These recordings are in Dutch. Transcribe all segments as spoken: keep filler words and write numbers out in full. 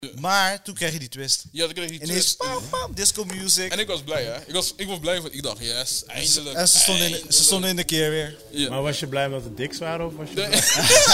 Ja. Maar toen kreeg je die twist. Ja, dan kreeg je die Ineens, twist. pam, pam, disco music. En ik was blij, hè. Ik was, ik was blij, want ik dacht, yes, eindelijk. En ze stonden, in, de- eindelijk. ze stonden in de keer weer. Ja. Maar was je blij omdat het diks waren of was je Nee. blij?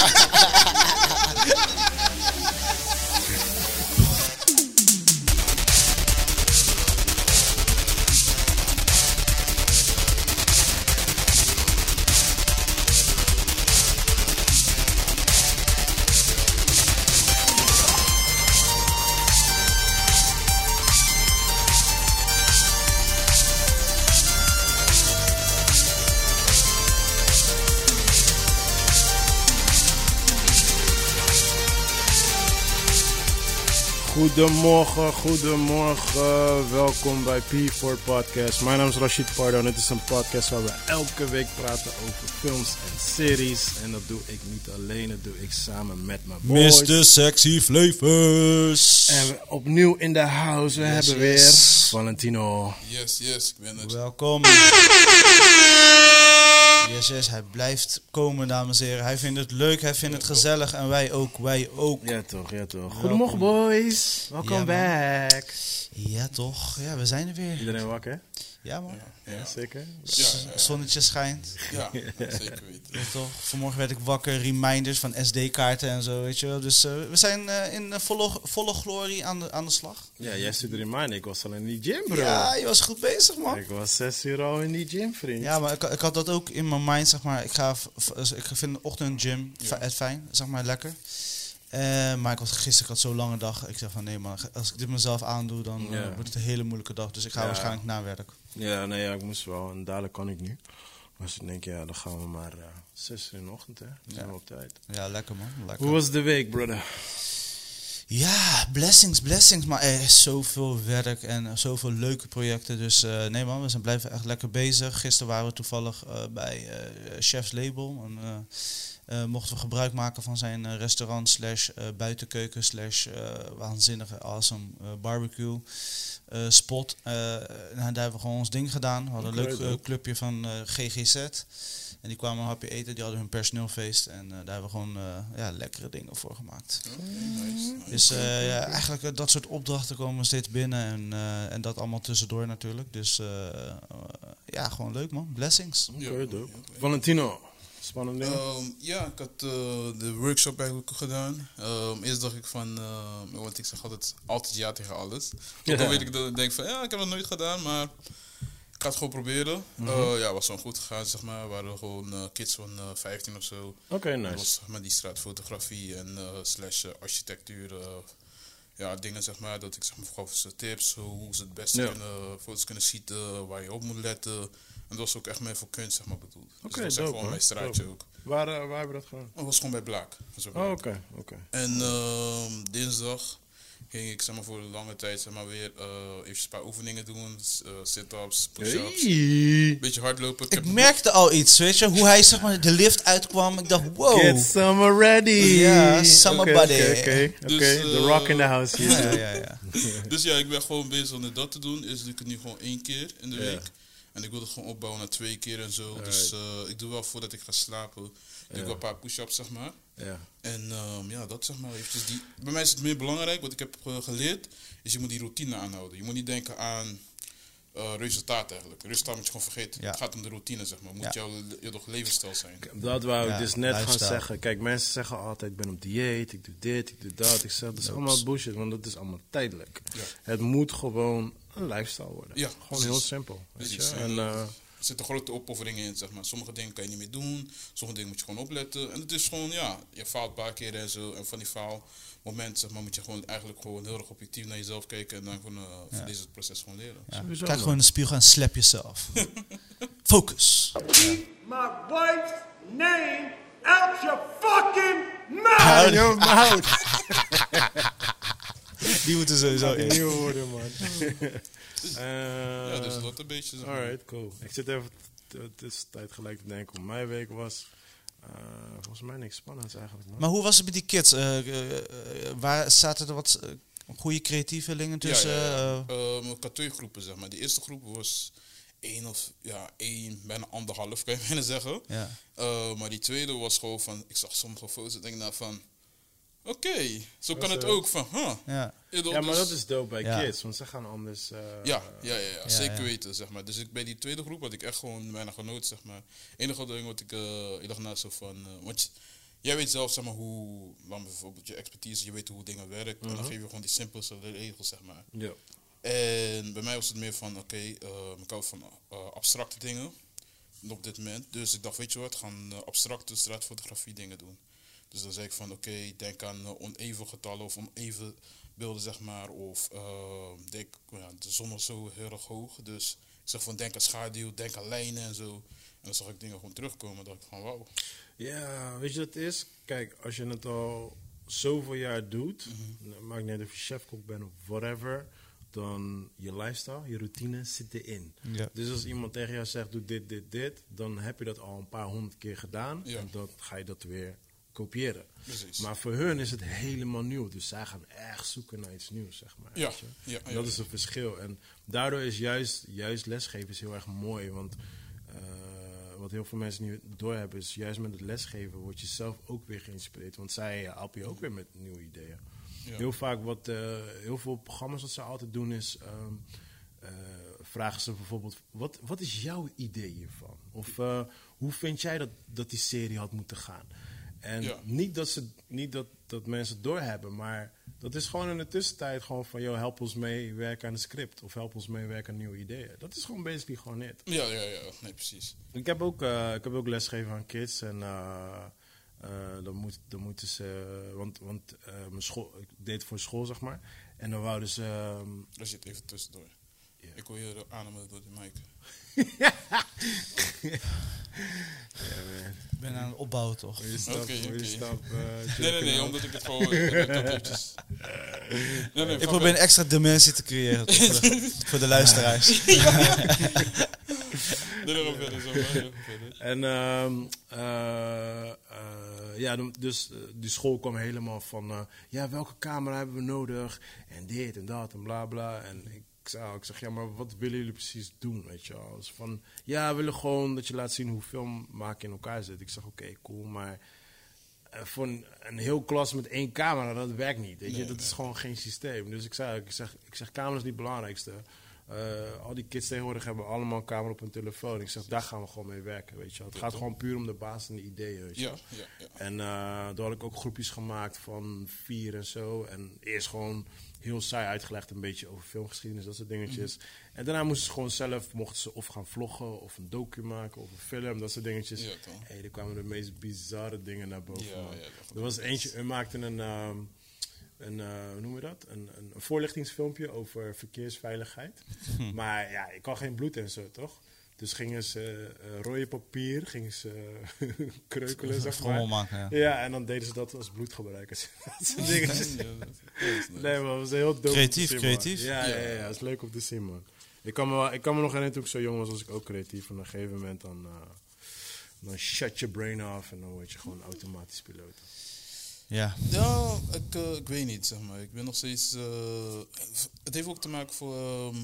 Goedemorgen, goedemorgen. Welkom bij P vier Podcast. Mijn naam is Rashid Pardo en het is een podcast waar we elke week praten over films en series. En dat doe ik niet alleen, dat doe ik samen met mijn boys. mister Sexy Flavors. En we opnieuw in de house. We Yes, hebben weer yes. Valentino. Yes, yes, ik ben er. Welkom. Yes, yes, hij blijft komen, dames en heren. Hij vindt het leuk, hij vindt het gezellig en wij ook, wij ook. Ja toch, ja toch. Goedemorgen boys. Welkom Ja, man. back. Ja, toch? Ja, we zijn er weer. Iedereen wakker? Ja, man. Ja, zeker. Ja, ja, ja. Zonnetje schijnt. Ja, zeker weten. Ja, toch? Vanmorgen werd ik wakker, reminders van S D-kaarten en zo, weet je wel. Dus uh, we zijn uh, in uh, volle, volle glorie aan de, aan de slag. Ja, jij zit er in mijn. Ik was al in die gym, bro. Ja, je was goed bezig, man. Ik was zes uur al in die gym, vriend. Ja, maar ik, ik had dat ook in mijn mind, zeg maar. Ik, ga, v- v- ik vind de ochtendgym Ja. ja. fijn, zeg maar, lekker. Uh, maar ik was gisteren, ik had zo'n lange dag. Ik zei van, nee man, als ik dit mezelf aandoe, dan Ja. uh, wordt het een hele moeilijke dag. Dus ik ga Ja. waarschijnlijk na werk. Ja, nee, ja, ik moest wel. En dadelijk kan ik nu. Dus ik denk, ja, dan gaan we maar uh, zes uur in de ochtend, hè. Dan zijn Ja. we op tijd. Ja, lekker man, lekker. Hoe was de week, brother? Ja, blessings, blessings. Maar er is zoveel werk en uh, zoveel leuke projecten. Dus uh, nee man, we zijn blijven echt lekker bezig. Gisteren waren we toevallig uh, bij uh, Chef's Label. En, uh, uh, mochten we gebruik maken van zijn uh, restaurant slash uh, buitenkeuken slash uh, waanzinnige awesome uh, barbecue uh, spot. Uh, nou, daar hebben we gewoon ons ding gedaan. We hadden een Oké, leuk uh, dope. clubje van uh, G G Z. En die kwamen een hapje eten, die hadden hun personeelfeest. En uh, daar hebben we gewoon uh, ja, lekkere dingen voor gemaakt. Oké, nice, nice. Dus uh, ja, eigenlijk uh, dat soort opdrachten komen steeds binnen en, uh, en dat allemaal tussendoor natuurlijk. Dus uh, uh, ja, gewoon leuk man. Blessings. Ja, Oké, dope. ja, ja. Valentino, spannend ding. Ehm, ja, ik had uh, de workshop eigenlijk gedaan. Um, eerst dacht ik van, uh, want ik zeg altijd, altijd ja tegen alles. Ja. Ook al weet ik dat ik denk van, ja, ik heb het nooit gedaan, maar ik ga het gewoon proberen. Mhm. Uh, ja, was gewoon goed gegaan, zeg maar. We waren gewoon uh, kids van uh, vijftien of zo. Oké, Dat nice. was zeg maar die straatfotografie en uh, slash uh, architectuur. Uh, ja, dingen zeg maar, dat ik zeg maar gaf ze tips, hoe ze het beste Ja. kunnen, foto's kunnen schieten, waar je op moet letten. En dat was ook echt meer voor kunst zeg maar bedoeld. Dus Oké, dat was echt dope, gewoon man. mijn straatje Dope. ook. Waar, uh, waar hebben we dat gedaan? Dat was gewoon bij Blaak. Zo Oh, oké, oké. En ehm, dinsdag ging ik zeg maar, voor een lange tijd zeg maar, weer uh, even een paar oefeningen doen. Uh, sit-ups, push-ups. Hey. Beetje hardlopen. Ik heb- merkte al iets, weet je, hoe hij zeg maar de lift uitkwam. Ik dacht, wow. Get summer ready. Ja, summer Oké, body. Oké, oké, oké. Dus, The uh, rock in the house hier. Ja, ja, ja. Dus ja, ik ben gewoon bezig met dat te doen. Is ik het nu gewoon één keer in de Ja. week. En ik wil het gewoon opbouwen naar twee keer en zo. Dus uh, ik doe wel voordat ik ga slapen. Doe Ja. ik wel een paar push-ups, zeg maar. Ja. En um, ja, dat zeg maar eventjes. Die, bij mij is het meer belangrijk, wat ik heb uh, geleerd, is je moet die routine aanhouden. Je moet niet denken aan uh, resultaat eigenlijk. Resultaat moet je gewoon vergeten. Ja. Het gaat om de routine, zeg maar. Het moet Ja. jouw je toch levensstijl zijn. Dat wou ik Ja, dus net gaan lifestyle. zeggen. Kijk, mensen zeggen altijd, ik ben op dieet, ik doe dit, ik doe dat. Ik zeg, dat is allemaal bullshit, want dat is allemaal tijdelijk. Ja. Het moet gewoon een lifestyle worden. Ja, Gewoon precies. heel simpel. Weet je? Precies. En, uh, Er zitten grote opofferingen in, zeg maar. Sommige dingen kan je niet meer doen. Sommige dingen moet je gewoon opletten. En het is gewoon, ja, je faalt een paar keer en zo. En van die faalmomenten, zeg maar, moet je gewoon eigenlijk gewoon heel erg objectief naar jezelf kijken. En dan gewoon uh, Ja. van deze proces gewoon leren. Ja. Sowieso, Kijk man. gewoon in de spiegel en slap jezelf. Focus. my wife's name out your fucking mouth! Hou je mouth. Die moeten sowieso in. Nieuwe woorden, man. Uh, Ja, dus dat een beetje, zeg maar. Alright, cool. Ik zit even t- tussentijd gelijk te denken hoe mijn week was. Uh, volgens mij niks spannends eigenlijk, man. Maar hoe was het met die kids? Uh, uh, uh, waar zaten er wat uh, goede creatievelingen tussen? Ja, ja, ja. Uh, Um, ik had twee groepen, zeg maar. Die eerste groep was één of ja, één, bijna anderhalf, kan je bijna zeggen. ja. Uh, maar die tweede was gewoon van, ik zag sommige foto's en denk nou van, Oké, zo kan Dat het is, ook van, huh. Ja. Je bedoelt Ja, maar dus- dat is dope bij Ja. kids, want ze gaan anders... eh, Ja, ja, ja, ja, zeker ja. weten, zeg maar. Dus ik, bij die tweede groep had ik echt gewoon bijna genoten, zeg maar. enige ding wat ik, uh, ik dacht na zo van... Uh, want je- jij weet zelf, zeg maar, hoe... Dan bijvoorbeeld je expertise, je weet hoe dingen werken. En dan Mhm. geef je gewoon die simpelste regels, zeg maar. Ja. En bij mij was het meer van, oké, okay, uh, ik hou van uh, abstracte dingen op dit moment. Dus ik dacht, weet je wat, gaan uh, abstracte straatfotografie dingen doen. Dus dan zei ik van, oké, okay, denk aan uh, oneven getallen of oneven beelden, zeg maar. Of uh, denk, ja, de zon was zo heel erg hoog. Dus ik zeg van, denk aan schaduw, denk aan lijnen en zo. En dan zag ik dingen gewoon terugkomen. Dan dacht ik van, wauw. Ja, weet je wat het is? Kijk, als je het al zoveel jaar doet, mm-hmm. maakt niet uit of je chefkok bent of whatever, dan je lifestyle, je routine zit erin. Ja. Dus als iemand tegen jou zegt, doe dit, dit, dit, dan heb je dat al een paar honderd keer gedaan Ja. en dan ga je dat weer kopiëren. Precies. Maar voor hun is het helemaal nieuw, dus zij gaan echt zoeken naar iets nieuws, zeg maar. Ja, weet je? ja, ja. Dat is het verschil. En daardoor is juist, juist lesgeven is heel erg mooi, want uh, wat heel veel mensen niet doorhebben is, juist met het lesgeven word je zelf ook weer geïnspireerd, want zij helpen je ook weer met nieuwe ideeën. Ja. Heel vaak, wat uh, heel veel programma's wat ze altijd doen is, um, uh, vragen ze bijvoorbeeld, wat, wat is jouw idee hiervan? Of uh, hoe vind jij dat, dat die serie had moeten gaan? En Ja. niet, dat, ze, niet dat, dat mensen het doorhebben, maar dat is gewoon in de tussentijd gewoon van, joh, help ons mee werken aan een script. Of help ons mee werken aan nieuwe ideeën. Dat is gewoon basically gewoon het. Ja, ja, ja. Nee, precies. Ik heb ook, uh, ik heb ook lesgegeven aan kids en uh, uh, dan, moet, dan moeten ze, want, want uh, mijn school, ik deed het voor school, zeg maar. En dan wouden ze... Um, Daar zit even tussendoor. Ja. Ik hoor je ademen door de mic. ja, man. Ik ben aan het opbouwen, toch? Wil je stap, Oké, wil je oké. stap, uh, Nee, nee, nee, omdat ik het gewoon... ik heb het eventjes- nee, nee, Ik van- probeer een extra dimensie te creëren toch, voor, de, voor de luisteraars. Nee, nee, nog verder zo. maar, nog verder. En um, uh, uh, ja, dan- dus uh, die school kwam helemaal van, uh, ja, welke camera hebben we nodig? En dit en dat en bla bla. En ik, zei, ik zeg, ja, maar wat willen jullie precies doen, weet je wel? Dus van, ja, we willen gewoon dat je laat zien hoe film maken in elkaar zit. Ik zeg, oké, okay, cool, maar uh, voor een, een heel klas met één camera, dat werkt niet, weet je? Nee, dat nee. is gewoon geen systeem. Dus ik zei, ik zeg, ik zeg camera is niet het belangrijkste. Uh, al die kids tegenwoordig hebben allemaal een camera op hun telefoon. Ik zeg, daar gaan we gewoon mee werken, weet je wel. Het gaat gewoon puur om de basis en de ideeën, weet je Ja, wel. ja, ja. En uh, daar had ik ook groepjes gemaakt van vier en zo. En eerst gewoon heel saai uitgelegd een beetje over filmgeschiedenis, dat soort dingetjes. Mhm. En daarna moesten ze gewoon zelf, mochten ze of gaan vloggen of een docu maken of een film, dat soort dingetjes. Ja, toch. Hey, er kwamen de meest bizarre dingen naar boven, Ja, man. ja, dat er was eentje, we maakten een... Um, een, uh, hoe noemen we dat? Een, een, een voorlichtingsfilmpje over verkeersveiligheid. Maar ja, ik kan geen bloed en zo, toch? Dus gingen ze uh, rode papier, gingen ze uh, kreukelen, zeg Schommel maar. maken, ja. Ja, en dan deden ze dat als bloedgebruikers. Dat soort dingetjes. Ja, dat- dat is nice. Nee, man, dat was heel dope. Creatief, om te zien, man. creatief. Ja, ja, ja, ja, dat is leuk om te zien, man. Ik kan me, wel- ik kan me nog herinneren toen ik zo jong was, was ik ook creatief. En op een gegeven moment dan, uh, dan shut je brain off en dan word je gewoon automatisch piloot. Ja. Ja, ik, uh, ik weet niet, zeg maar. Ik ben nog steeds... Uh, het heeft ook te maken voor... Um,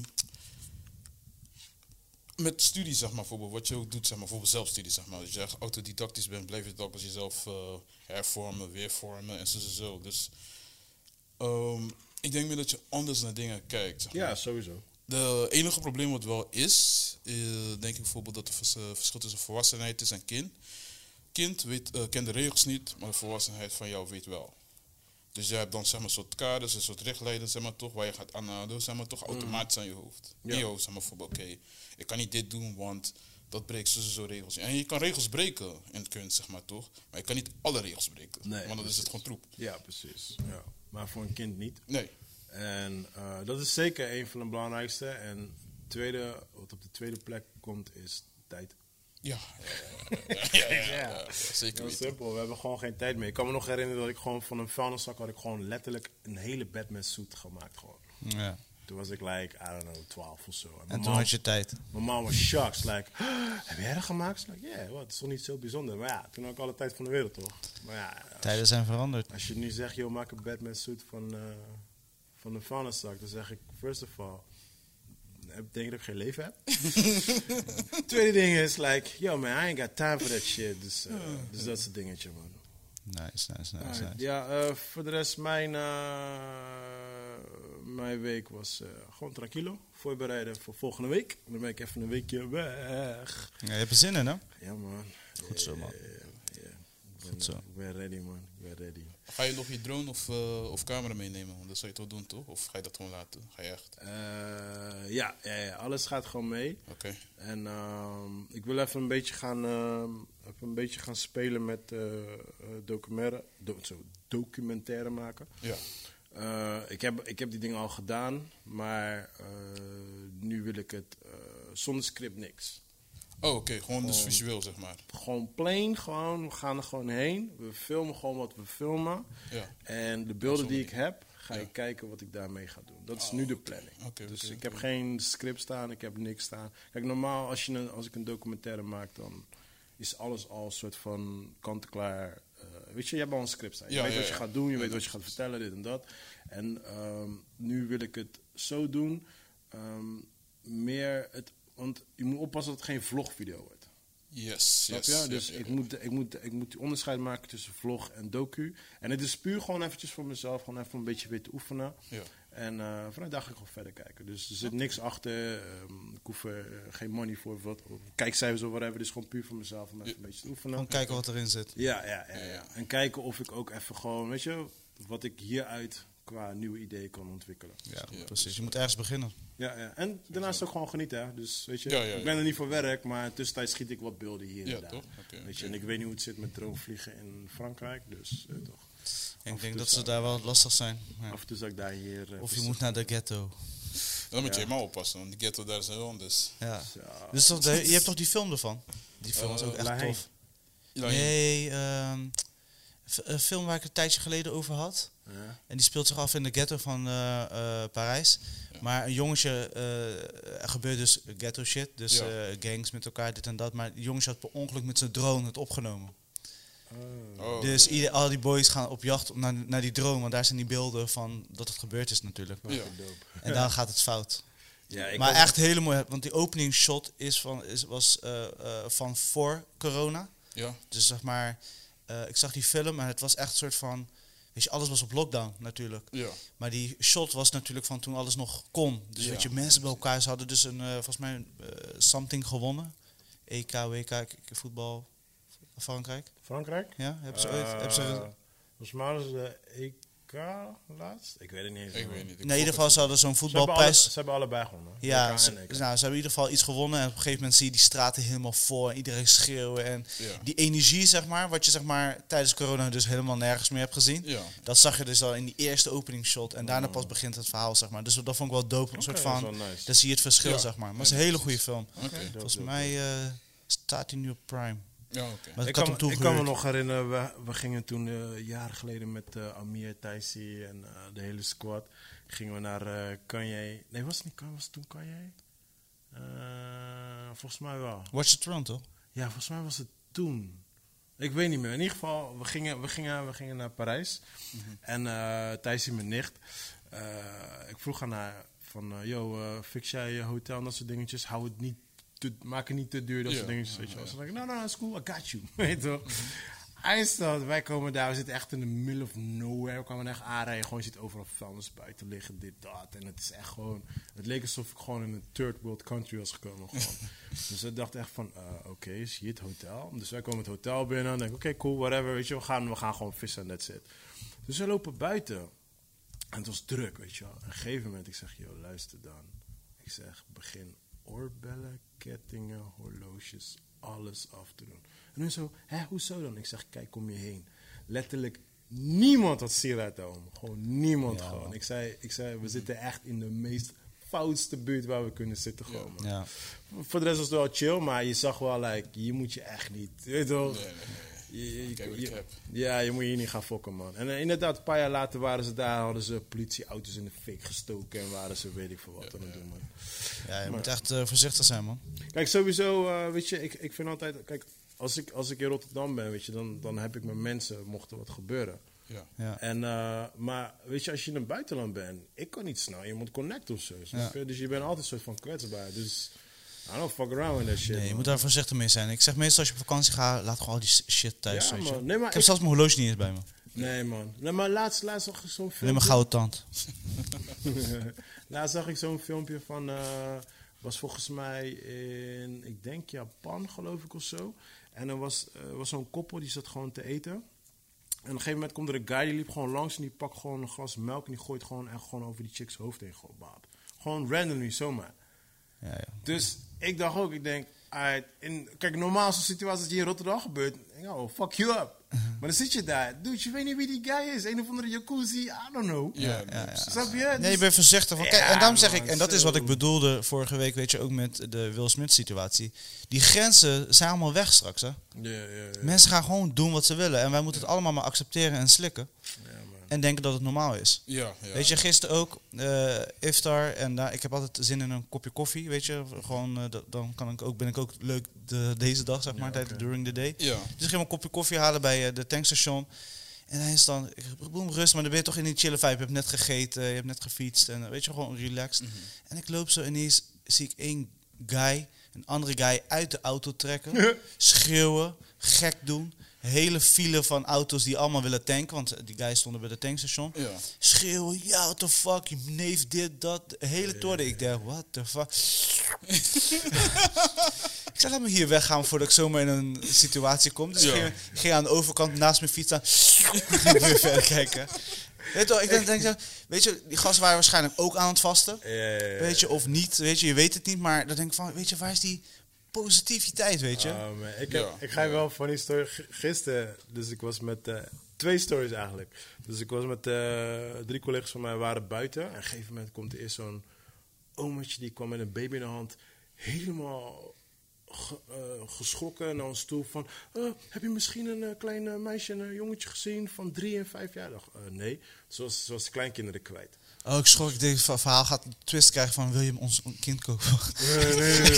met studie, zeg maar, bijvoorbeeld. Wat je ook doet, zeg maar, bijvoorbeeld zelfstudie, zeg maar. Als je echt autodidactisch bent, blijf je het ook als jezelf uh, hervormen, weervormen en zo, zo, zo. Dus um, ik denk meer dat je anders naar dingen kijkt, zeg maar. Ja, sowieso. De enige probleem wat wel is, uh, denk ik bijvoorbeeld dat er vers- uh, verschil tussen volwassenheid is en kind. Kind weet, uh, kent de regels niet, maar de volwassenheid van jou weet wel. Dus je hebt dan zeg maar een soort kaders, een soort richtlijnen, zeg maar toch, waar je gaat aanhouden, zeg maar toch automatisch aan je hoofd. Ja. In je hoofd, zeg maar bijvoorbeeld, oké, okay, ik kan niet dit doen, want dat breekt zo, zo regels. En je kan regels breken in het kunst, zeg maar toch, maar je kan niet alle regels breken, Nee, want dan is het precies. gewoon troep. Ja, precies. Ja. Maar voor een kind niet. Nee. En uh, dat is zeker een van de belangrijkste. En tweede, wat op de tweede plek komt, is tijd. Ja, ja, ja, ja, ja, ja, ja, zeker Heel weten. simpel, we hebben gewoon geen tijd meer. Ik kan me nog herinneren dat ik gewoon van een vuilniszak had ik gewoon letterlijk een hele Batman suit gemaakt gewoon. Ja. Toen was ik like, I don't know, twaalf of zo. En En mijn toen mom- had je tijd. Mijn mom was shocked. Like, heb jij dat gemaakt? Ik like, ja, yeah, wat, het is toch niet zo bijzonder. Maar ja, toen had ik alle tijd van de wereld, toch? Maar ja, als, Tijden zijn veranderd. als je nu zegt, joh, maak een Batman suit van, uh, van een vuilniszak, dan zeg ik, first of all, denk je dat ik geen leven heb? Tweede ding is, like, yo man, I ain't got time for that shit. Dus, uh, dus dat is het dingetje, man. Nice, nice, nice, Alright, nice. ja, uh, voor de rest, mijn, uh, mijn week was uh, gewoon tranquilo. Voorbereiden voor volgende week. Dan ben ik even een weekje weg. Ja, je hebt er zin in, hè? Ja, man. Goed zo, man. Ja, ja, ja. Ik ben, Goed zo. uh, ik ben ready, man. Ik ben ready. Ga je nog je drone of, uh, of camera meenemen? Want dat zou je toch doen, toch? Of ga je dat gewoon laten? Ga je echt? Uh, ja, ja, ja, alles gaat gewoon mee. Oké. Okay. En um, ik wil even een beetje gaan, uh, even een beetje gaan spelen met uh, documentaire, do, zo, documentaire maken. Ja. Uh, ik, heb, ik heb die dingen al gedaan, maar uh, nu wil ik het uh, zonder script niks. Oh, oké. Okay. Gewoon, gewoon dus visueel, zeg maar. Gewoon plain, gewoon. We gaan er gewoon heen. We filmen gewoon wat we filmen. Ja. En de beelden die ik heb, ga ja. ik kijken wat ik daarmee ga doen. Dat is oh, nu de okay. planning. Okay, dus okay, ik heb okay. geen script staan, ik heb niks staan. Kijk, normaal als, je een, als ik een documentaire maak, dan is alles al een soort van kant-en-klaar. Uh, weet je, je hebt al een script staan. Je ja, weet ja, wat je ja. gaat doen, je ja, weet wat je gaat vertellen, dit en dat. En um, nu wil ik het zo doen. Um, meer het, want je moet oppassen dat het geen vlogvideo wordt. Yes, Snap yes, je? yes, Dus yes, ik, yes. Moet, ik, moet, ik moet die onderscheid maken tussen vlog en docu. En het is puur gewoon eventjes voor mezelf. Gewoon even een beetje weer te oefenen. Ja. En uh, vanuit daar ga ik gewoon verder kijken. Dus er zit niks achter. Um, ik hoef er uh, geen money voor. Wat, kijkcijfers of whatever. Het is gewoon puur voor mezelf om even ja. een beetje te oefenen. Gewoon kijken wat erin zit. Ja, ja, ja, ja. En kijken of ik ook even gewoon, weet je, wat ik hieruit qua nieuwe ideeën kan ontwikkelen. Ja, ja, precies. Je moet ergens beginnen. Ja, ja. En daarnaast ook gewoon genieten. Hè. Dus weet je, ja, ja, ja. ik ben er niet voor werk, maar tussentijd schiet ik wat beelden hier ja, en daar. Toch? Okay, weet je, okay. en ik weet niet hoe het zit met droomvliegen in Frankrijk, dus uh, toch. Ik denk dat ze daar wel lastig zijn. Ja. Af en toe zou ik daar hier... Uh, of je moet naar de ghetto. Dan moet je ja. helemaal oppassen, want die ghetto daar is heel anders. Ja. Zo. Dus toch de, je hebt toch die film ervan? Die film uh, is ook echt Laheen. tof. Laheen. Nee, um, een film waar ik een tijdje geleden over had. Ja. En die speelt zich af in de ghetto van uh, uh, Parijs. Ja. Maar een jongetje, uh, er gebeurt dus ghetto shit. Dus ja. uh, gangs met elkaar, dit en dat. Maar een jongetje had per ongeluk met zijn drone het opgenomen. Oh. Oh, dus okay. ieder, al die boys gaan op jacht naar, naar die drone. Want daar zijn die beelden van dat het gebeurd is natuurlijk. Ja. En dan gaat het fout. Ja, ik maar echt hele mooi. Want die opening shot is van, is, was uh, uh, van voor corona. Ja. Dus zeg maar, uh, ik zag die film en het was echt een soort van... Weet je, alles was op lockdown natuurlijk. Ja. Maar die shot was natuurlijk van toen alles nog kon. Dus ja. weet je, mensen bij elkaar. Ze hadden dus een, uh, volgens mij, uh, something gewonnen. E K, W K, voetbal, Frankrijk. Frankrijk? Ja, hebben ze uh, ooit... Hebben ze... Volgens mij hadden ze de E K laatst? Ik weet het niet eens. Ik weet niet. Ik nee, in ieder geval, ze hadden zo'n ze hebben, alle, voetbalprijs. ze hebben allebei gewonnen. Ja, ze, nou, ze hebben in ieder geval iets gewonnen. En op een gegeven moment zie je die straten helemaal vol. En iedereen schreeuwen. En ja. die energie, zeg maar, wat je zeg maar tijdens corona dus helemaal nergens meer hebt gezien. Ja. Dat zag je dus al in die eerste opening shot. En daarna pas begint het verhaal, zeg maar. Dus dat vond ik wel dope. Een okay, soort van, nice. dan zie je het verschil, ja. zeg maar. Maar het is een hele goede film. Okay. Volgens mij uh, staat hij nu op Prime. Ja, okay. Maar ik, ik, kan, had ik kan me nog herinneren, we, we gingen toen uh, jaren geleden met uh, Amir, Thijsie en uh, de hele squad. Gingen we naar uh, Kanye. Nee, was het niet Kanye? Was het toen Kanye? Uh, volgens mij wel. Watch the Throne, toch? Ja, volgens mij was het toen. Ik weet niet meer. In ieder geval, we gingen, we gingen, we gingen naar Parijs. Mm-hmm. En uh, Thijsie, mijn nicht. Uh, ik vroeg aan haar van, uh, yo, uh, fix jij je hotel en dat soort dingetjes. Hou het niet te, maak het niet te duur, dat ja, soort dingetjes. ja, Weet je wel. ja. Ze dacht, no, no, no, it's cool, I got you. Weet je toch? Mm-hmm. Eindstand, wij komen daar, we zitten echt in the middle of nowhere. We kwamen echt aanrijden, gewoon je ziet overal vuilnis buiten liggen, dit, dat. En het is echt gewoon, het leek alsof ik gewoon in een third world country was gekomen. Gewoon. Dus we dachten echt van, uh, oké, okay, is hier het hotel? Dus wij komen het hotel binnen en denken, oké, okay, cool, whatever, weet je, we gaan, we gaan gewoon vissen en that's it. Dus we lopen buiten en het was druk, weet je wel. En op een gegeven moment, ik zeg, joh, luister dan. Ik zeg, begin oorbellen, kettingen, horloges, alles af te doen. En nu zo, hè, hoezo dan? Ik zeg, kijk om je heen. Letterlijk niemand had sieraad om. Gewoon niemand ja, gewoon. Ik zei, ik zei, we zitten echt in de meest foutste buurt waar we kunnen zitten gewoon. Ja. Ja. Voor de rest was het wel chill, maar je zag wel, like, hier moet je echt niet, weet je toch? Nee, nee, nee. Je, je, Kijk wat je, ik heb. ja, je moet hier niet gaan fokken, man. En uh, inderdaad, een paar jaar later waren ze daar, hadden ze politieauto's in de fik gestoken en waren ze weet ik veel wat ja, aan het ja. doen, man. Ja, je maar, moet echt uh, voorzichtig zijn, man. Kijk, sowieso, uh, weet je, ik, ik vind altijd, kijk, als ik, als ik in Rotterdam ben, weet je, dan, dan heb ik mijn mensen, mocht er wat gebeuren. Ja. Ja. En, uh, maar weet je, als je in het buitenland bent, ik kan niet snel iemand connecten of zo, snap je? Ja. Dus je bent altijd een soort van kwetsbaar. Dus I don't fuck around with that shit. Nee, je man. moet daar voorzichtig mee zijn. Ik zeg meestal als je op vakantie gaat, laat gewoon al die shit thuis. Ja, weet je. man. Nee, maar ik heb ik- zelfs mijn horloge niet eens bij me. Nee, man. Nee, maar laatst, laatst zag ik zo'n Alleen filmpje. mijn gouden tand. Laatst zag ik zo'n filmpje van... eh, was volgens mij in, ik denk Japan, geloof ik, of zo. En er was, uh, was zo'n koppel, die zat gewoon te eten. En op een gegeven moment komt er een guy, die liep gewoon langs... en die pakt gewoon een glas melk... en die gooit gewoon echt gewoon over die chicks hoofd heen. Gewoon, bab. Gewoon randomly, zomaar. Ja, ja. Dus ik dacht ook, ik denk... alright, in, kijk, normaal zo'n situatie als die in Rotterdam gebeurt... ik denk, oh, fuck you up. Maar dan zit je daar. Dude, je weet niet wie die guy is. Een of andere jacuzzi, I don't know. Ja, ja, ja. Snap je? Nee, je Dus- bent voorzichtig. Van, Ja, kijk, en daarom zeg man, ik, en dat is zo. wat ik bedoelde vorige week, weet je, ook met de Will Smith situatie. Die grenzen zijn allemaal weg straks, hè. Ja, ja, ja. Mensen gaan gewoon doen wat ze willen. En wij moeten het allemaal maar accepteren en slikken. Ja, man. En denken dat het normaal is. Ja, ja. Weet je, gisteren ook, eh iftar. En daar, ik heb altijd zin in een kopje koffie, weet je. Gewoon, eh, dat- dan kan ik ook, ben ik ook leuk de, deze dag, zeg maar, Ja, tijd oké. during the day. Ja. Dus ik ging een kopje koffie halen bij eh, de tankstation. En hij is dan, ik boem rust, maar dan ben je toch in die chille vibe. Je hebt net gegeten, je hebt net gefietst en eh, weet je, gewoon relaxed. Mhm. En ik loop zo ineens, zie ik één guy, een andere guy uit de auto trekken. Schreeuwen, gek doen. Hele file van auto's die allemaal willen tanken, want die guys stonden bij de tankstation. Ja. Schreeuwen, ja, what the fuck, je neef dit, dat, de hele toren. Ik dacht, what the fuck. Ik zei, laat me hier weggaan voordat ik zomaar in een situatie kom. Dus ik Ja. ging, ging aan de overkant naast mijn fiets staan. Ik weer verder kijken. Weet je, wel, ik denk, denk zo, weet je, die gasten waren waarschijnlijk ook aan het vasten. Ja, ja, ja. Weet je, of niet, weet je, je weet het niet. Maar dan denk ik van, weet je, waar is die positiviteit, weet je? Oh, man. Ik, heb, Ja. ik ga je wel van die story. G- Gisteren, dus ik was met eh, twee stories eigenlijk. Dus ik was met eh, drie collega's van mij, waren buiten. En op een gegeven moment komt er eerst zo'n omertje, die kwam met een baby in de hand. Helemaal ge- eh, geschrokken naar ons toe van... eh, heb je misschien een uh, klein uh, meisje en een jongetje gezien van drie en vijf jaar? Ik dacht, uh, nee, zoals, zoals kleinkinderen kwijt. Oh, ik schrok, ik denk, het verhaal gaat een twist krijgen van, wil je ons een kind kopen? Nee, nee, nee.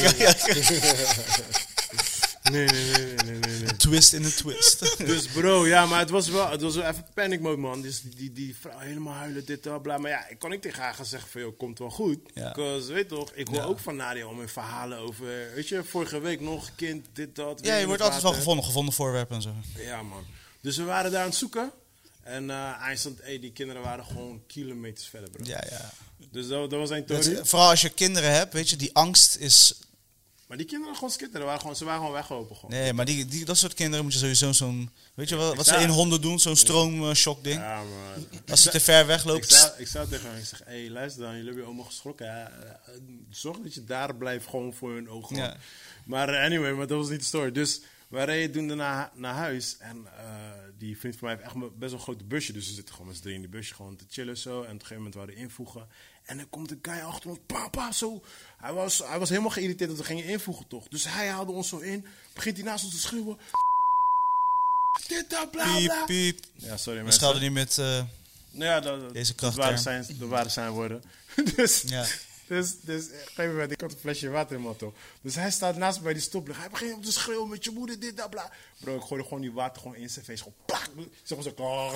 Nee, nee, nee, nee, nee, nee. Twist in een twist. Dus bro, ja, maar het was wel, het was wel even panic mode, man. Dus die, die, die vrouw helemaal huilen, dit, dat, bla. Maar ja, ik kon niet tegen haar gaan zeggen van, joh, komt wel goed. Ja. Because, weet toch, ik hoor Ja. ook van Nadia om in verhalen over, weet je, vorige week nog kind, dit, dat. Ja, je wordt altijd wel gevonden, gevonden voorwerpen en zo. Ja, man. Dus we waren daar aan het zoeken. En uh, eindstand, hey, die kinderen waren gewoon kilometers verder, bro. Ja, ja. Dus dat, dat was een Dat- theorie. vooral als je kinderen hebt, weet je, die angst is... Maar die kinderen gewoon skitteren, waren gewoon, ze waren gewoon weggelopen gewoon. Nee, maar die, die, dat soort kinderen moet je sowieso zo'n... Weet je wel, Ik wat ze sta- in honden doen, zo'n stroomshock ding. Ja, man. Als ze te ver Ik wegloopt... zou, ik zou tegen hen zeggen, hé, hey, luister dan, jullie hebben je allemaal geschrokken. Ja, eh, zorg dat je daar blijft gewoon voor hun ogen. Ja. Maar eh, anyway, maar dat was niet de story. Dus we reden toen daarna naar huis. En eh, die vriend van mij heeft echt een- best wel een grote busje. Dus we zitten gewoon met z'n drieën in die busje gewoon te chillen zo. En op een gegeven moment waren we invoegen. En dan komt de guy achter ons, papa, zo. Hij was, hij was helemaal geïrriteerd dat we gingen invoegen toch. Dus hij haalde ons zo in. Begint hij naast ons te schreeuwen. Dit, dat, bla, bla. Piep, piep. Ja, sorry We mensen. schelden niet met... eh, Nou ja, dat, dat, Deze dat, krachtterm. waren zijn, dat waren zijn woorden. dus, Ja. dus, dus op een gegeven moment, ik had een flesje water in mijn auto. Dus hij staat naast me bij die stoplicht. Hij begint op te schreeuwen met je moeder, dit, dat, bla. Bro, ik gooide gewoon die water gewoon in zijn face. Gewoon plak. Zeg maar zo. Oh.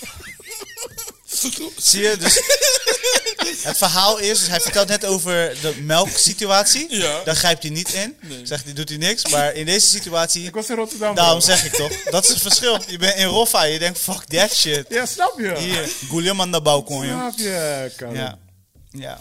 Zie je, dus... Het verhaal is, dus hij vertelt net over de melksituatie. Ja. Daar grijpt hij niet in. Nee. Zegt hij, doet hij niks. Maar in deze situatie... Ik was in Rotterdam. Daarom bro. zeg ik toch, dat is het verschil. Je bent in Roffa, je denkt, fuck that shit. Ja, snap je? Hier, Guillaume aan de balkon, joh. Snap je, Karel? Ja. Ja.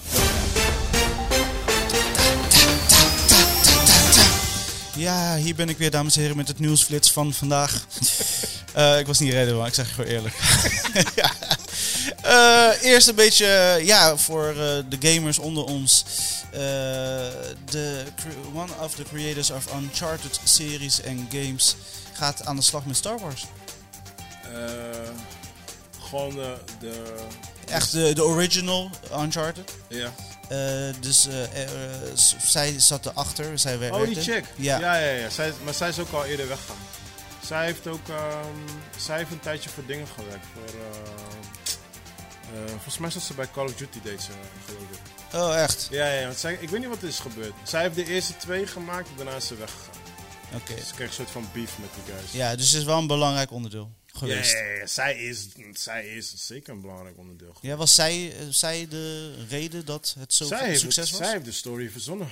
Ja, hier ben ik weer, dames en heren, met het nieuwsflits van vandaag. Uh, ik was niet redden, maar ik zeg je gewoon eerlijk. ja. uh, eerst een beetje, uh, ja, voor uh, de gamers onder ons. Uh, de, one of the creators of Uncharted series en games gaat aan de slag met Star Wars. Uh, gewoon de... de Echt de, de original Uncharted. ja. Uh, dus uh, uh, s- zij zat erachter. Zij wer- Oh, die werkte. chick. Ja. ja, ja, ja. Zij, maar zij is ook al eerder weggegaan. Zij heeft ook um, zij heeft een tijdje voor dingen gewerkt. Voor, uh, uh, volgens mij zat ze bij Call of Duty, deed ze, geloof ik. Oh, echt? Ja, ja, want zij, ik weet niet wat er is gebeurd. Zij heeft de eerste twee gemaakt en daarna is ze weggegaan. Oké. Dus ze kreeg een soort van beef met die guys. Ja, dus het is wel een belangrijk onderdeel ja, geweest. ja, ja, ja. Zij, is, zij is zeker een belangrijk onderdeel. Ja, was zij, uh, zij de reden dat het zo zij een heeft, succes het, was? zij heeft de story verzonnen.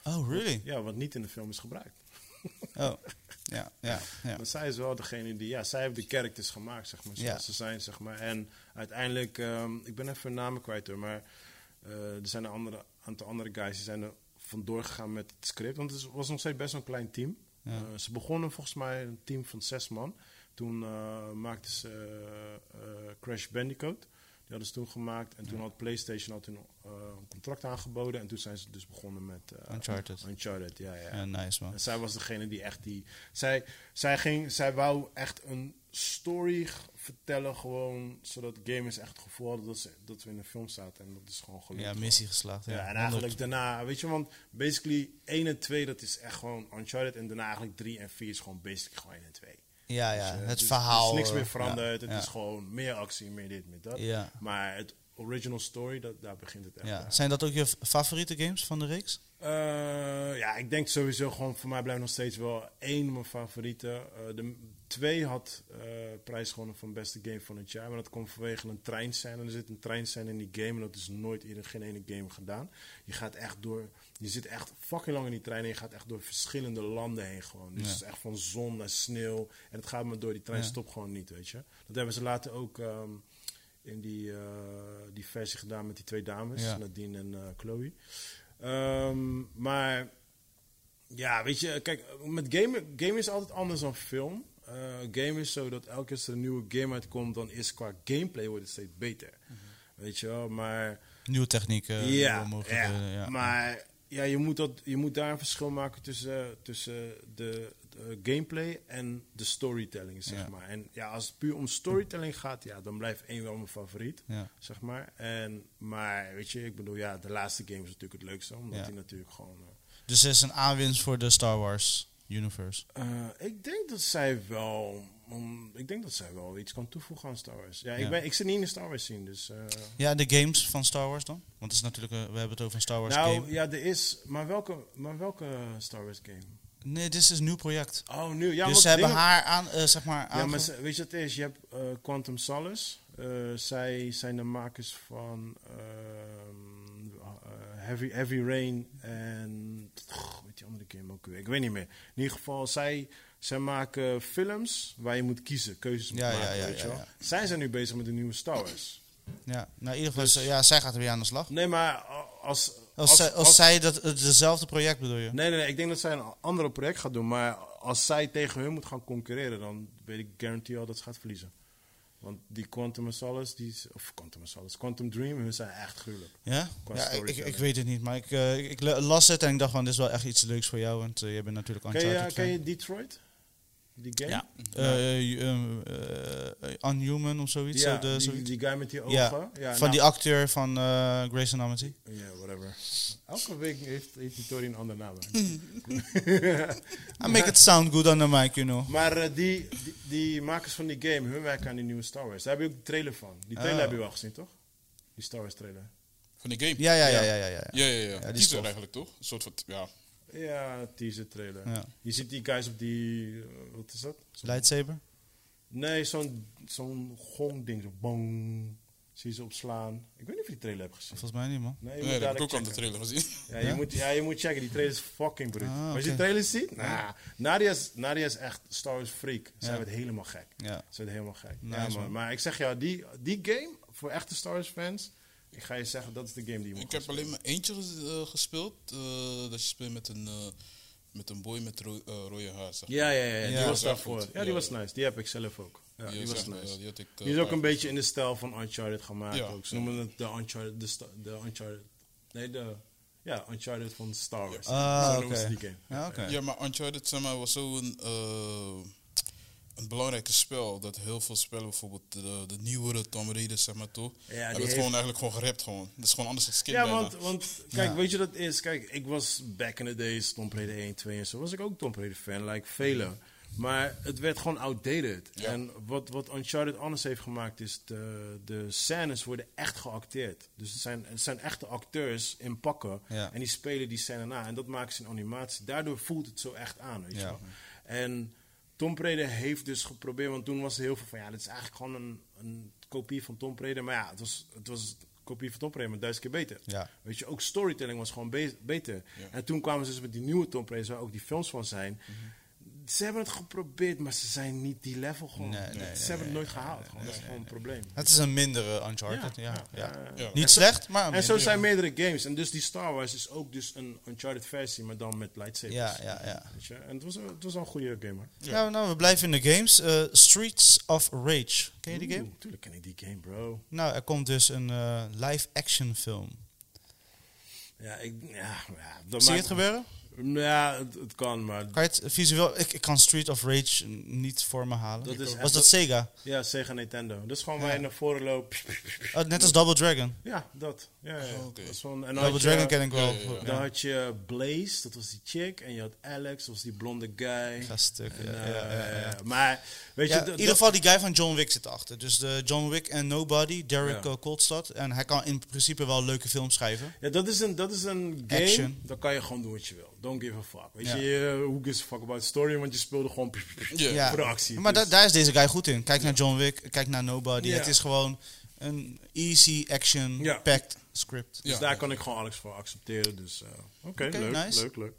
Oh, really? Ja, wat niet in de film is gebruikt. Oh, ja, ja, ja. Maar zij is wel degene die, ja, zij heeft de characters gemaakt, zeg maar, zoals Ja. ze zijn, zeg maar. En uiteindelijk, um, ik ben even hun namen kwijt hoor, maar uh, er zijn een andere, aantal andere guys die zijn er vandoor gegaan met het script. Want het was nog steeds best wel een klein team. Ja. Uh, ze begonnen volgens mij een team van zes man. Toen uh, maakten ze uh, uh, Crash Bandicoot. Die hadden ze toen gemaakt. En toen had PlayStation had toen, uh, een contract aangeboden. En toen zijn ze dus begonnen met uh, Uncharted. Uncharted, ja, ja. Ja, nice man. En zij was degene die echt die... Zij, zij, ging, zij wou echt een story g- vertellen gewoon... zodat gamers echt het gevoel hadden dat, ze, dat we in een film zaten. En dat is gewoon gelukt. Ja, missie geslaagd. Ja, Ja, en honderd. eigenlijk daarna... Weet je, want basically één en twee dat is echt gewoon Uncharted. En daarna eigenlijk drie en vier is gewoon basically gewoon één en twee. Ja, ja, Dus, uh, het dus- verhaal. Er is niks eh, meer veranderd. ja, Het ja. is gewoon meer actie, meer dit, meer dat. Ja. Maar het original story, dat, daar begint het echt. Ja. aan. Zijn dat ook je f- favoriete games van de reeks? Uh, ja, ik denk sowieso gewoon, voor mij blijft nog steeds wel één mijn favoriete. Uh, de twee had uh, prijs gewonnen van beste game van het jaar. Maar dat komt vanwege een treinscène. Er zit een treinscène in die game en dat is nooit in geen ene game gedaan. Je gaat echt door, je zit echt fucking lang in die trein en je gaat echt door verschillende landen heen gewoon. Dus Ja. het is echt van zon naar sneeuw. En het gaat maar door, die trein Ja. stopt gewoon niet, weet je. Dat hebben ze later ook um, in die, uh, die versie gedaan met die twee dames, Ja. Nadine en uh, Chloe. Um, maar ja, weet je, kijk, met game, game is altijd anders dan film. Uh, game is zo dat elke keer als er een nieuwe game uitkomt, dan is qua gameplay wordt het steeds beter. Mhm. Weet je wel, maar Nieuwe technieken. ja, nieuwe mogelijkheden, ja, ja. maar ja, je moet, dat, je moet daar een verschil maken tussen, tussen de, de gameplay en de storytelling, zeg Ja. maar. En ja, als het puur om storytelling gaat, ja, dan blijft één wel mijn favoriet, Ja. zeg maar. En, maar weet je, ik bedoel, ja, de laatste game is natuurlijk het leukste, omdat Ja. die natuurlijk gewoon... Uh, Dus er is een aanwinst voor de Star Wars universe. Uh, ik denk dat zij wel, um, ik denk dat zij wel iets kan toevoegen aan Star Wars. Ja, Ja. Ik, ben, ik zit niet in de Star Wars scene, dus. Uh, Ja, de games van Star Wars dan? Want het is natuurlijk, een- we hebben het over een Star Wars nou, game. ja, er is, maar welke, maar welke Star Wars game? Nee, dit is een nieuw project. Oh, nu, ja. dus want ze hebben dingen- haar aan, eh, zeg maar, Ja, aange- maar ze- weet je wat het is? Je hebt uh, Quantum Solace. Uh, zij zijn de makers van um, uh, Heavy, Heavy Rain en oh, weet die andere game ook weer. Ik weet niet meer. In ieder geval, zij, zij maken films waar je moet kiezen, keuzes moet Ja, ja, maken. ja, weet je ja, wel. ja. Zij zijn nu bezig met de nieuwe Star Wars. Ja, nou, in ieder geval, Dus- ze- ja, zij gaat er weer aan de slag. Nee, maar als... Als, zij, als, zij dat, het dezelfde project bedoel je? Nee, nee, nee, ik denk dat zij een ander project gaat doen. Maar als zij tegen hun moet gaan concurreren, dan weet ik guarantee al dat ze gaat verliezen. Want die Quantum of Solace, die is, of Quantum of Solace, Quantum Dream, hun zijn echt gruwelijk. Ja? Qua Ja, ik, ik, storytelling. ik weet het niet, maar ik, uh, ik las het en ik dacht van, dit is wel echt iets leuks voor jou, want uh, jij bent natuurlijk Ken je, Uncharted ken fan. je Detroit? Die game? Ja. Uh, uh, uh, Unhuman of zoiets. Ja, zo de, die, zoiets. die guy met die ogen. Ja, Ja, van nou- die acteur van uh, Grey's Anatomy. Ja, whatever. Elke week heeft, heeft die Tori een andere naam. I make it sound good on the mic, you know. Maar uh, die, die, die makers van die game, hun werken aan die nieuwe Star Wars. Daar heb je ook de trailer van. Die trailer Oh. heb je wel gezien, toch? Die Star Wars trailer. Van die game? Ja, ja, ja, Ja. ja, ja. ja. Ja, ja, ja. Ja, die is Teaser tof. eigenlijk, toch? Een soort van, ja. Ja, teaser trailer. Ja. Je ziet die guys op die, uh, wat is dat? Zo'n- Lightsaber? Nee, zo'n zo'n gong ding, zo bong. Zie je ze opslaan. Ik weet niet of je die trailer hebt gezien. Volgens mij niet, man. Nee, je Nee, moet dat heb ik dadelijk ook aan de checken. trailer gezien. Ja, je Ja? moet, ja, je moet checken. Die trailer is fucking bruut. Ah, Als je die oké. trailer ziet, nah. Nadia, is, Nadia is echt Star Wars freak. Zij Ja. wordt helemaal gek. Ja. Ze wordt helemaal gek. Nice, ja, man. man. Maar ik zeg ja, die, die game, voor echte Star Wars fans, ik ga je zeggen, dat is de game die je moet Ik gaan heb alleen maar eentje ges- eh, gespeeld. eh, dat je speelt met een, eh, met een boy met ro- eh, rode haar. Zeg. Ja, ja, ja, ja, die Ja. was Ja, daarvoor. goed. Ja, die Ja, was ja. nice. Die heb ik zelf ook. Ja, die, is was echt, nice. eh, die had ik, eh, Die is ook paar een keer beetje in de stijl van Uncharted gemaakt. Ja, ook. Ze ja. noemen het de Uncharted, de, sta- de Uncharted, nee, de, ja, Uncharted van Star Wars. Ah, Zo noemen ze oké. die game. Ja, oké. Ja, maar Uncharted zeg maar, was zo een, eh, een belangrijke spel. Dat heel veel spellen, bijvoorbeeld de, de nieuwere Tomb Raider, zeg maar toch. Ja, die hebben het heeft- gewoon eigenlijk gewoon gerapt gewoon. Dat is gewoon anders geskipt Ja, bijna. want, want kijk, Ja. weet je wat het is? Kijk, ik was back in the days, Tomb Raider één, twee en zo, was ik ook Tomb Raider fan, like velen. Maar het werd gewoon outdated. Ja. En wat, wat Uncharted anders heeft gemaakt is, de, de scènes worden echt geacteerd. Dus het zijn, het zijn echte acteurs in pakken. Ja. En die spelen die scène na. En dat maken ze in animatie. Daardoor voelt het zo echt aan, weet je Ja. wel. En Tomb Raider heeft dus geprobeerd, want toen was er heel veel van, ja, dit is eigenlijk gewoon een, een kopie van Tomb Raider. Maar ja, het was, het was kopie van Tomb Raider, maar duizend keer beter. Ja. Weet je, ook storytelling was gewoon be- beter. Ja. En toen kwamen ze dus met die nieuwe Tomb Raider, waar ook die films van zijn. Mhm. Ze hebben het geprobeerd, maar ze zijn niet die level gewoon. Nee, nee, nee, ze hebben het nee, nooit nee, gehaald. nee, gewoon. nee, dat is gewoon een probleem. Het is een mindere Uncharted, ja. Ja, ja, ja, ja. Ja. Niet slecht, maar En minder, zo zijn ja. meerdere games. En dus die Star Wars is ook dus een Uncharted versie, maar dan met lightsabers. Ja, ja, ja. Weet je? En het was, het was wel een goede game, hoor. Ja, nou, we blijven in de games. Eh, Streets of Rage. Ken je die game? Oeh, tuurlijk ken ik die game, bro. Nou, er komt dus een eh, live-action film. Ja, ik... Ja, ja, dat Zie je maakt- het gebeuren? Ja, het, het kan, maar... Kan je het visueel... Ik, ik kan Street of Rage niet voor me halen. Dat is Was echt- dat Sega? Ja, Sega Nintendo. Dat is gewoon Ja. waar je naar voren loopt. Oh, net als Double Dragon. Ja, dat. Ja, ja. Oh, oké. Dat is gewoon, en dan Double had je- Dragon ken ik wel. ja, ja, ja. Dan had je Blaze, dat was die chick. En je had Alex, dat was die blonde guy. Ga stuk. En, Ja, eh, ja, ja, ja. Maar, weet je... Ja, d- in d- ieder geval die guy van John Wick zit erachter. Dus de John Wick en Nobody, Derek Ja. ja. Kolstad. En hij kan in principe wel leuke films schrijven. Ja, dat is een, dat is een game, Action. dan kan je gewoon doen wat je wil. Don't give a fuck. Weet Ja. je, uh, who gives a fuck about story, want je speelde gewoon Ja. Ja. voor de actie. Maar Dus- da- daar is deze guy goed in. Kijk naar John Wick, kijk naar Nobody. Ja. Het is gewoon een easy action Ja. packed script. Dus Ja. daar kan ik gewoon alles voor accepteren. Dus uh, oké, Oké, leuk, nice. leuk, leuk.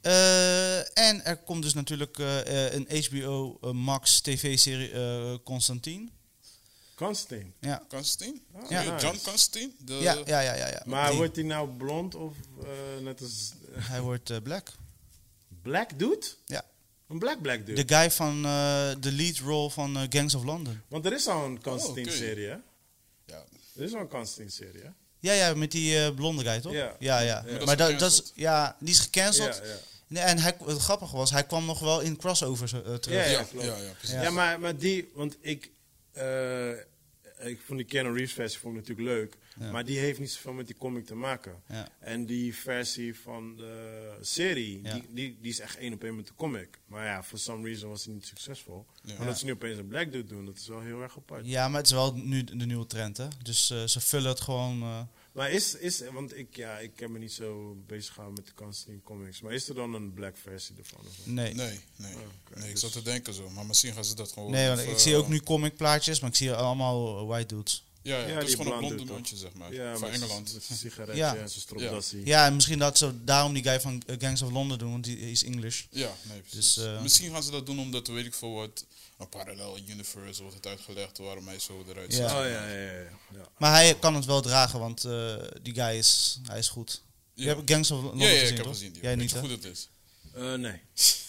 Eh, en er komt dus natuurlijk eh, eh, een H B O eh, Max tv-serie eh Constantine. Constantine. Ja. Constantine? Ja, Ja, nice. John Constantine? De, Ja, ja, ja, ja, ja. Maar Die- wordt hij nou blond of uh, net als... uh, Hij wordt eh, black. black dude? Ja. Een black black dude? De guy van eh, de lead role van eh, Gangs of London. Want er is al een Constantine-serie, hè? Ja. Er is al een Constantine-serie, hè? Ja, ja, met die eh, blonde guy, toch? Ja. ja. ja. Maar dat Maar is dat, dat is, gecanceld. ja, die is gecanceld. Ja, ja. Nee, en hij, het grappige was, hij kwam nog wel in crossovers eh, terug. Ja, Ja, klopt. ja, ja, precies. Ja, Ja. maar, maar die, want ik, eh, ik vond die Keanu Reeves versie vond ik natuurlijk leuk, Ja. maar die heeft niet zoveel met die comic te maken. Ja. En die versie van de serie, Ja. die, die, die is echt één op één met de comic. Maar ja, for some reason was hij niet succesvol. Ja. Maar dat ze nu opeens een black dude doen, dat is wel heel erg apart. Ja, maar het is wel nu de nieuwe trend, hè. Dus eh, ze vullen het gewoon... eh, Maar is, is, want ik, ja, ik heb me niet zo bezig gehouden met de Constantine comics, maar is er dan een black versie ervan? Of zo? nee. Nee, nee. Oh, oké. nee, ik Dus- zat te denken zo. Maar misschien gaan ze dat gewoon... Nee, want of, ik eh, zie ook nu comic plaatjes, maar ik zie allemaal eh, white dudes. Ja, ja, Ja, het is die gewoon een blonde blonde toch? mondje, zeg maar. Ja, van met Engeland. z- Met zijn sigaretje Ja. en zijn stropdassie. Ja, en misschien dat ze daarom die guy van eh, Gangs of London doen, want die is English. Ja, nee, precies. Dus, eh, Misschien gaan ze dat doen omdat, weet ik veel wat, een parallel universe wordt het uitgelegd waarom hij zo eruit Ja. ziet. Oh ja, ja, ja. ja. ja. Maar hij kan het wel dragen, want eh, die guy is, hij is goed. Je Ja. hebt Gangs of London Ja, ja, gezien, ik heb toch? gezien. Die. Jij Weet niet, je hè? hoe goed het is? Uh, nee,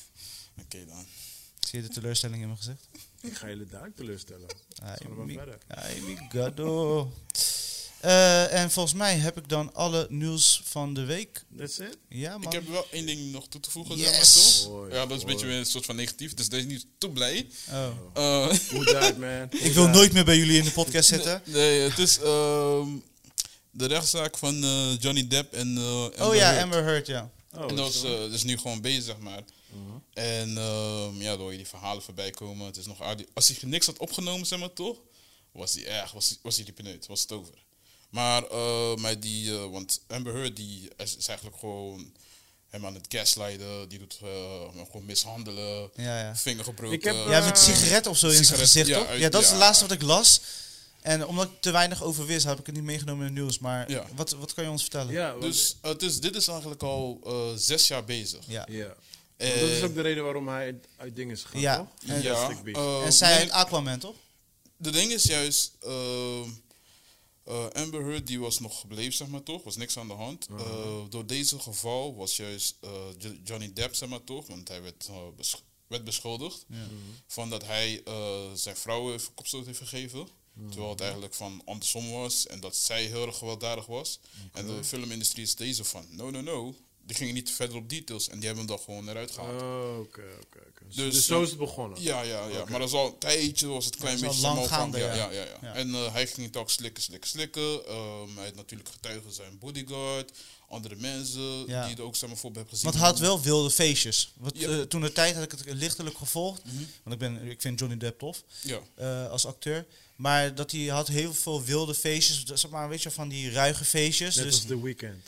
Oké dan. Zie je de teleurstelling in mijn gezicht? ik ga jullie daar teleurstellen. Ay, Gaan we maar mi- verder. ay, mi gado. Eh, en volgens mij heb ik dan alle nieuws van de week. That's it? Ja, man. Ik heb wel één ding nog toe te voegen. Yes. zeg maar, toch? Mooi, ja, dat is een mooi. beetje weer een soort van negatief. Dus deze is niet te blij. Oh. Eh, Hoe dat, man? Ik wil nooit meer bij jullie in de podcast zitten. nee, het is ehm, de rechtszaak van eh, Johnny Depp en eh, Amber Oh ja, Heard. Amber Heard, ja. Oh, En dat is, zo. eh, dat is nu gewoon bezig, zeg maar. Mhm. En ehm, ja, dan hoor je die verhalen voorbij komen. Het is nog aardig. Als hij niks had opgenomen, zeg maar toch, was hij erg, was hij, was hij die peneut, was het over. Maar, eh, maar die, eh, want Amber Heard, die is, is eigenlijk gewoon hem aan het gaslighten. Die doet eh, hem gewoon mishandelen, Ja, ja. vinger gebroken. Ik heb, Ja, met Eh, sigaret of zo in zijn sigaret, gezicht, ja, toch? uit- Ja, dat is ja. het laatste wat ik las. En omdat ik te weinig over wist, heb ik het niet meegenomen in het nieuws. Maar Ja. wat, wat kan je ons vertellen? Ja, want- Dus het is, dit is eigenlijk al eh, zes jaar bezig. Ja. ja. En- Want dat is ook de reden waarom hij uit, uit dingen is gegaan, Ja. toch? En- ja, Slick Beast. eh, En zij nee, uit Aquaman, toch? de ding is juist, ehm, eh, Amber Heard die was nog gebleven, zeg maar toch, was niks aan de hand. Mhm. Eh, door deze geval was juist eh, Jo- Johnny Depp, zeg maar toch, want hij werd, eh, besch- werd beschuldigd van dat hij eh, zijn vrouw een kopstoot heeft gegeven. Terwijl het eigenlijk van andersom was en dat zij heel erg gewelddadig was. En de filmindustrie is deze van, no, no, no. Die gingen niet verder op details en die hebben hem dan gewoon eruit gehaald. Oh, oké, oké, oké. Dus, Dus, dus zo is het begonnen? Ja, ja, ja. Maar dat is al een tijdje, was het een klein Dat is beetje al lang zeg maar, gaande, van- ja, ja. ja, ja, ja. Ja. En eh, hij ging het ook slikken, slikken, slikken. Ehm, hij had natuurlijk getuigen zijn bodyguard, andere mensen Ja. die er ook zeg maar, voor hebben gezien. Want hij had wel wilde feestjes. Wat, Ja. eh, toen de tijd had ik het lichtelijk gevolgd. Want ik, ben, ik vind Johnny Depp tof Ja, eh, als acteur. Maar dat hij had heel veel wilde feestjes. Zeg maar, weet je, van die ruige feestjes. Net Dus, als The Weeknd.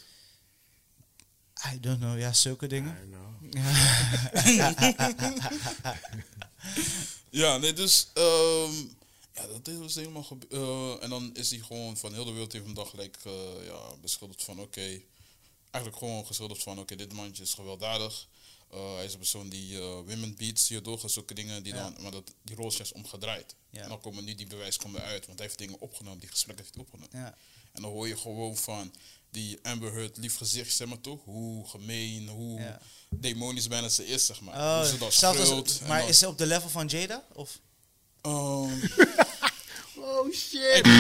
I don't know, ja, zulke dingen. I know. ja nee, dus... ehm, Ja, dat was helemaal gebeurd. Uh, en dan is hij gewoon van heel de wereld heeft hem dan gelijk uh, ja, beschuldigd van oké. Okay, eigenlijk gewoon geschuldigd van oké, okay, dit mandje is gewelddadig. Uh, hij is een persoon die uh, women beats, hierdoor zulke dingen, die, ja. dan, maar dat, die rol is juist omgedraaid. Ja. En dan komen nu die bewijs komen uit, want hij heeft dingen opgenomen, die gesprekken heeft hij opgenomen. Ja. En dan hoor je gewoon van die Amber Heard lief gezicht, zeg maar toch, hoe gemeen, hoe ja. demonisch bijna ze is, zeg maar. Oh, hoe ze dan schreeuwt. Maar dan, is ze op de level van Jada? Of? Um, oh shit! Ik,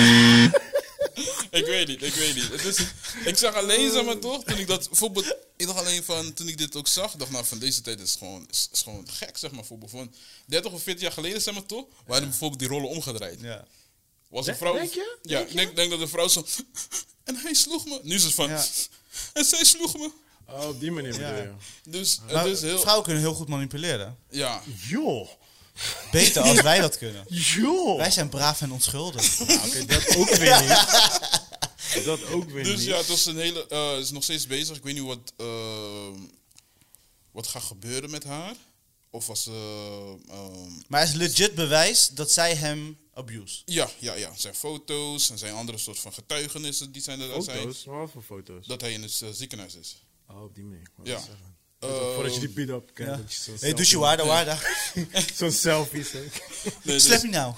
ik weet niet, ik weet niet. Het is, ik zag alleen, zeg maar toch, toen ik dat, bijvoorbeeld, ik dacht alleen van, toen ik dit ook zag, dacht nou van deze tijd is gewoon, is, is gewoon gek, zeg maar, bijvoorbeeld. Van dertig of veertig jaar geleden, zeg maar toch, waren ja. bijvoorbeeld die rollen omgedraaid. Ja. Was een vrouw, denk je? Ja, denk ik denk, denk dat de vrouw zo, en hij sloeg me. Nu is het van, ja. en zij sloeg me. Oh, op die manier bedoel je. Dus maar het is heel... vrouwen kunnen heel goed manipuleren. Ja. Joh. Beter als wij dat kunnen. Joh. Wij zijn braaf en onschuldig. Ja, oké, okay, dat ook weer niet. Dat ook weer dus niet. ja, het was een hele, uh, is nog steeds bezig. Ik weet niet wat, uh, wat gaat gebeuren met haar. Of was... Uh, um, maar is legit bewijs dat zij hem abuse? Ja, ja, ja. Er zijn foto's en zijn andere soort van getuigenissen die zijn er. Foto's? Zijn, wat voor foto's? Dat hij in het uh, ziekenhuis is. Oh, op die manier. Ja. Uh, Voordat je die beat op kent. Ja. Hé, hey, doe je waarde, waarde. Zo'n selfie. Nee, Slap me nou.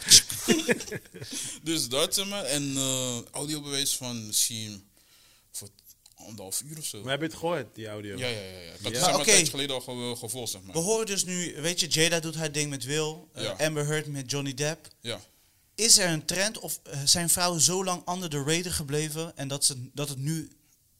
Dus dat, zeg maar. En uh, audiobewijs van misschien voor anderhalf uur of zo. Maar heb je het gehoord, die audio? Ja, ja, ja. ja. Dat ja. is maar okay. een tijdje geleden al ge- gevolgd, zeg maar. We horen dus nu, weet je, Jada doet haar ding met Will. Uh, ja. Amber Heard met Johnny Depp. Ja. Is er een trend of uh, zijn vrouwen zo lang under the radar gebleven en dat, ze, dat het nu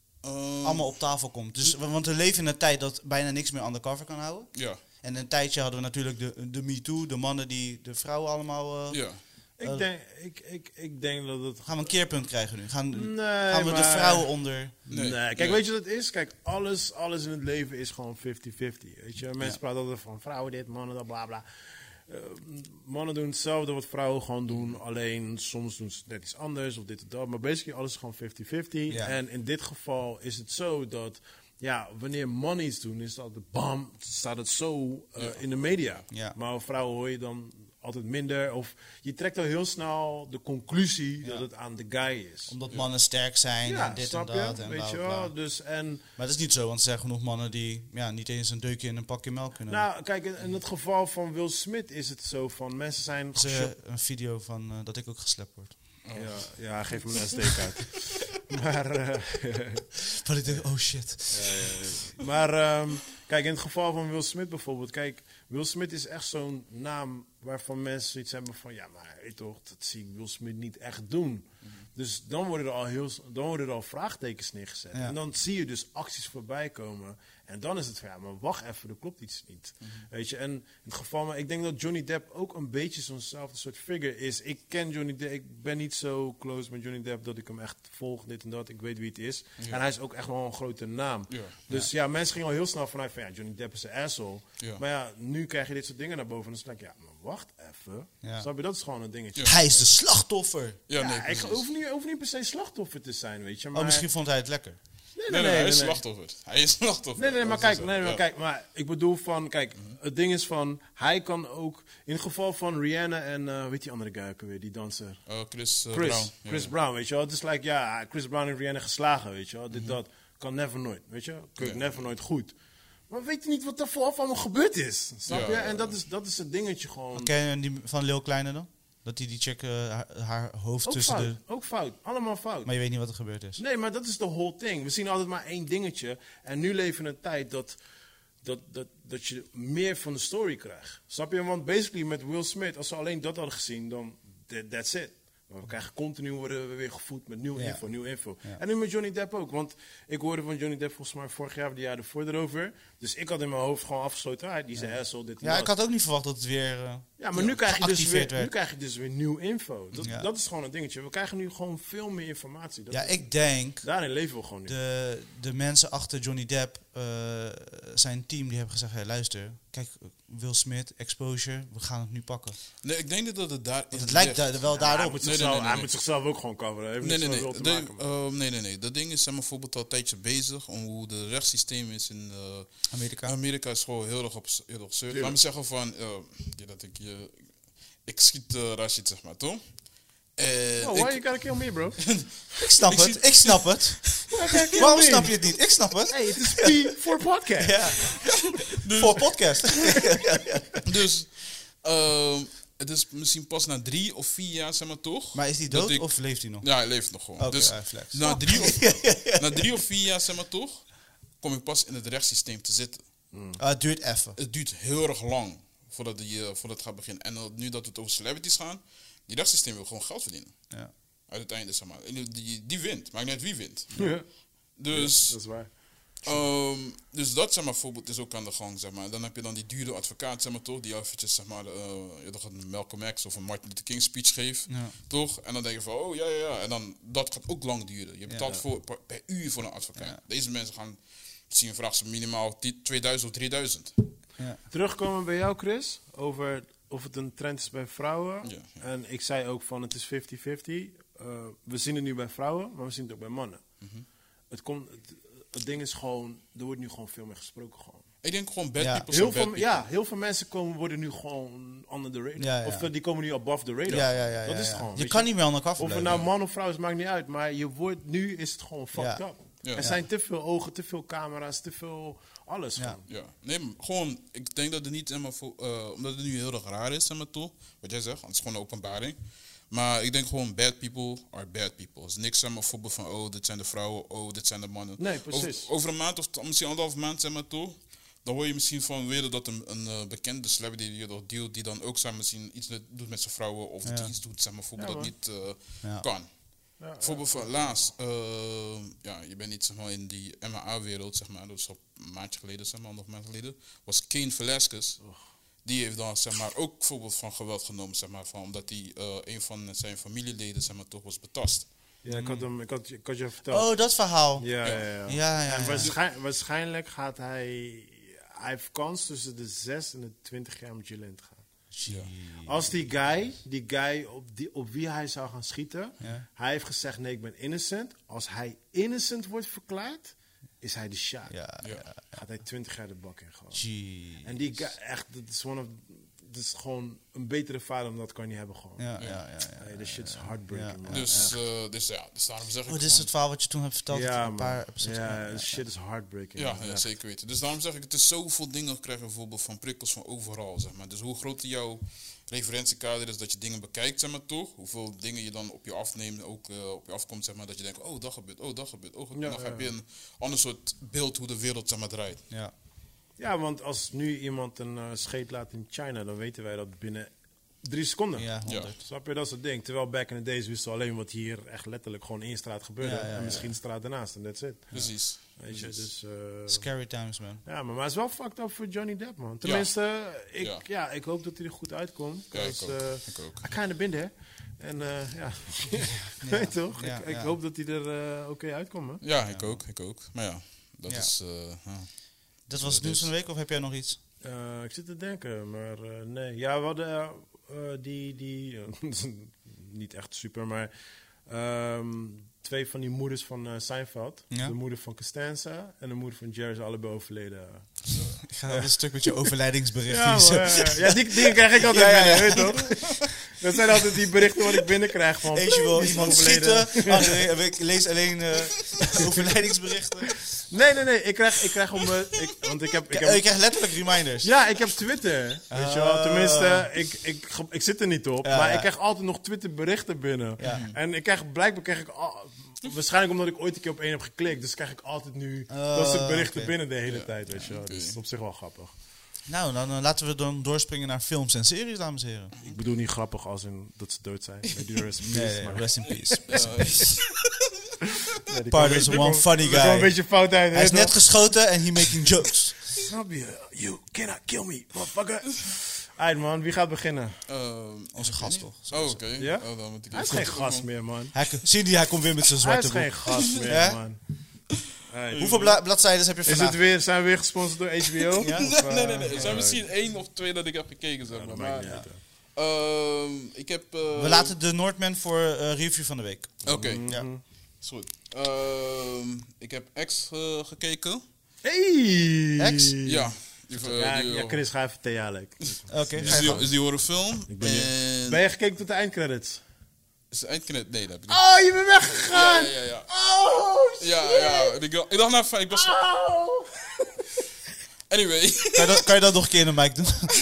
um, allemaal op tafel komt? Dus, want we leven in een tijd dat bijna niks meer undercover kan houden. Ja. En een tijdje hadden we natuurlijk de, de MeToo, de mannen die de vrouwen allemaal... Uh, ja. Ik, uh, denk, ik, ik, ik denk dat het... Gaan we een keerpunt krijgen nu? Gaan, nee, gaan we maar, de vrouwen onder... Nee, nee. kijk, nee. weet je wat het is? Kijk, alles, alles in het leven is gewoon vijftig vijftig. Weet je, mensen ja. praten altijd van vrouwen dit, mannen dat, bla bla. Uh, mannen doen hetzelfde wat vrouwen gewoon doen. Alleen soms doen ze net iets anders of dit en dat. Maar basically alles is gewoon vijftig vijftig. Ja. En in dit geval is het zo dat... Ja, wanneer mannen iets doen, is dat de bam, staat het zo uh, ja. in de media. Ja. Maar vrouwen hoor je dan altijd minder. Of je trekt al heel snel de conclusie ja. dat het aan de guy is. Omdat ja. mannen sterk zijn ja, en dit en dat. En weet bla, je bla. wel. Dus, en maar dat is niet zo, want er zijn genoeg mannen die ja, niet eens een deukje in een pakje melk kunnen. Nou, kijk, in, in het geval van Will Smith is het zo van, mensen zijn... Dat is uh, een video van uh, dat ik ook geslept word. Oh. Ja, ja, geef me een S D-kaart. maar... Uh, maar ik denk, oh shit. Ja, ja, ja. Maar um, kijk, in het geval van Will Smith bijvoorbeeld... Kijk, Will Smith is echt zo'n naam waarvan mensen zoiets hebben van... Ja, maar hey, toch, dat zie ik Will Smith niet echt doen. Mm-hmm. Dus dan worden er al, heel, dan worden er al vraagtekens neergezet. Ja. En dan zie je dus acties voorbij komen... En dan is het van, ja, maar wacht even, er klopt iets niet. Mm-hmm. Weet je, en in het geval, maar ik denk dat Johnny Depp ook een beetje zo'nzelfde soort figure is. Ik ken Johnny Depp, ik ben niet zo close met Johnny Depp dat ik hem echt volg, dit en dat. Ik weet wie het is. Ja. En hij is ook echt wel een grote naam. Ja. Dus ja. ja, mensen gingen al heel snel vanuit van, ja, Johnny Depp is een asshole. Ja. Maar ja, nu krijg je dit soort dingen naar boven. En dan denk ik, ja, maar wacht even. Ja. Snap je, dat is gewoon een dingetje. Ja. Hij is de slachtoffer. Ja, ja nee, ik hoef niet, hoef niet per se slachtoffer te zijn, weet je. Maar oh, misschien vond hij het lekker. Nee, nee, nee, nee, hij is nee, slachtoffer. Nee. Hij is slachtoffer. Nee, nee, maar kijk, nee, maar ja. kijk, maar ik bedoel van, kijk, mm-hmm. het ding is van, hij kan ook, in het geval van Rihanna en, uh, weet die andere guy ook weer, die danser? Uh, Chris, uh, Chris Brown. Chris ja. Brown, weet je wel. Het is like, ja, Chris Brown en Rihanna geslagen, weet je wel. Dit, mm-hmm. dat, kan never nooit, weet je. Kun je ja. never nooit goed. Maar weet je niet wat er vooraf allemaal gebeurd is, snap ja, je? Ja, en dat is, dat is het dingetje gewoon. Ken je die van Lil Kleine dan? Dat die die chick uh, haar, haar hoofd ook tussen fout, de... Ook fout, allemaal fout. Maar je weet niet wat er gebeurd is. Nee, maar dat is de whole thing. We zien altijd maar één dingetje. En nu leven we in een tijd dat, dat, dat, dat je meer van de story krijgt. Snap je? Want basically met Will Smith, als we alleen dat hadden gezien, dan that, that's it. Maar we krijgen continu worden we weer gevoed met nieuwe ja. info, nieuwe info. Ja. En nu met Johnny Depp ook. Want ik hoorde van Johnny Depp volgens mij vorig jaar of de jaar ervoor erover. Dus ik had in mijn hoofd gewoon afgesloten. Ah, die is een ja. asshole, dit en ja, dat. ik had ook niet verwacht dat het weer uh, Ja, maar nu krijg, je dus weer, nu krijg je dus weer nieuw info. Dat, ja. dat is gewoon een dingetje. We krijgen nu gewoon veel meer informatie. Dat ja, is, ik denk... Daarin leven we gewoon nu. De, de mensen achter Johnny Depp, uh, zijn team, die hebben gezegd... Hey, luister, kijk, Will Smith, exposure, we gaan het nu pakken. Nee, ik denk dat het daar... Want het lijkt da- wel ja, daarop. Hij moet, nee, zichzelf, nee, nee, nee. hij moet zichzelf ook gewoon coveren. Hij nee, nee, nee. Te De, maken, uh, nee, nee, nee. Dat ding is, zijn we bijvoorbeeld al een tijdje bezig... om hoe de rechtssysteem is in uh, Amerika. Amerika is gewoon heel erg absurd. Laat me zeggen van... Uh, ja, dat ik je... ik schiet uh, Rashid, zeg maar, toch? En Oh, why ik, you gotta kill me, bro? Ik snap Ik het, zie- ik snap het. Kill Waarom me. snap je het niet? Ik snap het. Hey, het is P voor podcast. Ja. Voor podcast. dus, uh, het is misschien pas na drie of vier jaar, zeg maar, toch? Maar is hij dat dood ik- of leeft hij nog? Ja, hij leeft nog gewoon. Oké, dus hij flex. na drie, of, na drie of vier jaar, zeg maar, toch? Kom ik pas in het rechtssysteem te zitten. Ah, het duurt even. Het duurt heel erg lang voordat, die, uh, voordat het gaat beginnen. En uh, nu dat het over celebrities gaan, die rechtssysteem wil gewoon geld verdienen. Ja. Uiteindelijk, zeg maar. En Die, die, die wint. Maakt niet uit wie wint. Ja, Dus, dat is waar. um, dus dat, zeg maar, bijvoorbeeld is ook aan de gang, zeg maar. Dan heb je dan die dure advocaat, zeg maar, toch? Die eventjes, zeg maar, uh, je toch een Malcolm X of een Martin Luther King speech geeft. Ja. Toch? En dan denk je van, oh, ja, ja, ja. En dan, dat gaat ook lang duren. Je betaalt Ja. voor, per, per uur voor een advocaat. Ja. Deze mensen gaan, misschien vragen ze minimaal tweeduizend of drieduizend. Ja. Terugkomen bij jou, Chris, over of het een trend is bij vrouwen. Ja, ja. En ik zei ook van het is vijftig vijftig. Uh, we zien het nu bij vrouwen, maar we zien het ook bij mannen. Mhm. Het, komt, het, het ding is gewoon, er wordt nu gewoon veel meer gesproken gewoon. Ik denk gewoon bad Ja. people Heel zijn veel, bad ja, heel veel mensen komen, worden nu gewoon under the radar. Ja, ja. Of uh, die komen nu above the radar. Ja, ja, ja, dat ja, is het ja. gewoon. Je weet kan niet meer aan elkaar Of het verblijven. nou man of vrouw is, maakt niet uit. Maar je wordt, nu is het gewoon fucked Ja. up. Ja. Er zijn te veel ogen, te veel camera's, te veel alles Ja. gewoon. Ja, nee, maar gewoon, ik denk dat het niet helemaal voor, uh, omdat het nu heel erg raar is, zeg maar toch, wat jij zegt, het is gewoon een openbaring. Maar ik denk gewoon, bad people are bad people. Het is niks, zeg maar, voorbeeld van, oh, dit zijn de vrouwen, oh, dit zijn de mannen. Nee, precies. Over, over een maand of t- misschien anderhalf maand, zeg maar toch, dan hoor je misschien van weer dat een, een uh, bekende celebrity die je dealt, die dan ook, zeg maar, misschien iets doet met zijn vrouwen, of Ja. die iets doet, zeg maar, bijvoorbeeld Ja, dat niet uh, Ja. kan. Ja, Bijvoorbeeld van laatst, uh, ja, je bent niet zeg maar, in die M M A-wereld, zeg maar, dat is al een maandje geleden, zeg maar, nog een maand geleden, was Cain Velasquez. Die heeft dan zeg maar, ook bijvoorbeeld van geweld genomen, zeg maar, van, omdat hij uh, een van zijn familieleden zeg maar, toch was betast. Ja, ik had, hem, ik, had, ik had je verteld. Oh, dat verhaal. Ja, ja, ja. Ja, ja, En ja. waarschijn- waarschijnlijk gaat hij... Hij heeft kans tussen de zes en de twintig jaar met Gillian te gaan. Ja. Als die guy, die guy op, die, op wie hij zou gaan schieten... Ja. Hij heeft gezegd, nee, ik ben innocent. Als hij innocent wordt verklaard, is hij de shot. Ja, Ja. ja. Gaat hij twintig jaar de bak in gewoon. Jeez. En die guy, echt, dat is, one of, dat is gewoon een betere vader dan dat kan je niet hebben gewoon. Ja, ja, ja. ja, Hey, this shit is ja. heartbreaking, Ja. man. Dus, uh, dus ja, dus daarom zeg ik Oh, dit is gewoon- het verhaal wat je toen hebt verteld. Ja, een paar man. episodes Ja, geleden. this shit is heartbreaking. Ja, man. ja, zeker weten. Dus daarom zeg ik, het is zoveel dingen krijgen bijvoorbeeld van prikkels van overal, zeg maar. Dus hoe groter jouw referentiekader is dat je dingen bekijkt, zeg maar, toch? Hoeveel dingen je dan op je afneemt, ook uh, op je afkomt, zeg maar, dat je denkt, oh, dat gebeurt, oh, dat gebeurt, oh, Ja, dan ja, heb je ja. een ander soort beeld hoe de wereld, zeg maar, draait. Ja. Ja, want als nu iemand een uh, scheet laat in China, dan weten wij dat binnen drie seconden. Ja, Ja. honderd. Snap je, dat soort ding. Terwijl back in the days wisten we alleen wat hier echt letterlijk gewoon in straat gebeurde. Ja, ja, en ja. misschien de straat ernaast en that's it. Precies. Weet je, Precies. dus... uh, Scary times, man. ja, maar, maar het is wel fucked up voor Johnny Depp, man. Tenminste, ik, ja. Ja. ik hoop dat hij er goed uitkomt. Ja, ik 'cause, ook. uh, Ik ook. I kinda been there. En uh, ja, weet je toch? Ja, ik ik ja. hoop dat hij er uh, oké uitkomt, man. Ja, ik ook, ik ook. Maar ja, dat Ja. is... Uh, ja. Dat was het nieuws van de week, of heb jij nog iets? Uh, ik zit te denken, maar uh, nee. Ja, we hadden uh, uh, die, die uh, niet echt super, maar um, twee van die moeders van uh, Seinfeld. Ja. De moeder van Costanza en de moeder van Jerry zijn allebei overleden. Ik ga een stuk met je overlijdingsbericht Ja, hier zo. man, ja, ja. ja die dingen krijg ik altijd Ja, ja, ja. binnen, weet je toch? Dat zijn altijd die berichten wat ik binnenkrijg van... Eentje wil die is iemand overleden. schieten, andere ik lees alleen uh, overlijdingsberichten. Nee, nee, nee. Ik krijg, ik krijg om... uh, ik, want ik heb... Ik Ik, heb ik krijg letterlijk reminders. ja, ik heb Twitter. Weet je wel. Ah. Tenminste, ik, ik, ik, ik zit er niet op. Ja, maar ja. ik krijg altijd nog Twitter berichten binnen. Ja. En ik krijg, blijkbaar krijg ik... al- waarschijnlijk omdat ik ooit een keer op één heb geklikt. Dus krijg ik altijd nu dat soort berichten oké. binnen de hele tijd. Weet je wel. oké. Dus dat is op zich wel grappig. Nou, dan uh, laten we dan doorspringen naar films en series, dames en heren. Ik bedoel niet grappig als in dat ze dood zijn. Met die rest in peace, Nee, nee, maar- rest in peace. Rest in peace. Ja, die Pardon kwam- is die one kwam- funny die kwam guy. een beetje fout uit. Hij is weet net je geschoten en he making jokes. wel. Snap je? You cannot kill me, motherfucker. Alright man, wie gaat beginnen? Uh, Onze gast toch? Oh, oké. Ja? Oh, dan moet ik Hij is even- geen gast meer, man. Hij, zie je, hij komt weer met zijn Hij zwarte is geen boek. gast meer, Hè? man. Alright. Hoeveel bla bladzijden heb je Is vandaag? het weer, zijn we weer gesponsord door H B O? Ja? Of, Nee, nee, nee. uh, Er zijn misschien één of twee dat ik heb gekeken, zeg maar. dat maakt maar niet uit, hè. ehm, ik heb... uh, We laten de Noordman voor uh, review van de week. Oké, Ja. is goed. Ehm, ik heb X uh, gekeken. Hey! X? Ja. Die, uh, Ja, die, ja, Chris, ga even theaterlijk. Oké, is, ga je die, gang. is die horrorfilm. Ik ben, niet, En... Ben je gekeken tot de eindcredits? Is het eindknet? Nee, dat heb ik niet. Oh, je bent weggegaan! Ja, ja, ja. Oh, shit! Ja, ja. Ik, ik dacht nou van, ik was... Oh. Anyway. Kan je, dat, kan je dat nog een keer in de mic doen?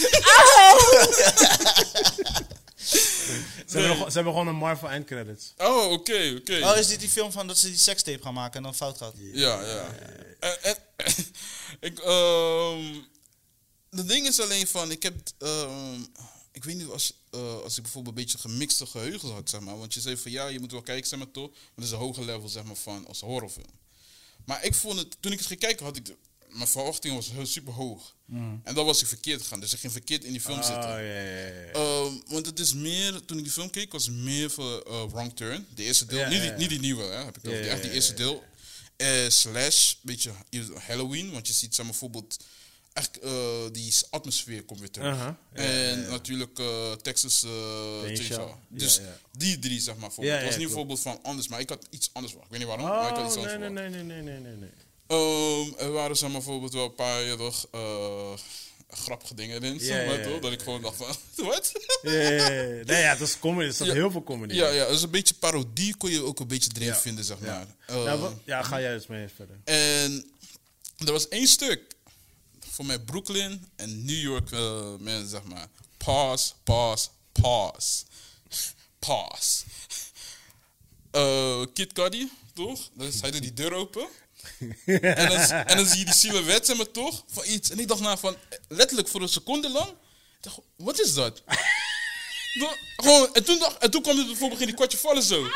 Ze, hebben nog, ze hebben gewoon een Marvel eindcredits. Oh, oké, okay, oké. Okay. Oh, is dit die film van dat ze die sekstape gaan maken en dan fout gaat? Ja, ja. En, en, ik, um, het ding is alleen van, ik heb... Um, ik weet niet als, uh, als ik bijvoorbeeld een beetje gemixte geheugen had, zeg maar. Want je zei van, ja, je moet wel kijken, zeg maar, toch. Maar dat is een hoger level, zeg maar, van als horrorfilm. Maar ik vond het... Toen ik het ging kijken, had ik... De, mijn verwachting was heel super hoog. Mm. En dan was ik verkeerd gegaan. Dus ik ging verkeerd in die film oh, zitten. Ja, ja, ja. Um, want het is meer, toen ik die film keek, was het meer voor uh, Wrong Turn. De eerste deel. Ja, niet, ja, die, ja. niet die nieuwe, hè. Heb ik Ja, over. ja, Echt die ja, eerste ja. deel. Uh, slash, beetje Halloween. Want je ziet, zeg maar, bijvoorbeeld... Echt, uh, die atmosfeer komt weer terug. Uh-huh. Ja, en ja, ja. natuurlijk uh, Texas uh, Chainsaw. Ja, Dus ja. die drie, zeg maar. Ja, Ja, ja, het was niet klopt. bijvoorbeeld van anders, maar ik had iets anders verwacht. Ik weet niet waarom, maar ik had iets Oh, anders nee, nee, verwacht. nee, nee, nee, nee, nee. Um, er waren, zeg maar, bijvoorbeeld wel een paar uh, uh, grappige dingen erin. Ja, zeg maar, ja, toch? ja. Dat ik gewoon dacht van, wat? Ja, ja, ja. Nee, ja, het is comedy. Er staat Ja. heel veel comedy. Ja, in. ja, dus een beetje parodie kon je ook een beetje erin Ja. vinden, zeg Ja. maar. Nou, Um, wat- ja, ga jij eens mee verder. En er was één stuk voor mij Brooklyn en New York uh, mensen, zeg maar. Pause, pause, pause. Pause. Uh, Kid Cudi, toch? Dus hij doet die deur open. en, dan, en dan zie je die silhouet, zeg maar, toch? Van iets. En ik dacht nou van, letterlijk voor een seconde lang. Ik dacht, wat is dat? Toen- Gewoon, en, toen dacht, en toen kwam het bijvoorbeeld in die kwartje vallen zo.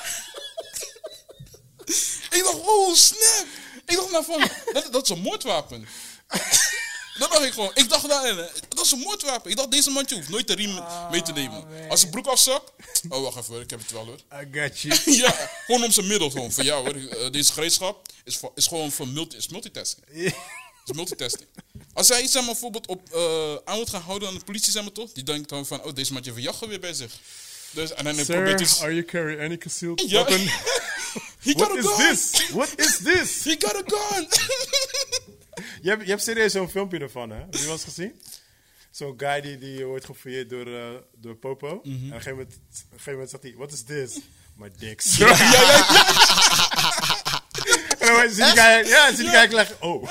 Ik dacht, oh snap. Ik dacht nou van, dat, dat is een moordwapen. Dat dacht ik gewoon. Ik dacht, nou, nee, dat is een moordwapen. Ik dacht, deze mandje hoeft nooit de riem mee te nemen. Als zijn broek afzak. Oh, wacht even, ik heb het wel hoor. I got you. Ja, gewoon om zijn middel gewoon. Voor jou hoor. Uh, deze gereedschap is, voor, is gewoon voor multi, is multitasking. is multitasking. Als hij, zeg maar, bijvoorbeeld op uh, aan wordt gehouden aan de politie, zeg maar toch? Die denkt dan van, oh, deze man heeft een jachtgeweer bij zich. Dus, en dan Sir, probeert hij... are you carrying any concealed Ja. weapon? He got What a is gun! this? What is this? He got a gun! Je hebt, je hebt serieus zo'n filmpje ervan, hè? Heb je wel eens gezien? Zo'n guy die, die wordt gefouilleerd door, uh, door Popo. En op een gegeven moment, op een gegeven moment zegt hij, what is this? My dick. sir." ja, ja, ja. En dan zie je die guy, ja, zie je die guy leggen, oh.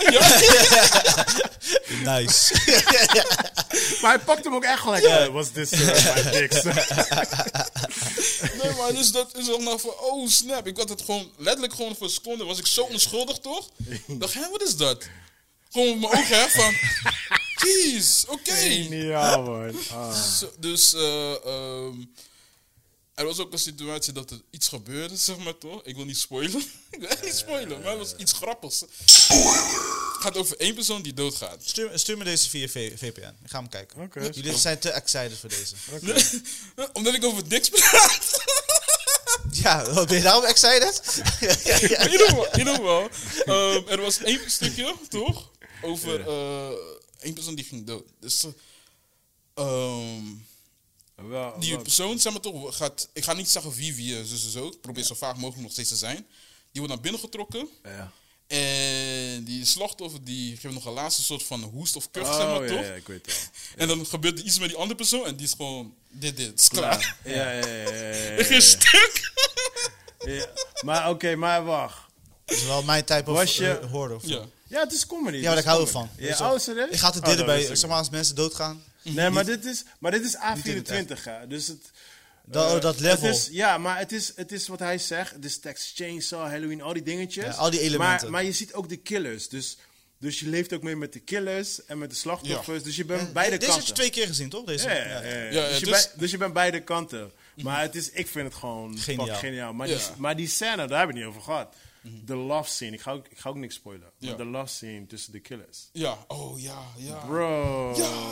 Nice. Maar hij pakt hem ook echt gelijk. Yeah. What's this, sir? My dick. sir." Nee, maar dus dat is ook nog van, oh snap. Ik had het gewoon, letterlijk gewoon voor een seconde, was ik zo onschuldig toch? Ik dacht, hé, wat is dat? Gewoon met mijn ogen, hè, van, jeez, oké. Okay. Geniaal, man. Ah. Zo, dus, uh, um, er was ook een situatie dat er iets gebeurde, zeg maar toch? Ik wil niet spoilen. Ik wil echt niet spoilen, maar het was iets grappigs. Het gaat over één persoon die doodgaat. Stuur, stuur me deze via v- V P N. Ik ga hem kijken. Oké. Jullie zijn te excited voor deze. Omdat ik over niks praat. Ja, wat ben je daarom excited? In ieder geval, in ieder geval um, er was één stukje, toch? Over uh, één persoon die ging dood. Dus uh, um, Wel, die wel. persoon, zeg maar toch, gaat... Ik ga niet zeggen wie, wie, dus en zo. Ik probeer zo vaak mogelijk nog steeds te zijn. Die wordt naar binnen getrokken. Ja. En die slachtoffer, die geeft nog een laatste soort van hoest of kuch, zeg Oh, maar ja, toch? ja, ik weet het wel. En dan gebeurt er iets met die andere persoon en die is gewoon... Dit, dit, is klaar. Ja, ja, ja. ja, ja, ja, Ik ging stuk. ja. Maar oké, okay, maar wacht. Dat is wel mijn type of Was je- uh, horror. Ja. Ja, het is comedy. Ja, maar het daar is hou ik comedy. van. Ja, Dus, oh, serieus? Ik ga te Oh, dit dat bij, wist ik zeg maar, als mensen doodgaan. Nee, maar dit is, maar dit is A in het vierentwintig, hè. Dus het... Dat, eh, dat level. Het is, ja, maar het is, het is wat hij zegt. Het is Texas Chainsaw, Halloween, al die dingetjes. Ja, al die elementen. Maar, maar je ziet ook de killers. Dus, dus je leeft ook mee met de killers en met de slachtoffers. Dus je bent beide Deze heb kanten. je twee keer gezien, toch? Deze? Ja, ja, ja, ja. Ja, dus, het je is- bent- dus je bent beide kanten. Maar het is, ik vind het gewoon Geniaal. fucking geniaal. Maar, Ja. die, maar die scène, daar hebben we het niet over gehad. De love scene, ik ga ook, ik ga ook niks spoilen. Ja. Maar de love scene tussen de killers. Ja, oh ja, ja. Bro.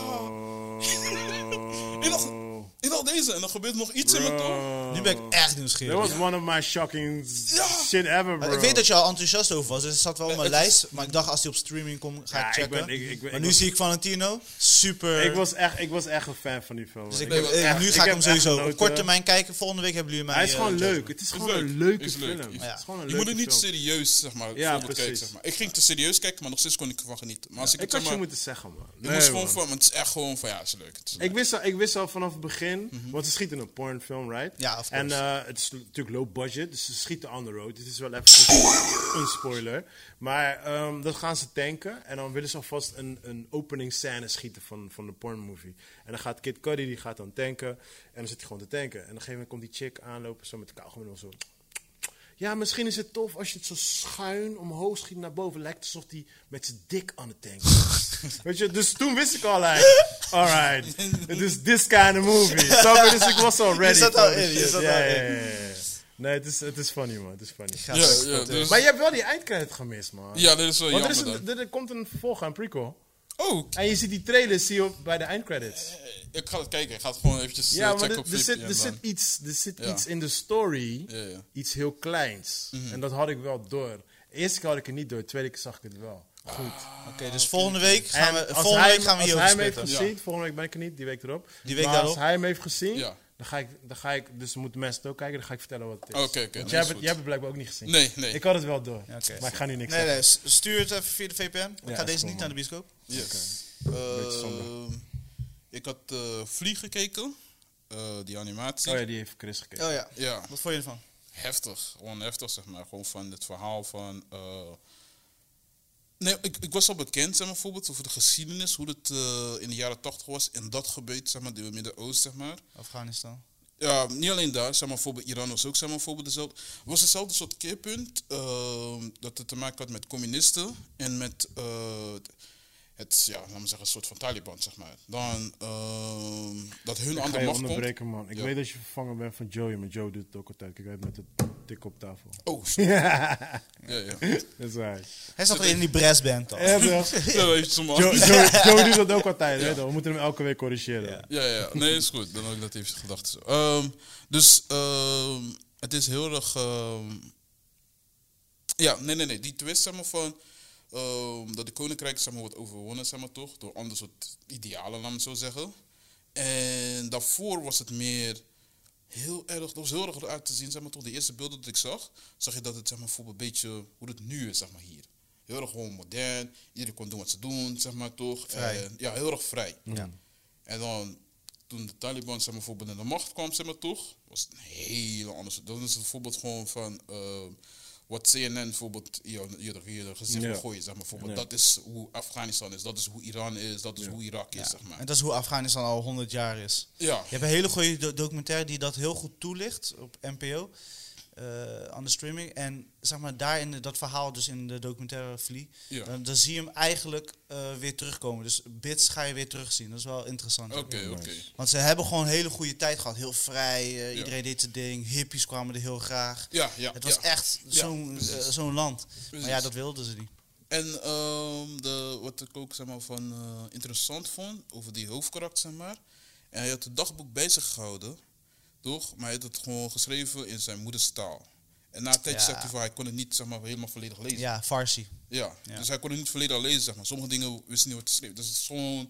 Ik dacht, ik dacht deze en dan gebeurt nog iets in me toch? Nu ben ik echt That nieuwsgierig. was one of my shocking Ja. shit ever, bro. Maar ik weet dat je al enthousiast over was, dus het zat wel op mijn het is- lijst. Maar ik dacht, als die op streaming komt, ga Ja, ik ik checken. ben- ik- ik ben- maar ik nu was- zie ik Valentino, super... Ik was, echt, ik was echt een fan van die film. dus man. ik, heb ben- echt- eh, nu ga ik heb hem sowieso echt op genoten. korte termijn kijken. Volgende week hebben jullie mij... Hij is eh, gewoon judgen. leuk. Het is gewoon leuk. een leuke Is leuk. film. Is- Het is gewoon een Je moet leuke het niet film. serieus, zeg maar, Ja, voor precies. kijken, zeg maar. Ik ging te serieus kijken, maar nog steeds kon ik ervan genieten. Maar als ik, Ik het had zeg je maar, moeten zeggen, man. ik Nee, moest gewoon man. van, want het is echt gewoon van, ja, het is leuk. Het is leuk. Ik wist, al, ik wist al vanaf het begin, begin, want ze schieten een pornfilm, right? Ja, of En course. uh, het is natuurlijk low budget, dus ze schieten on the road. Dit is wel even een spoiler. Maar um, dan gaan ze tanken en dan willen ze alvast een, een openingsscène schieten van, van de pornmovie. En dan gaat Kid Cudi, die gaat dan tanken en dan zit hij gewoon te tanken. En op een gegeven moment komt die chick aanlopen zo met de kauwgom en zo. Ja, misschien is het tof als je het zo schuin omhoog schiet naar boven. Lijkt alsof hij met zijn dik aan het tanken is. Weet je, dus toen wist ik al, like, alright, it is this kind of movie. Snap je? Dus ik was al ready. Je zat for al the in, je shit. zat Ja, al ja, in. ja, ja. Nee, het is, het is funny, man. Het is funny. Ga Ja, straks ja, wat, eh, dus- Maar je hebt wel die eindcredit gemist, man. Ja, dit is wel Want er, jammer is een, dan. er, er komt een vervolg aan, een prequel. Oh, En je ziet die trailers zie je op, bij de eindcredits. ik ga het kijken. Ik ga het gewoon eventjes eh, Ja, maar checken er, op er Vimeo zit, en er dan- zit, iets, er zit Ja. iets in de story, Ja, ja. iets heel kleins. En dat had ik wel door. De eerste keer had ik het niet door, de tweede keer zag ik het wel. Goed. Oké, dus volgende week gaan we, En als volgende hij, week gaan we als hier hij over hem heeft splitten. gezien, volgende week ben ik er niet, die week erop. Die week maar daarop? als hij hem heeft gezien, Ja. dan, ga ik, dan ga ik, dus moeten mensen het ook kijken, dan ga ik vertellen wat het is. Oké, oké, Want nee, jij, is hebt, het- goed. jij hebt het blijkbaar ook niet gezien. Nee, nee. Ik had het wel door, Oké. maar ik ga nu niks Nee, zeggen. nee, s- stuur het even via de V P N. Ik Ja, ga is deze cool, niet naar de bioscoop. Yes. Beetje zonde. Eh, ik had uh, Vlieg gekeken. Eh, die animatie. Oh ja, die heeft Chris gekeken. Oh ja, Ja, wat vond je ervan? heftig. Gewoon heftig, zeg maar. Gewoon van het verhaal van... eh, Nee, ik, ik was al bekend, zeg maar, bijvoorbeeld, over de geschiedenis, hoe het uh, in de jaren tachtig was in dat gebied, zeg maar, de Midden-Oosten, zeg maar. Afghanistan. Ja, niet alleen daar, zeg maar, bijvoorbeeld Iran was ook, zeg maar, bijvoorbeeld dezelfde. Het was hetzelfde soort keerpunt, uh, dat het te maken had met communisten en met uh, het, ja, laten we zeggen, een soort van Taliban, zeg maar. Dan, uh, dat hun Ik aan ga de je macht komt. onderbreken, man. Ik Ja. weet dat je vervangen bent van Joey, maar Joe doet het ook altijd. Kijk uit met de tik op tafel. Oh, sorry. ja, ja. Dat is waar. Hij zat al in die brassband al. Ja, toch? Ja, weet je, zo man. Joe, Joe, Joe doet dat ook altijd, weet je wel. We moeten hem elke week corrigeren. Ja, ja, nee, is goed. Dan had ik dat even gedacht. Zo. Ehm, dus ehm, het is heel erg. ehm, ja, nee, nee, nee. Die twist, zeg maar, van. ehm, dat de koninkrijk, zeg maar, wordt overwonnen, zeg maar, toch? Door ander soort idealen, laat me het zo zeggen. En daarvoor was het meer. Heel erg, dat was heel erg uit te zien, zeg maar, toch? De eerste beelden dat ik zag, zag je dat het, zeg maar, voor een beetje hoe het nu is, zeg maar, hier. Heel erg gewoon modern. Iedereen kon doen wat ze doen, zeg maar, toch? Vrij. En, ja, heel erg vrij. Ja. En dan, toen de Taliban, zeg maar, bijvoorbeeld in de macht kwam, zeg maar, toch, was het een hele andere. Dat is bijvoorbeeld gewoon van uh, wat C N N bijvoorbeeld hier, hier, hier gezicht Ja. wil gooien, zeg maar, bijvoorbeeld. Ja. Dat is hoe Afghanistan is, dat is hoe Iran is, dat is hoe Irak is, Ja. zeg maar. En dat is hoe Afghanistan al honderd jaar is. Ja, Je hebt een hele goede do- documentaire die dat heel goed toelicht op N P O. Uh, aan de streaming. En zeg maar, daar in de- dat verhaal, dus in de documentaire Vlie, ja. dan, dan zie je hem eigenlijk uh, weer terugkomen. Dus bits ga je weer terugzien. Dat is wel interessant. Oké, oké. Want ze hebben gewoon een hele goede tijd gehad. Heel vrij, uh, Ja. iedereen deed zijn ding. Hippies kwamen er heel graag. Ja, ja. Het was ja. echt Ja, zo'n precies. uh, zo'n land. Precies. Maar ja, dat wilden ze niet. En ehm, de, wat ik ook, zeg maar, van uh, interessant vond, over die hoofdkarakter, zeg maar. En hij had het dagboek bij zich gehouden, toch? Maar hij had het gewoon geschreven in zijn moeders taal. En na een tijdje Ja. zegt hij van, hij kon het niet, zeg maar, helemaal volledig lezen. Ja, Farsi. Ja, Ja. dus hij kon het niet volledig lezen, zeg maar. Sommige dingen wist niet wat te schrijven. Dus het is gewoon...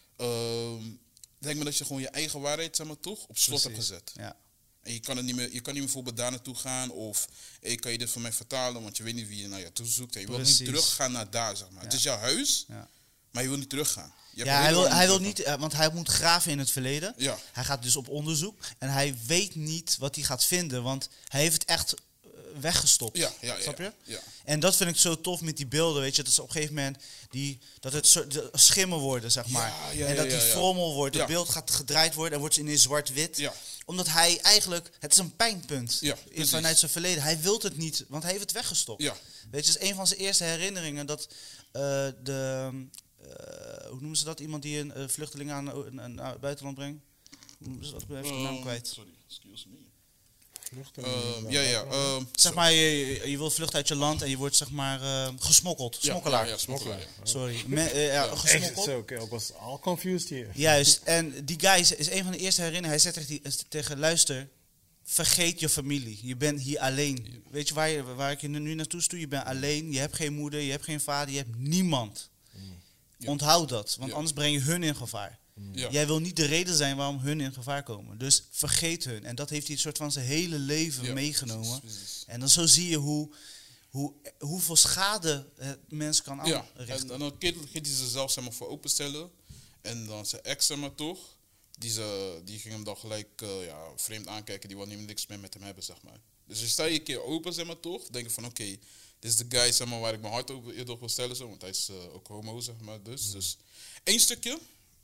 ehm, denk maar dat je gewoon je eigen waarheid, zeg maar, toch, op slot hebt Precies. gezet. Ja. En je kan, het niet meer, je kan niet meer bijvoorbeeld daar naartoe gaan of... Hey, kan je dit voor mij vertalen, want je weet niet wie je naar je toe zoekt. En je wilt niet Precies. teruggaan naar daar, zeg maar. Het Ja. is jouw huis, Ja. maar je wil niet teruggaan. Je hebt Ja, een hij reden wil, waarom hij je wil niet, uh, want hij moet graven in het verleden. Ja, Hij gaat dus op onderzoek en hij weet niet wat hij gaat vinden, want hij heeft het echt uh, weggestopt. ja, ja, ja. Snap je? Ja, En dat vind ik zo tof met die beelden, weet je. Dat is op een gegeven moment die, dat het soort de schimmen worden, zeg maar. Ja, ja, en dat ja, die ja, ja. frommel wordt, het Ja. beeld gaat gedraaid worden en wordt ze ineens zwart-wit. ja. Omdat hij eigenlijk, het is een pijnpunt Ja, in, precies. vanuit zijn verleden. Hij wil het niet, want hij heeft het weggestopt. Ja. Weet je, het is een van zijn eerste herinneringen dat uh, de, uh, hoe noemen ze dat? Iemand die een uh, vluchteling aan, uh, naar het buitenland brengt. Hoe noemen ze dat? Ik ben even de naam Ehm, kwijt. Sorry, excuse me. Vluchtelingen, Ehm, ja, ja. ehm, Zeg maar, je, je wil vluchten uit je land en je wordt zeg maar uh, gesmokkeld. ja, Smokkelaar. Ja, ja, smokkelaar. ja. Sorry. Me, uh, ja, Echt gesmokkeld. zo, oké. Ik was al confused hier. Juist. En die guy is, is een van de eerste herinneringen. Hij zegt tegen, die- tegen luister, vergeet je familie. Je bent hier alleen. Weet je waar, je waar ik je nu naartoe stuur? Je bent alleen. Je hebt geen moeder, je hebt geen vader, je hebt niemand. Ja. Onthoud dat, want Ja. anders breng je hun in gevaar. Ja. Jij wil niet de reden zijn waarom hun in gevaar komen. Dus vergeet hun. En dat heeft hij een soort van zijn hele leven Ja, meegenomen. precies, precies. En dan zo zie je hoe, hoe, hoeveel schade het mensen kan Ja, aanrichten. en, en dan gaat hij ze zelf, zeg maar, voor openstellen. En dan zijn ex, zeg maar, toch. die, ze, die ging hem dan gelijk uh, ja, vreemd aankijken. Die wil niet niks meer met hem hebben, zeg maar. Dus je sta je een keer open, zeg maar, toch? Denk je van, oké, okay, dit is de guy, zeg maar, waar ik mijn hart over eerder op wil stellen. Zo, want hij is uh, ook homo, zeg maar. Dus, mm. dus één stukje,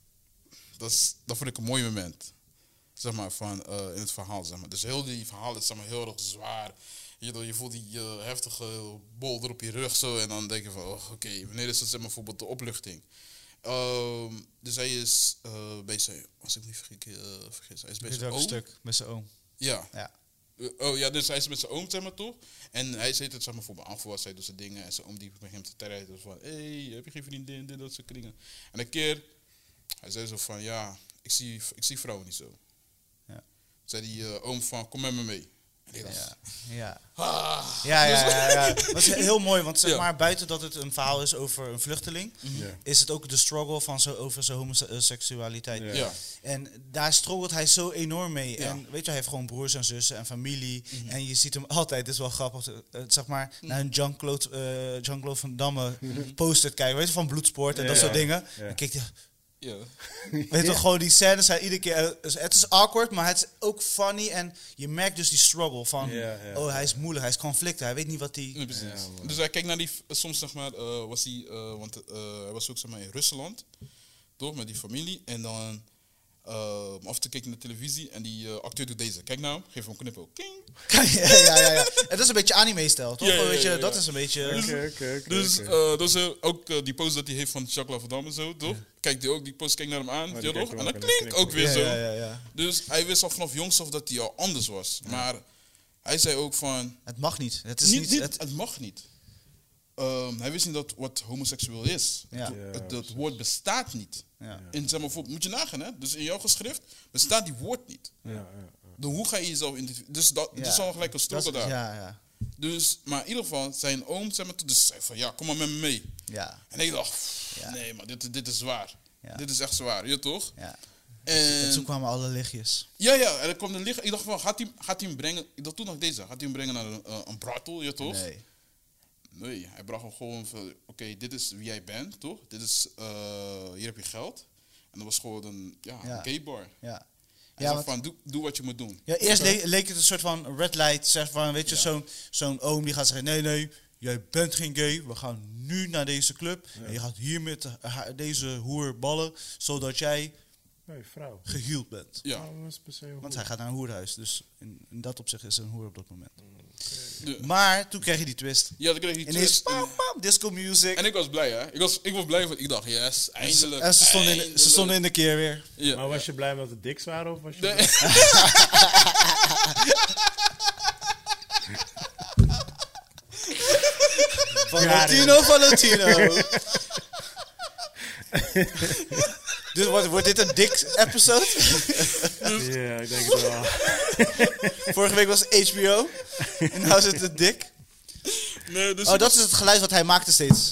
dat, is, dat vond ik een mooi moment. Zeg maar, van, uh, in het verhaal, zeg maar. Dus heel die verhaal is, zeg maar, heel erg zwaar. Je, je voelt die uh, heftige bolder op je rug zo. En dan denk je van, oh, oké, okay, wanneer is het, zeg maar, bijvoorbeeld de opluchting? Um, dus hij is uh, bij zijn, als ik niet vergis, uh, vergis hij is bij zijn oom. Stuk met zijn oom. Ja. ja. Uh, oh ja, dus hij is met zijn oom, zeg maar, toch? En hij zit het, zeg maar, voor me afgewas, hij doet zijn dingen. En zijn oom die begint te terren. Dus van, hé, hey, heb je geen vriendin, dit, dat soort dingen. En een keer, hij zei zo van, ja, ik zie, ik zie vrouwen niet zo. Ja. Zei die uh, oom van, kom met me mee. En dacht, ja. Ja. Ah. Ja, ja, ja, ja. Dat is heel mooi, want zeg maar, buiten dat het een verhaal is over een vluchteling, Mm-hmm. Ja. is het ook de struggle van zo, over zijn homoseksualiteit. Ja. Ja. En daar struggelt hij zo enorm mee. Ja. En weet je, hij heeft gewoon broers en zussen en familie. Mm-hmm. En je ziet hem altijd, dit is wel grappig, uh, zeg maar, Mm-hmm. naar een Jean-Claude uh, Jean Van Damme poster kijken, weet je, van Bloedsport en Ja, dat ja. soort dingen. Ja. En kijk je, Ja. weet je toch, gewoon die scènes zijn iedere keer, uh, het is awkward, maar het is ook funny. En je merkt dus die struggle van, Ja, ja, oh, hij ja. is moeilijk, hij is conflicten, hij weet niet wat hij... Ja, precies. Ja, man. dus hij kijkt naar die, soms zeg maar, uh, was hij, uh, want uh, hij was ook zeg maar in Rusland, toch, met die familie. En dan uh, af en toe keek hij naar televisie en die uh, acteur doet deze. Kijk nou, geef hem een knippel. King. ja, ja, ja, ja. En dat is een beetje anime-stijl, toch? Ja, ja, ja, Weet je, ja, ja. dat is een beetje... Oké, oké, oké, Dus oké. uh, dat is uh, ook uh, die pose dat hij heeft van Jacques Van Damme zo, toch? Kijkt hij ook, die pose kijkt naar hem aan, Maar ja, die toch? kijkt En hem dan ook en dan klinkt ook knikt weer ja, zo. ja, ja, ja. Dus hij wist al vanaf jongs af dat hij al anders was. Maar hij zei ook van... Het mag niet. Het is niet, niet... niet, het, het mag niet. Um, hij wist niet dat wat homoseksueel is. Ja. Het, Ja, het, het precies. woord bestaat niet. ja. In, zeg maar, voor, moet je nagaan, hè? Dus in jouw geschrift bestaat die woord niet. Ja, ja, ja. Dan hoe ga je jezelf identificeren? Dus dat, Ja. dat is al gelijk een struggle Dat is- daar. Ja, ja. Dus, maar in ieder geval, zijn oom zei me toen, dus zei van, ja, kom maar met me mee. Ja, En ik dacht, pff, Ja. nee, maar dit, dit is zwaar. Ja. Dit is echt zwaar, je toch? ja. En, En toen kwamen alle lichtjes. ja, ja, en er kwam een licht. Ik dacht van, gaat hij, gaat hij hem brengen? Ik dacht toen nog deze, gaat hij hem brengen naar een, uh, een bratel, je toch? Nee. Nee, hij bracht hem gewoon van, oké, okay, dit is wie jij bent, toch? Dit is, uh, hier heb je geld. En dat was gewoon een, ja, Ja. een gay bar. Ja. Hij Ja, zei want- van, doe, doe wat je moet doen. Ja, eerst le- leek het een soort van red light. Zeg van, weet je, Ja. zo'n zo'n oom die gaat zeggen... Nee, nee, jij bent geen gay. We gaan nu naar deze club. En je gaat hier met de- ha- deze hoer ballen. Zodat jij Hey, vrouw. geheeld bent. Ja. Oh, dat is per se heel Want goed. hij gaat naar een hoerhuis. Dus in, in dat opzicht is hij een hoer op dat moment. De- Maar toen kreeg je die twist. ja, dan kreeg hij Ineens, twist. pam, pam, disco music. En ik was blij, hè? Ik was, ik was blij, want ik dacht, yes, eindelijk. En ze stonden, in, de- ze eindelijk. stonden in de keer weer. Ja. Maar was je blij omdat het diks waren of was je Nee. blij- Valentino, Valentino. Dus wordt, wordt dit een dik episode? Ja, ik denk het wel. Vorige week was het H B O. En nu is het een dik. Nee, dus Oh, dat is het geluid wat hij maakte steeds.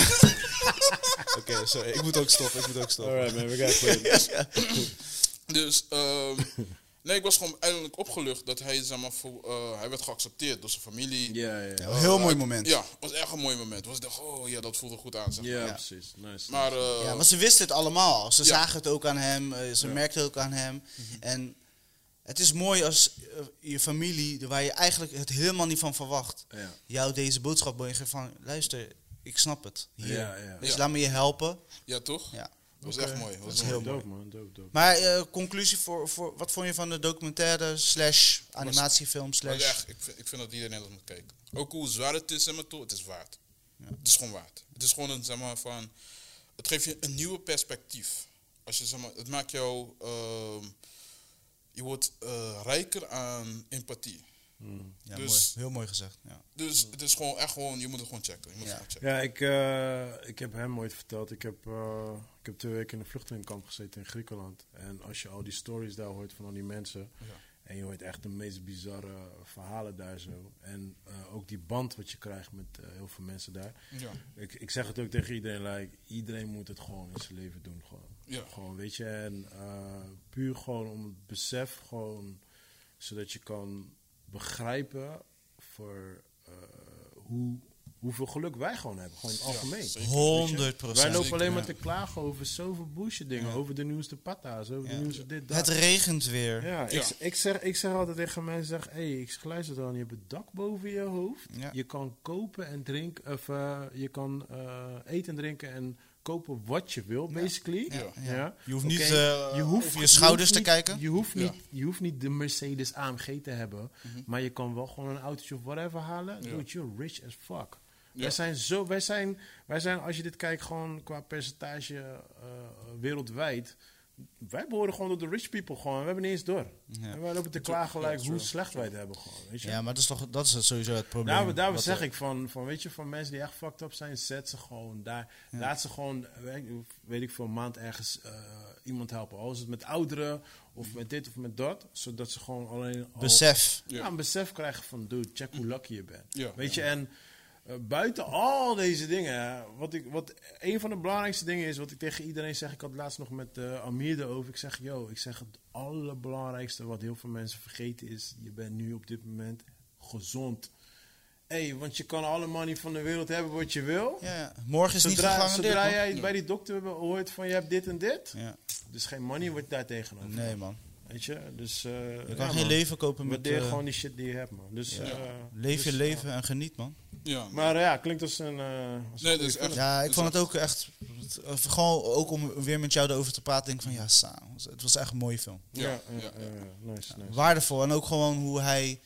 Oké, sorry. Ik moet ook stoppen. Ik moet ook stoppen. Alright man, we got it. Dus, ehm, nee, ik was gewoon eindelijk opgelucht dat hij, zeg maar, voor, uh, hij werd geaccepteerd door zijn familie. Ja, ja. Ja, een heel mooi moment. Ja, het was echt een mooi moment. Was ik dacht, oh ja, dat voelde goed aan, zeg maar. Ja, Ja. precies. Nice. Maar, uh, Ja, maar ze wisten het allemaal al. Ze Ja. zagen het ook aan hem. eh, Ze merkten het ook aan hem. En het is mooi als eh, je familie, waar je eigenlijk het helemaal niet van verwacht, Ja. jou deze boodschap brengt van, luister, ik snap het. Hier. Ja, ja. Dus Ja. laat me je helpen. ja, toch? Ja. Dat was Oké. echt mooi. Dat was is mooi. heel dope man, dope, dope. Maar eh, conclusie voor, voor, wat vond je van de documentaire slash animatiefilm Maar slash... echt, ik vind, ik vind dat iedereen dat moet kijken. Ook hoe zwaar het is, zeg maar, toch, het is waard. Het is gewoon waard. Het is gewoon een, zeg maar, van... Het geeft je een nieuwe perspectief. Als je, zeg maar, het maakt jou... ehm, je wordt eh, rijker aan empathie. Ja, dus- mooi. Heel mooi gezegd. Ja. Dus het is gewoon echt gewoon... Je moet het gewoon checken. Je moet Ja. het gewoon checken. Ja, ik, eh, ik heb hem ooit verteld. Ik heb, eh, ik heb twee weken in een vluchtelingenkamp gezeten in Griekenland. En als je al die stories daar hoort van al die mensen... Ja. En je hoort echt de meest bizarre verhalen daar zo. En eh, ook die band wat je krijgt met eh, heel veel mensen daar. Ja. Ik, ik zeg het ook tegen iedereen, like, iedereen moet het gewoon in zijn leven doen. Gewoon, Ja. gewoon weet je. En uh, puur gewoon om het besef, gewoon, zodat je kan begrijpen voor uh, hoe hoeveel geluk wij gewoon hebben. Gewoon in het algemeen. zeker. honderd procent. Wij lopen Zeker, alleen maar ja. te klagen over zoveel bullshit dingen. Ja. Over de nieuwste patta's, over Ja. de nieuwste dit, dat. Het regent weer. Ja, Ja. Ik, ik, zeg, ik zeg altijd tegen mensen, zeg, hey, ik zeg, luister dan, je hebt het dak boven je hoofd. Ja. Je kan kopen en drinken, of uh, je kan uh, eten en drinken en kopen wat je wil, basically. Ja, Ja. ja. Je hoeft niet Oké, uh, je hoeft, over je schouders hoeft te niet, kijken. Je hoeft, Ja. niet, je hoeft niet de Mercedes A M G te hebben, Mhm. maar je kan wel gewoon een autootje of whatever halen. Ja. Dude, you're rich as fuck. Ja. Wij zijn zo, wij zijn, wij zijn, als je dit kijkt, gewoon qua percentage uh, wereldwijd. Wij behoren gewoon tot de rich people gewoon. We hebben niet eens door. Ja. En wij lopen te klagen gelijk Ja, hoe true. slecht wij het hebben gewoon. Weet je? Ja, maar dat is toch dat is sowieso het probleem. Daar, daar Wat, zeg eh, ik van, van, weet je, van mensen die echt fucked up zijn, zet ze gewoon daar. Ja. Laat ze gewoon, weet, weet ik veel, een maand ergens uh, iemand helpen. Al is het met ouderen, of met dit of met dat. Zodat ze gewoon alleen al besef. ja, een besef krijgen van, dude, check hoe lucky je bent. Ja. Weet je, en uh, buiten al deze dingen, hè, wat, ik, wat een van de belangrijkste dingen is, wat ik tegen iedereen zeg, ik had laatst nog met uh, Amir erover, ik zeg, yo, ik zeg het allerbelangrijkste wat heel veel mensen vergeten is, je bent nu op dit moment gezond. Hey, want je kan alle money van de wereld hebben wat je wil. Ja, ja. Morgen is niet Zodra, gegarandeerd. zodra man. jij Ja. bij die dokter hoort van je hebt dit en dit, Ja. dus geen money wordt daar tegenover. Nee, man. Weet je, dus uh, Je ja, kan geen man. leven kopen met... Waardeer eh, gewoon die shit die je hebt, man. Dus, ja. uh, leef je dus, leven en geniet, man. Ja, Maar uh, ja, klinkt als een. Uh, als Nee, een dat is goede echt- film. Ja, ik is vond het echt- ook echt... uh, Gewoon ook om weer met jou erover te praten, denk ik van ja, Sam. Het was echt een mooie film. Ja, Ja, ja, ja, ja, ja. Nice, nice. Waardevol. En ook gewoon hoe hij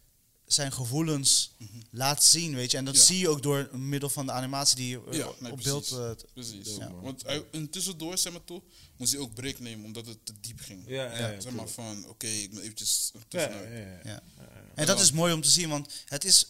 zijn gevoelens laat zien, weet je. En dat Ja. zie je ook door middel van de animatie die uh, Ja, op nee, beeld... precies. uh, precies. Dope, Ja. man. Want hij, intussendoor, zeg maar toch, moest hij ook break nemen omdat het te diep ging. Ja, ja, Ja, ja, Zeg maar tuurlijk. van, oké, ik moet eventjes Ja, tussenuit. ja, ja. ja. Ja. En dat is mooi om te zien, want het is...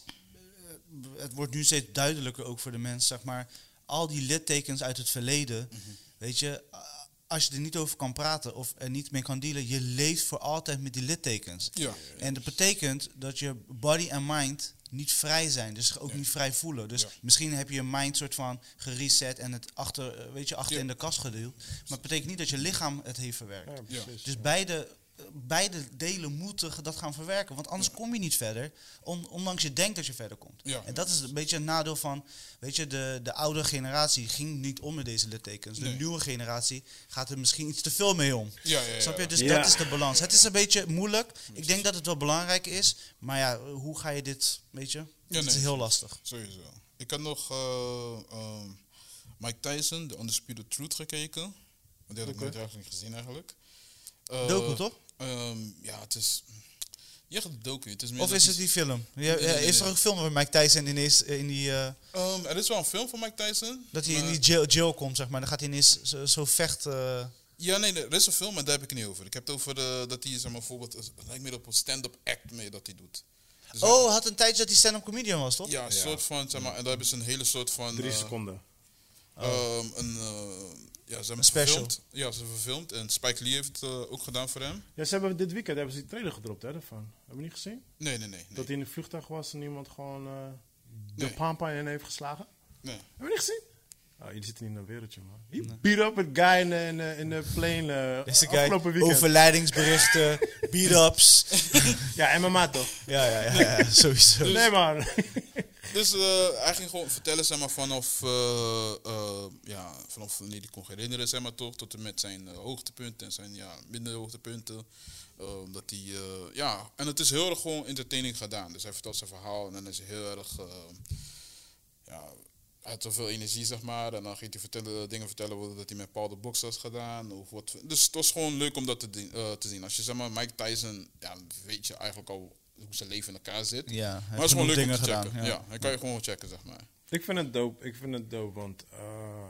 uh, het wordt nu steeds duidelijker ook voor de mensen, zeg maar. Al die littekens uit het verleden, weet je... uh, als je er niet over kan praten of er niet mee kan dealen, je leeft voor altijd met die littekens. Ja, En dat betekent dat je body en mind niet vrij zijn, dus zich ook Ja. niet vrij voelen. Dus Ja. misschien heb je je mind soort van gereset en het achter, uh, weet je, achter Ja. in de kast gedeeld. Maar het betekent niet dat je lichaam het heeft verwerkt. Ja, precies. Dus beide, uh, beide delen moeten dat gaan verwerken, want anders kom je niet verder, on- ondanks je denkt dat je verder komt. Ja. En dat is een beetje een nadeel van, weet je, de, de oude generatie ging niet om met deze littekens. De Nee. nieuwe generatie gaat er misschien iets te veel mee om. ja, ja. ja. Snap je? Dus Ja. dat is de balans. Het is een beetje moeilijk. Ik denk dat het wel belangrijk is. Maar ja, hoe ga je dit, weet je? Het is nee, heel lastig. Sowieso. Ik had nog uh, um, Mike Tyson, The Undisputed Truth, gekeken. Want die had ik Oké. nooit eigenlijk gezien eigenlijk. Uh, Docu, toch? Um, ja, het is... Je hebt een docu. Het is meer Of dat is die- het die film? Ja, Nee, nee, ja, nee, is er nee. ook een film waar Mike Tyson ineens in die... uh, Um, er is wel een film van Mike Tyson. dat hij in maar- die jail, jail komt, zeg maar. Dan gaat hij ineens zo, zo vechten. Uh, Ja, nee, nee, er is een film, maar daar heb ik het niet over. Ik heb het over uh, dat hij, zeg maar, bijvoorbeeld... Het lijkt meer op een stand-up act mee dat hij doet. Dus hij- oh, had een tijdje dat hij stand-up comedian was, toch? Ja, een Ja. soort van, zeg maar... En daar hebben ze een hele soort van... Drie uh, seconden. Um, een, uh, ja, ze hebben Een special. verfilmd. Ja, ze hebben verfilmd. En Spike Lee heeft het uh, ook gedaan voor hem. Ja, ze hebben dit weekend hebben ze die trailer gedropt, hè, daarvan. Hebben we niet gezien? Nee, nee, nee. Dat Nee. hij in een vliegtuig was en iemand gewoon uh, de Nee. pampa in heeft geslagen? nee. Hebben we niet gezien? Oh, jullie zitten niet in een wereldje, man. Je beat up het guy in de, in de, in de plane uh, Deze guy, afgelopen weekend. overlijdingsberichten, beat-ups. Ja, M M A toch? ja, ja, ja, ja, sowieso. Nee, man. Dus uh, hij ging gewoon vertellen, zeg maar, vanaf... Uh, uh, ja, vanaf wanneer hij kon herinneren, zeg maar, toch. Tot en met zijn uh, hoogtepunten en zijn, ja, minder hoogtepunten. Uh, dat hij, uh, ja... En het is heel erg gewoon entertaining gedaan. Dus hij vertelt zijn verhaal en dan is hij heel erg... Uh, ja... Hij had zoveel energie, zeg maar. En dan ging hij vertellen, dingen vertellen dat hij met Paul de Box had gedaan. Of wat. Dus het was gewoon leuk om dat te, di- uh, te zien. Als je, zeg maar, Mike Tyson... Ja, weet je eigenlijk al hoe zijn leven in elkaar zit. Ja, hij Maar het heeft is gewoon genoeg leuk om te dingen checken. gedaan. Ja, Ja. dan kan je gewoon checken, zeg maar. Ik vind het dope. Ik vind het dope, want uh,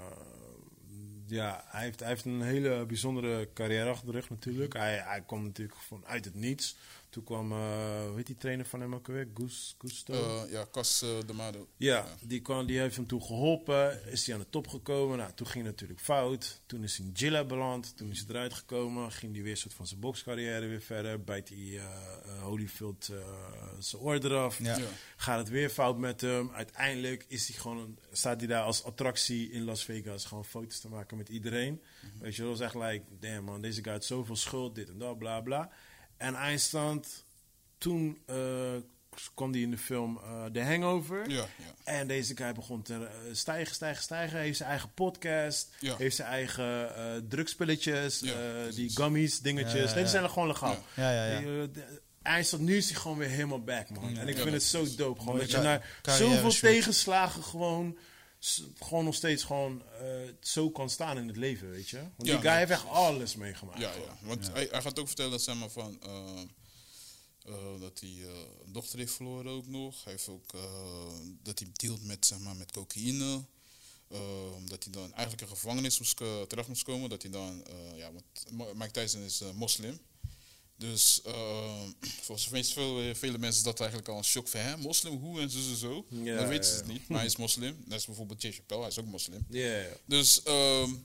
ja, hij heeft, hij heeft een hele bijzondere carrière achter de rug natuurlijk. Hij, hij kwam natuurlijk van uit het niets. Toen kwam, uh, hoe heet die trainer van hem ook weer? Gus, Gusto? Uh, ja, Cas uh, de Mado. Ja, die, kwam, die heeft hem toen geholpen. Is hij aan de top gekomen. Nou, toen ging het natuurlijk fout. Toen is hij in Gilla beland. Toen is hij eruit gekomen. Ging hij weer soort van zijn bokscarrière weer verder. Bijt hij uh, uh, Holyfield uh, zijn oor eraf. Ja. Ja. Gaat het weer fout met hem. Uiteindelijk is hij gewoon een, staat hij daar als attractie in Las Vegas. Gewoon foto's te maken met iedereen. Mm-hmm. Weet je, dat was echt like, damn man, deze guy had zoveel schuld. Dit en dat, bla bla. En eindstand, toen uh, kwam die in de film uh, The Hangover. Ja, ja. En deze guy begon te uh, stijgen, stijgen, stijgen. Heeft zijn eigen podcast. Ja. Heeft zijn eigen uh, drugspilletjes. Ja, uh, die gummies, dingetjes. Ja, ja, ja. Nee, die zijn er gewoon legaal. Ja, ja, ja. Die, uh, de, hij is tot nu is hij gewoon weer helemaal back, man. Ja. En ik Ja, vind dat het zo is- dope. Gewoon Mooie dat je ka- naar carrière zoveel shoot. tegenslagen gewoon... s- gewoon nog steeds gewoon uh, zo kan staan in het leven, weet je. Want Ja, die guy nee. heeft echt alles meegemaakt. Ja, gewoon. ja. Want Hij, hij gaat ook vertellen dat, zeg maar, van, uh, uh, dat hij uh, een dochter heeft verloren ook nog. Hij heeft ook uh, dat hij dealt met, zeg maar, met cocaïne. Uh, dat hij dan eigenlijk in gevangenis moest, uh, terecht moest komen. Dat hij dan, uh, ja, want Ma- Mike Tyson is uh, moslim. Dus uh, volgens mij veel, vele mensen is dat eigenlijk al een shock van, hè, moslim, hoe en zo en zo. Ja, dan weten ze ja, het ja. niet, maar hij is moslim. Net is bijvoorbeeld Jay Chappelle, hij is ook moslim. Ja, ja. Dus, um,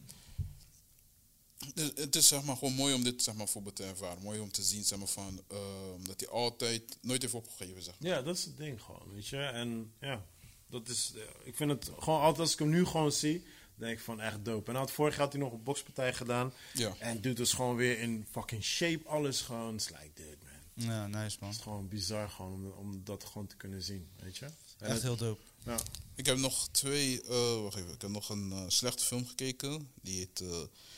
dus het is, zeg maar, gewoon mooi om dit, zeg maar, voorbeeld te ervaren. Mooi om te zien, zeg maar, van, um, dat hij altijd nooit heeft opgegeven, zeg maar. Ja, dat is het ding gewoon, weet je. En ja, dat is, ja, ik vind het gewoon altijd als ik hem nu gewoon zie, denk ik van echt dope. En had, vorig jaar had hij nog een bokspartij gedaan. Ja. En dude was gewoon weer in fucking shape, alles gewoon. It's like, dude, man. Ja, nice man. Het is gewoon bizar gewoon om, om dat gewoon te kunnen zien, weet je. En Echt het- heel dope. ja. Ik heb nog twee, uh, wacht even, ik heb nog een uh, slechte film gekeken. Die heet, uh,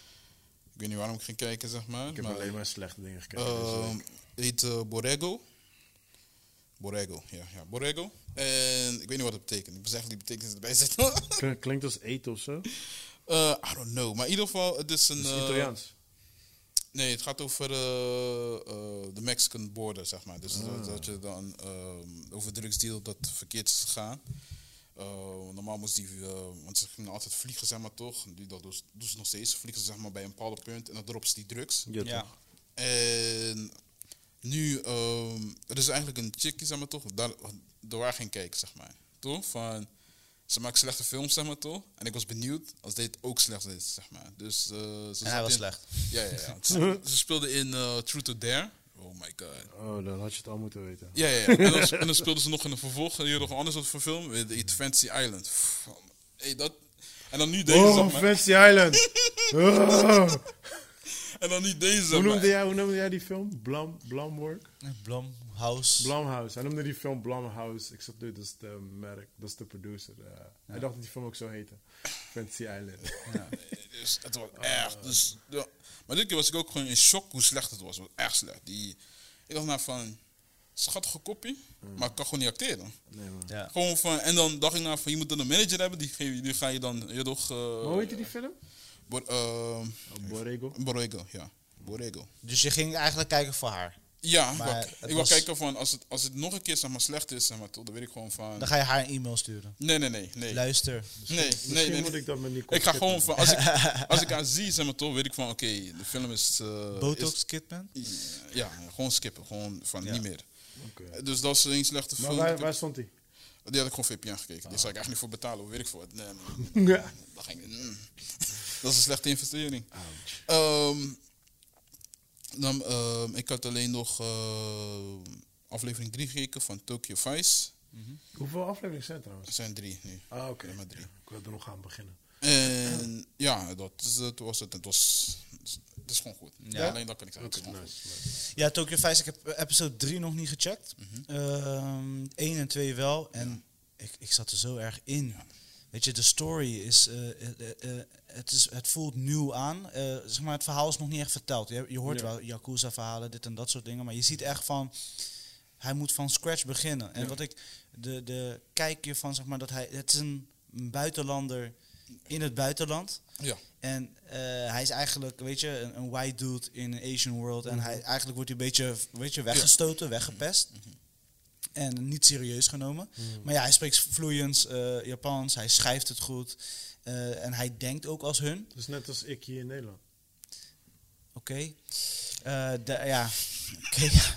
ik weet niet waarom ik ging kijken, zeg maar. Ik heb maar, alleen maar slechte dingen gekeken. deze Uh, week. heet uh, Borrego. Borrego, ja, ja, Borrego. En ik weet niet wat het betekent. Ik besef die betekenis erbij zitten. Klink- Klinkt als eten of zo. uh, I don't know. Maar in ieder geval, het is een... Het is uh, Italiaans. Nee, het gaat over uh, uh, de Mexican border, zeg maar. Dus dat, dat je dan um, over drugsdeal dat verkeerd is gegaan. Uh, normaal moest die, uh, want ze gingen altijd vliegen, zeg maar, toch. Nu dat doen ze- doen ze nog steeds. Vliegen ze, zeg maar, bij een bepaalde punt en dan droppen ze die drugs. Ja, Ja. toch? En nu, um, er is eigenlijk een chickie, zeg maar, toch. Daar, daar waar geen kijken, zeg maar. Toch? Van, ze maakt slechte films, zeg maar, toch. En ik was benieuwd als dit ook slecht is, zeg maar. Dus, uh, ze En zat hij was in- slecht. ja, ja, ja. Ze, ze speelde in uh, Truth or Dare. Oh my god. Oh, dan had je het al moeten weten. Ja, ja, ja. En dan, en dan speelden ze nog in een vervolg, hier nog een ander soort van film. Het heet Fantasy Island. Pff, hey, dat... En dan nu deze, Oh, zeg maar. Fancy Island. Oh. En dan niet deze, zeg Hoe, maar. noemde jij, hoe noemde jij die film? Blum, Blumwork? Blom, House. Blumhouse. Hij noemde die film Blumhouse. Ik zat, dude, dat is de merk, dat is de producer. Uh, Hij dacht dat die film ook zo heette. Fantasy Island. Dus het was echt... Dus, ja. Maar dit keer was ik ook gewoon in shock hoe slecht het was. Het was echt slecht. Die, ik dacht nou van... Schattige kopie, maar ik kan gewoon niet acteren. Nee, man. Ja. Gewoon van, en dan dacht ik nou van, je moet dan een manager hebben, die, geef je- die ga je dan, je toch... Uh, Maar hoe heet die film? Bor, uh, Oh, Borrego. Borrego, ja. Borrego. Dus je ging eigenlijk kijken voor haar. Ja, ik Maar wou, het ik wou was- kijken van, als het, als het nog een keer, zeg maar, slecht is, zeg maar, toch, dan weet ik gewoon van... Dan ga je haar een e-mail sturen. Nee, nee, nee, nee. Luister. Nee, nee, Misschien nee. moet nee. ik dat met Nicole Ik ga skippen. gewoon van, als ik, als ik haar zie, zeg maar, toch, weet ik van, oké, de film is... uh, Botox Kidman? is- ja, gewoon skippen, gewoon van, Ja. niet meer. Oké. Dus dat is een slechte Maar film. waar, Ik heb- waar stond hij? Die had ik gewoon V P N gekeken. Die zou ik echt niet voor betalen, hoe weet ik voor het. Nee, nee. Ja. Dat, ging, mm. Dat is een slechte investering. Ouch. Ehm, dan, ehm, ik had alleen nog eh, aflevering drie gekeken van Tokyo Vice. Hoeveel afleveringen zijn er trouwens? Er zijn drie nu. Ah, oké. Ja, maar drie. Ik wil er nog aan beginnen. En ja, dat, is- dat was het. Het was, het is gewoon goed. Ja? Alleen dat kan ik zeggen. Oké, Het is gewoon nice, goed. nice. Ja, Tokyo Vice. Ik heb episode drie nog niet gecheckt. Eén en twee wel. En ik, ik zat er zo erg in. Weet je, de story is, eh, eh, eh, het, is... Het voelt nieuw aan. Eh, zeg maar, het verhaal is nog niet echt verteld. Je, je hoort Ja. wel Yakuza-verhalen, dit en dat soort dingen. Maar je ziet echt van... Hij moet van scratch beginnen. En Ja. wat ik... De, de kijkje van, zeg maar, dat hij... Het is een buitenlander in het buitenland. Ja, En eh, hij is eigenlijk, weet je, een, een white dude in een Asian world. En hij, eigenlijk wordt hij een beetje, weet je, weggestoten, weggepest. En niet serieus genomen. Maar ja, hij spreekt vloeiend eh, Japans, hij schrijft het goed. eh, en hij denkt ook als hun. Dus net als ik hier in Nederland. Oké. Eh, de- ja, oké. ja.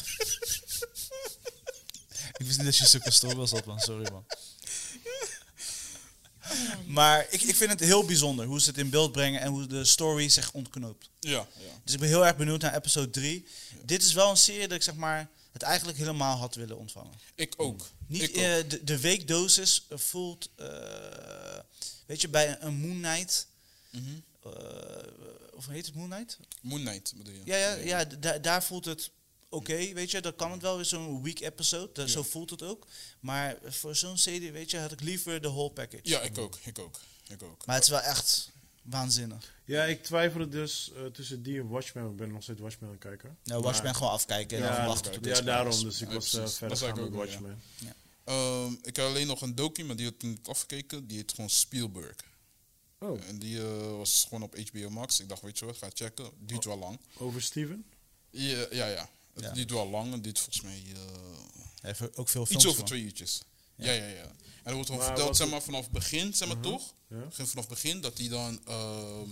Ik wist niet dat je zulke stories had, man. Sorry, man. Maar ik, ik vind het heel bijzonder hoe ze het in beeld brengen en hoe de story zich ontknoopt. ja, ja. Dus ik ben heel erg benieuwd naar episode drie. Dit is wel een serie dat ik, zeg maar, het eigenlijk helemaal had willen ontvangen. Ik ook. Niet ik ook. eh, de, de weekdosis eh, voelt, eh, weet je, bij een Moon Knight, Mhm. eh, of hoe heet het, Moon Knight? Moon Knight bedoel je? Ja, ja, ja da- daar voelt het oké, weet je, dan kan het wel weer zo'n week episode. Dat, Ja. Zo voelt het ook. Maar voor zo'n serie, weet je, had ik liever de whole package. Ja, ik ook, ik ook, ik ook. Maar het is wel echt waanzinnig. Ja, ik twijfelde dus uh, tussen die en Watchmen. Ik ben nog steeds Watchmen aan het kijken. Nou, Watchmen Maar- gewoon afkijken en Ja, dan wachten tot ja, het daarom. is. Dus ik Ja, was uh, precies. verder Dat zou gaan ik met ook doen, Watchmen. Ehm, ik heb alleen nog een docu, maar die had ik niet afgekeken. Die heet gewoon Spielberg. Oh, En die uh, was gewoon op H B O Max. Ik dacht, weet je wat, ga checken. Duurt wel lang. over Steven? Ja, ja. ja. Het Ja. duurt wel lang. Het duurt volgens mij uh, Hij heeft ook veel films iets over van. twee uurtjes. Ja, ja, ja. En er wordt gewoon Maar verteld, wat zeg het- maar, vanaf het begin, zeg maar Mhm. toch? Ja. Begin vanaf het begin dat hij dan ehm,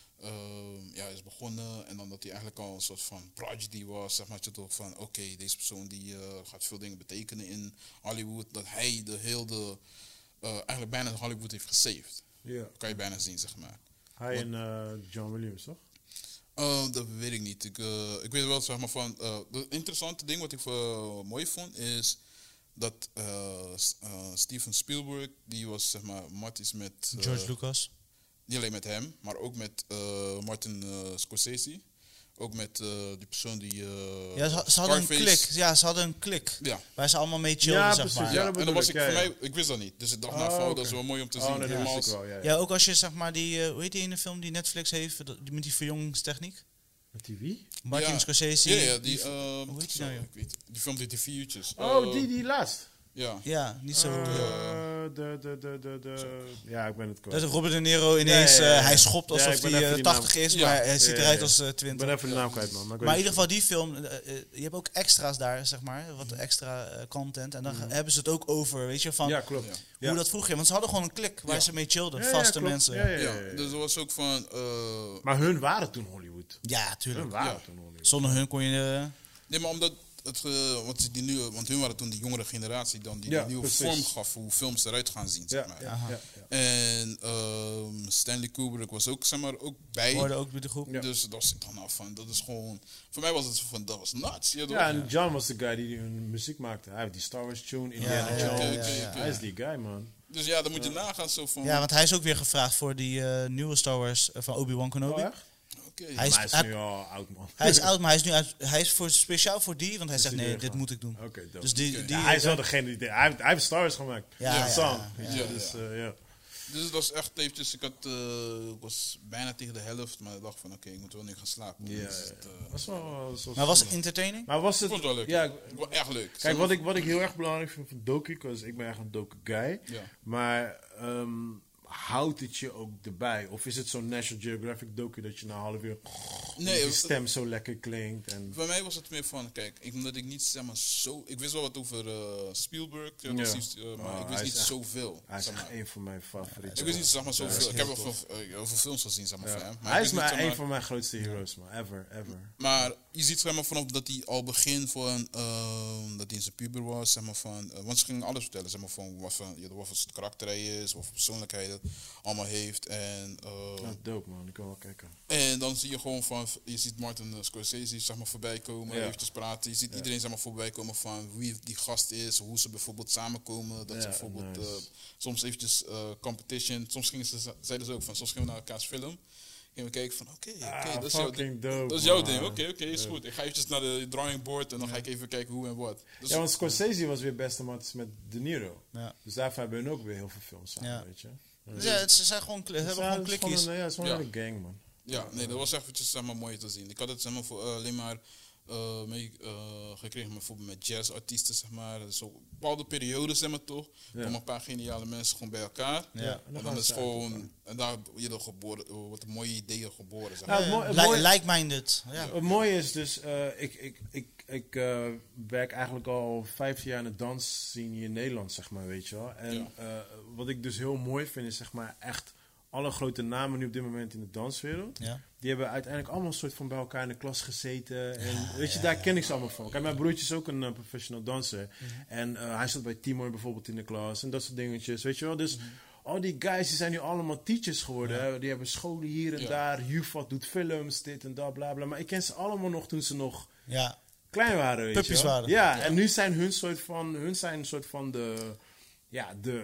ehm, ja, is begonnen. En dan dat hij eigenlijk al een soort van prodigy was. Zeg maar, dat je toch van, oké, deze persoon die uh, gaat veel dingen betekenen in Hollywood. Dat hij de hele, uh, eigenlijk bijna Hollywood heeft gesaved. Ja. Kan je bijna zien, zeg maar. Hij en uh, John Williams, toch? Uh, dat weet ik niet. Ik, uh, ik weet wel, zeg maar, van... Uh, het interessante ding wat ik uh, mooi vond, is dat uh, S- uh, Steven Spielberg, die was, zeg maar, matties met... uh, George Lucas. Niet alleen met hem, maar ook met uh, Martin uh, Scorsese. Ook met uh, die persoon die... Uh, Ja, ze, ze hadden een Scarface- klik. Ja, ze hadden een klik. Ja, Waar ze allemaal mee chillden, Ja, zeg precies. maar. Ja, ja. dat en dan bedoel was ik, ik, ja, voor ja. mij, ik wist dat niet. Dus ik dacht, Oh, nou, van, oké. dat is wel mooi om te Oh, zien. nee, dat Helemaal wist ik als- wel, ja. Ja, ook als je zeg maar die, uh, hoe heet die ene film die Netflix heeft, dat- die met die verjongingstechniek? Met die wie? Martin Ja. Scorsese. Ja, ja, die... die- Uh, hoe heet die zo, nou, joh? ik weet, die film die die vier uurtjes. Oh, Uh, die, die laatst. Ja. Ja, niet zo. Uh, uh, de, de, de, de, de... Ja, ik ben het kwijt. dat Robert De Niro ineens, Ja, ja, ja, ja. uh, hij schopt Ja, alsof ik ben hij even uh, die tachtig naam- is, Ja. maar hij ziet Ja, eruit ja, als uh, Ik twintig. ben even de naam kwijt, man. Maar, ik Maar in weet ieder geval die film, uh, uh, je hebt ook extra's daar, zeg maar, wat extra uh, content. En dan ga- hebben ze het ook over, weet je, van Ja, klopt. Ja. hoe Ja. dat vroeger ging. Want ze hadden gewoon een klik waar Ja. ze mee chillden, Ja, ja, vaste klopt. mensen. Ja, Ja, ja, Ja, ja, ja. dus er was ook van... uh, Maar hun waren toen Hollywood. tuurlijk. Hun waren Ja. toen Hollywood. Zonder hun kon je... uh, nee, maar omdat... Het, uh, want, die nu, want hun waren toen die jongere generatie dan die Ja, de nieuwe precies. vorm gaf hoe films eruit gaan zien, zeg Ja, maar. ja, ja, ja. En ehm, Stanley Kubrick was ook, zeg maar, ook bij. hoorde ook bij de groep. Ja. Dus dat was ik dan af van, dat is gewoon... Voor mij was het van, dat was nuts. Ja, Ja, en John was de guy die hun muziek maakte. Hij heeft die Star Wars tune, Indiana ja, Jones. oké, oké, ja, oké. Hij is die guy, man. Dus ja, dan moet je nagaan zo van... Ja, want hij is ook weer gevraagd voor die uh, nieuwe Star Wars uh, van Obi-Wan Kenobi. Oh, echt? Oké. Hij Maar is, hij is hij, nu al oud, man. hij is oud, maar hij is nu uit, hij is voor, speciaal voor die, want hij Is zegt hij nee, weer dit gaan? moet ik doen. Oké, dope. Dus die, Oké. die Ja, hij is wel degene die... Hij heeft, hij heeft Star Wars gemaakt. Ja, Ja, ja, Sam. ja, weet ja. je, Ja, dus, ja. uh, ja. Dus dat was echt eventjes, ik had, uh, ik was bijna tegen de helft, maar ik dacht van, oké, ik moet wel nu gaan slapen. Ja, Dus ja, het, ja. uh, Was wel, was wel Maar was het zonde. entertaining? Maar was ik het... vond het wel leuk. Ja, Ja, wel echt leuk. kijk, wat ik, wat ik heel erg belangrijk vind van docu, want ik ben echt een docu guy. Ja. Maar ehm, houdt het je ook erbij? Of is het zo'n National Geographic docu dat je na een half uur... Nee, die het- stem zo lekker klinkt en... Voor mij was het meer van, kijk, ik, omdat ik niet zeg maar zo... Ik wist wel wat over uh, Spielberg, uh, Ja. precies, uh, maar Oh, ik hij wist is niet echt- zoveel. Hij is zeg echt maar. een van mijn favorieten. Ik wist niet zeg maar Ja, zoveel. hij Ik is heb wel heel veel, uh, heel veel films gezien zeg maar, Ja. van hem. Maar Hij ik is wist maar niet, zeg een van mijn grootste heroes, man. Ever, ever. Maar je ziet zeg maar, vanaf dat hij al begin van uh, dat hij in zijn puber was, zeg maar van, uh, want ze gingen alles vertellen, zeg maar van wat voor, ja, wat voor soort karakter hij is, wat voor persoonlijkheid het allemaal heeft en uh, Ja, dope, man. Ik kan wel kijken. en dan zie je gewoon van, je ziet Martin Scorsese zeg maar voorbij komen, Ja. eventjes praten, je ziet Ja. iedereen zeg maar voorbij komen van wie die gast is, hoe ze bijvoorbeeld samenkomen, dat Ja, ze bijvoorbeeld nice. uh, soms eventjes uh, competition, soms gingen ze, zeiden ze ook van, soms gingen we naar elkaars film. Gingen we kijken van, oké, oké, Ah, dat is jouw ding. fucking dope, Dat is jouw man. ding, oké, oké, is goed. Ik ga eventjes naar de drawing board en dan ga ik even kijken hoe en wat. Dus Ja, want Scorsese was weer beste maat met De Niro. Ja. Dus daarvoor hebben we ook weer heel veel films samen, Ja. weet je. Dus ja, het, ze zijn gewoon, kli- hebben Ja, gewoon het is klikjes. Een, ja, het is gewoon Ja. een hele gang, man. ja, nee, dat was eventjes zeg maar, mooi te zien. Ik had het zeg maar, voor, uh, alleen maar uh, mee uh, gekregen bijvoorbeeld met jazzartiesten, zeg maar. Zo bepaalde periodes, zeg maar toch. Ja. Komen een paar geniale mensen gewoon bij elkaar. Ja. Ja, En dan is het gewoon, en daar worden geboren, wordt mooie ideeën geboren, zeg Ja, maar. het mooi- het Li- mooie- Like-minded. Ja. Het mooie is dus, eh, ik, ik, ik, ik eh, werk eigenlijk al vijftien jaar in de dansscene hier in Nederland, zeg maar, weet je wel. En Ja. eh, wat ik dus heel mooi vind, is zeg maar echt alle grote namen nu op dit moment in de danswereld. Ja. Die hebben uiteindelijk allemaal een soort van bij elkaar in de klas gezeten. En weet je, daar ken ik ze allemaal van. Kijk, mijn broertje is ook een uh, professional danser. En uh, hij zat bij Timor bijvoorbeeld in de klas. En dat soort dingetjes, weet je wel. Dus al die guys die zijn nu allemaal teachers geworden. Hè. Die hebben scholen hier en Ja. daar. Jufat doet films, dit en dat, bla bla. Maar ik ken ze allemaal nog toen ze nog Ja. klein waren, weet Puppies je wel. waren. Ja, en nu zijn hun soort van, hun zijn een soort van de, ja, de, ja,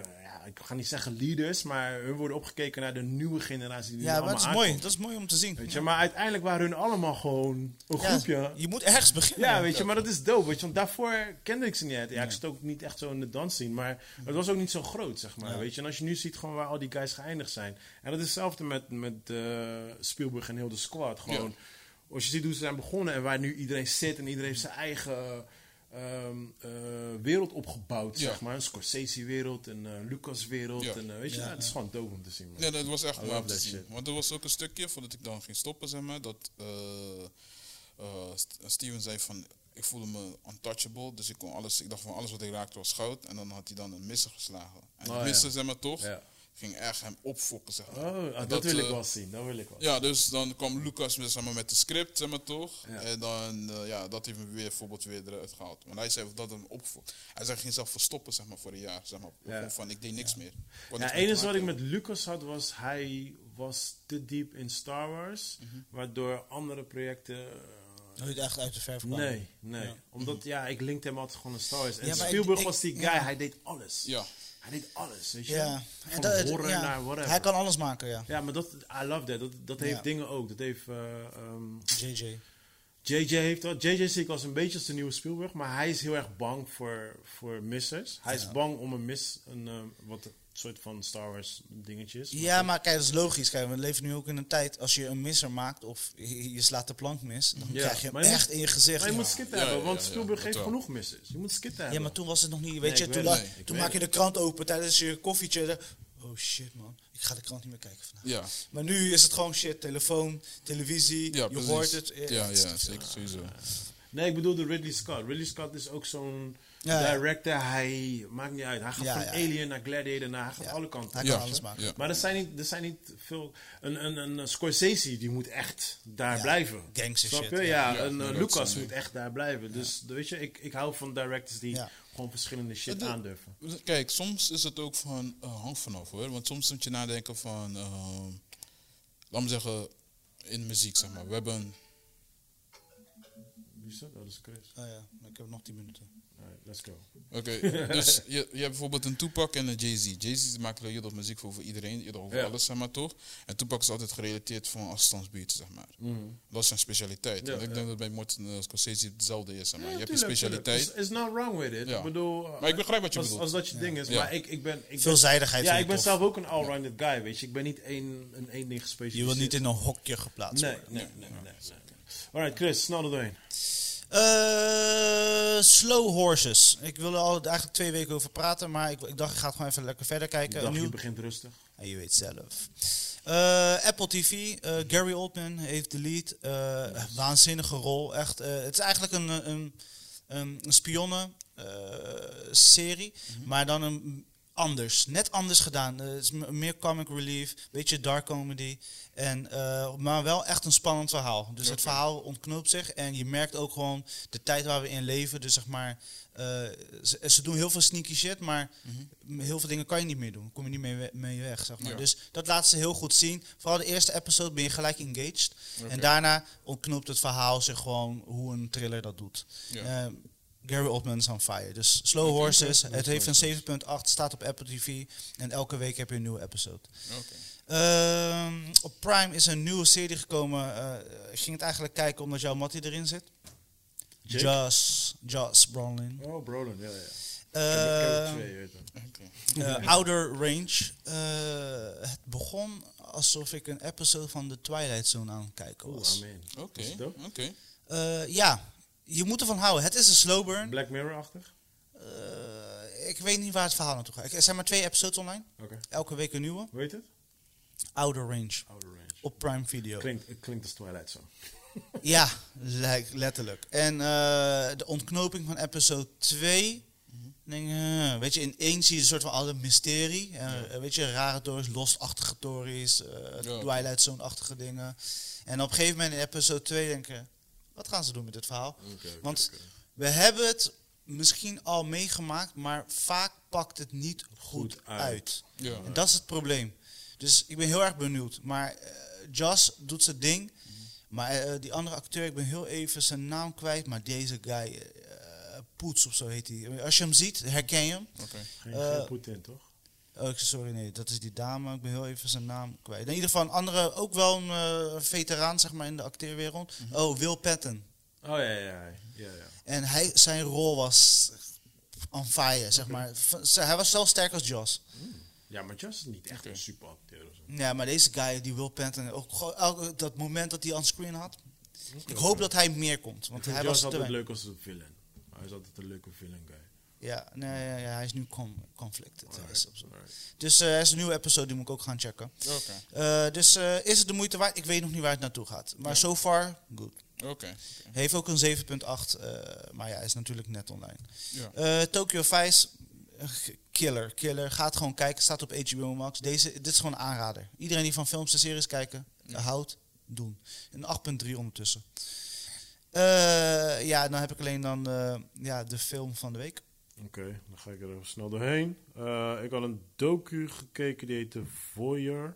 ik ga niet zeggen leaders, maar hun worden opgekeken naar de nieuwe generatie. Die Ja, nu maar dat is allemaal mooi. aankomt. Dat is mooi om te zien. Weet je, maar uiteindelijk waren hun allemaal gewoon een Ja, groepje. je moet ergens beginnen. Ja, weet je, maar dat is dope, weet je, want daarvoor kende ik ze niet. Ja, ik zit ook niet echt zo in de dans zien, maar het was ook niet zo groot, zeg maar, Ja. weet je. En als je nu ziet gewoon waar al die guys geëindigd zijn. En dat is hetzelfde met, met uh, Spielberg en heel de squad, gewoon. Ja. Als je ziet hoe ze zijn begonnen en waar nu iedereen zit en iedereen heeft zijn eigen um, uh, wereld opgebouwd, Ja. zeg maar. Een Scorsese-wereld, een uh, Lucas-wereld, Ja. en uh, weet je, Ja, ja, het is gewoon dope om te zien, man. Ja, dat was echt I mooi love om te that zien. shit. Want er was ook een stukje, voordat ik dan ging stoppen, zeg maar, dat uh, uh, St- Steven zei van, ik voelde me untouchable, dus ik kon alles, ik dacht van alles wat ik raakte was goud. En dan had hij dan een misser geslagen. En Oh, die ja. misser, zeg maar toch, Ja. ging echt hem opfokken, zeg maar. Oh, ah, En dat, wil ik uh, wel zien, dat wil ik wel. Ja, dus dan kwam Lucas met, zeg maar, met de script, zeg maar toch. Ja. En dan, uh, ja, dat heeft hem weer bijvoorbeeld weer eruit gehaald. Want hij zei dat hem opfokt. Hij zei, ging zelf verstoppen, zeg maar, voor een jaar. Zeg maar. Ja. Gewoon van, ik deed niks meer. Ik kon Ja, niks het meer enige wat ik maken. met Lucas had was, hij was te diep in Star Wars, Mhm. waardoor andere projecten... uh, Nooit echt uit de verf kwamen. nee, nee. Ja. Omdat, ja, ik linkte hem altijd gewoon naar Star Wars. En Ja, maar Spielberg ik- was die guy, ja. hij deed alles. Ja. Hij deed alles, weet je. Ja. Van En dat- horror ja. naar whatever. Hij kan alles maken, ja. Ja, maar dat, I love that. Dat, dat heeft Ja. dingen ook. Dat heeft... uh, um, J J. J J heeft dat. J J zie ik als een beetje als de nieuwe Spielberg, maar hij is heel erg bang voor, voor missers. Hij is Ja. bang om een mis, een, uh, wat een soort van Star Wars dingetje is. Ja, maar kijk, dat is logisch. Kijk, we leven nu ook in een tijd, als je een misser maakt of je, je slaat de plank mis, dan Ja, krijg je hem maar je echt in je gezicht. Maar je moet Ja. skitten Ja, hebben, ja, want ja, ja, Spielberg dat heeft wel. genoeg missers. Je moet skitten hebben. Ja, maar toen was het nog niet, weet Nee, je, ik toen, weet la- het. Nee, ik toen weet maak je de krant open tijdens je koffietje. dan- Oh shit man, ik ga de krant niet meer kijken vandaag. Ja. Maar nu is het gewoon shit, telefoon, televisie, Ja, je precies. hoort het. Ja, het is- ja, zeker, sowieso. Nee, ik bedoel de Ridley Scott. Ridley Scott is ook zo'n Ja, ja. director. Hij maakt niet uit. Hij gaat Ja, van ja. Alien naar Gladiator naar. Hij gaat Ja. alle kanten. Hij op, kan weet je. alles maken. Ja. Maar er zijn niet, er zijn niet veel. Een, een, een Scorsese die moet echt daar Ja, blijven. gangster Snap shit, je? ja. Ja, Ja, een nee, uh, dat Lucas is, uh, moet echt daar blijven. Dus weet je, ik, ik hou van directors die Ja. gewoon verschillende shit Ja, de- aandurven. Kijk, soms is het ook van, uh, hangt vanaf hoor. Want soms moet je nadenken van, uh, laat me zeggen, in muziek zeg maar. We hebben, Wie is dat? Oh, dat is Chris. Oh ja, maar ik heb nog tien minuten. Alright, let's go. oké, dus je, je hebt bijvoorbeeld een Tupac en een Jay-Z. Jay-Z maakt heel veel muziek voor, voor iedereen, ieder over Ja. alles zeg maar toch. En Tupac is altijd gerelateerd van afstandsbeats zeg maar. Mhm. Dat is zijn specialiteit. Ja, en ik ja. denk dat bij Martin uh, Scorsese hetzelfde is zeg maar. Ja, je hebt je tuurlijk, specialiteit. tuurlijk. Is not wrong with it. Ja. Ik bedoel, Maar ik begrijp wat je als, bedoelt. Als dat je ding is. Ja. Maar ik, ik ben... Ik ben Veelzijdigheid ja, vind ik ben tof. zelf ook een all-rounded guy, weet je. Ik ben niet één, een één ding gespecialiseerd. Je wil niet in een hokje geplaatst Nee, worden. nee, nee, nee. nee. Alright, Chris, snel er doorheen. Eh, Slow Horses. Ik wilde al eigenlijk twee weken over praten, maar ik, ik dacht ik ga het gewoon even lekker verder Ik kijken. dacht, Nieuw- je begint rustig. Ja, je weet zelf. Eh, Apple T V, eh, Gary Oldman heeft de lead. Eh, waanzinnige rol, echt. Eh, het is eigenlijk een, een, een, een spionnen eh, serie, maar dan een anders. Net anders gedaan. Eh, het is m- meer comic relief, beetje dark comedy. En, eh, maar wel echt een spannend verhaal. Dus het verhaal ontknoopt zich en je merkt ook gewoon de tijd waar we in leven. Dus zeg maar, eh, ze, ze doen heel veel sneaky shit, maar heel veel dingen kan je niet meer doen. Kom je niet mee, we- mee weg, zeg maar. Ja. Dus dat laat ze heel goed zien. Vooral de eerste episode ben je gelijk engaged. Oké. En daarna ontknoopt het verhaal zich gewoon hoe een thriller dat doet. Ja. Eh, Gary Oldman is on fire. Dus Slow Oké, Horses. oké. Het heeft een zeven komma acht, staat op Apple T V. En elke week heb je een nieuwe episode. Oké. Ehm, op Prime is een nieuwe serie gekomen. Eh, ik ging het eigenlijk kijken omdat jouw Mattie erin zit. Jake? Joss, Joss Brolin. Oh, Brolin, ja, ja. Ik Eh, heb er twee, weet je. Oké. eh, Outer Range. Eh, het begon alsof ik een episode van The Twilight Zone aan het kijken Oeh, was. amen. Oké. Is het dope? Oké. Eh, ja, je moet ervan houden. Het is een slow burn. Black Mirror-achtig? Eh, ik weet niet waar het verhaal naartoe gaat. Er zijn maar twee episodes online. Oké. Elke week een nieuwe. Hoe heet het? Outer Range. Outer Range. Op Prime Video. Klinkt, het klinkt als Twilight Zone. Ja, lijk- letterlijk. En eh, de ontknoping van episode twee. Denk, eh, weet je, in één zie je een soort van alle mysterie. Eh, Weet je, rare tories, Lost-achtige tories, eh, Ja. Twilight Zone-achtige dingen. En op een gegeven moment in episode twee denken, wat gaan ze doen met dit verhaal? Oké, oké, Want oké. we hebben het misschien al meegemaakt, maar vaak pakt het niet goed, Goed uit. uit. Ja. En dat is het probleem. Dus ik ben heel erg benieuwd. Maar eh Joss doet zijn ding. Maar eh, die andere acteur, ik ben heel even zijn naam kwijt. Maar deze guy, eh Poets of zo heet hij. Als je hem ziet, herken je hem. Oké. Geen, Eh, geen Poetin, toch? Oh, sorry, nee, dat is die dame. Ik ben heel even zijn naam kwijt. In ieder geval een andere, ook wel een uh, veteraan, zeg maar, in de acteerwereld. Mm-hmm. Oh, Will Patton. Oh, ja, ja, ja. ja, ja. En hij, zijn rol was on fire, zeg Okay. maar. Hij was zelfs sterk als Joss. Mm. Ja, maar Joss is niet echt okay. een super acteur of zo. Ja, maar deze guy, die Will Patton, ook gewoon, elke, dat moment dat hij on screen had. Okay, ik hoop okay. dat hij meer komt. Want hij Joss was altijd te... leuk als een villain. Hij is altijd een leuke villain guy. Ja, nee, ja, ja, hij is nu com- conflicted. Hij is dus uh, er is een nieuwe episode, die moet ik ook gaan checken. Okay. Uh, dus uh, is het de moeite waard? Ik weet nog niet waar het naartoe gaat. Maar ja. so far, good. Oké. Okay. Okay. Heeft ook een zeven komma acht, uh, maar ja, is natuurlijk net online. Ja. Uh, Tokyo Vice, uh, killer, killer. Gaat gewoon kijken, staat op H B O Max. Deze, dit is gewoon een aanrader. Iedereen die van films en series kijken, ja. houdt, doen. Een acht komma drie ondertussen. Uh, ja, dan heb ik alleen dan uh, ja, de film van de week. Oké, okay, dan ga ik er even snel doorheen. Uh, ik had een docu gekeken, die heette Voyeur.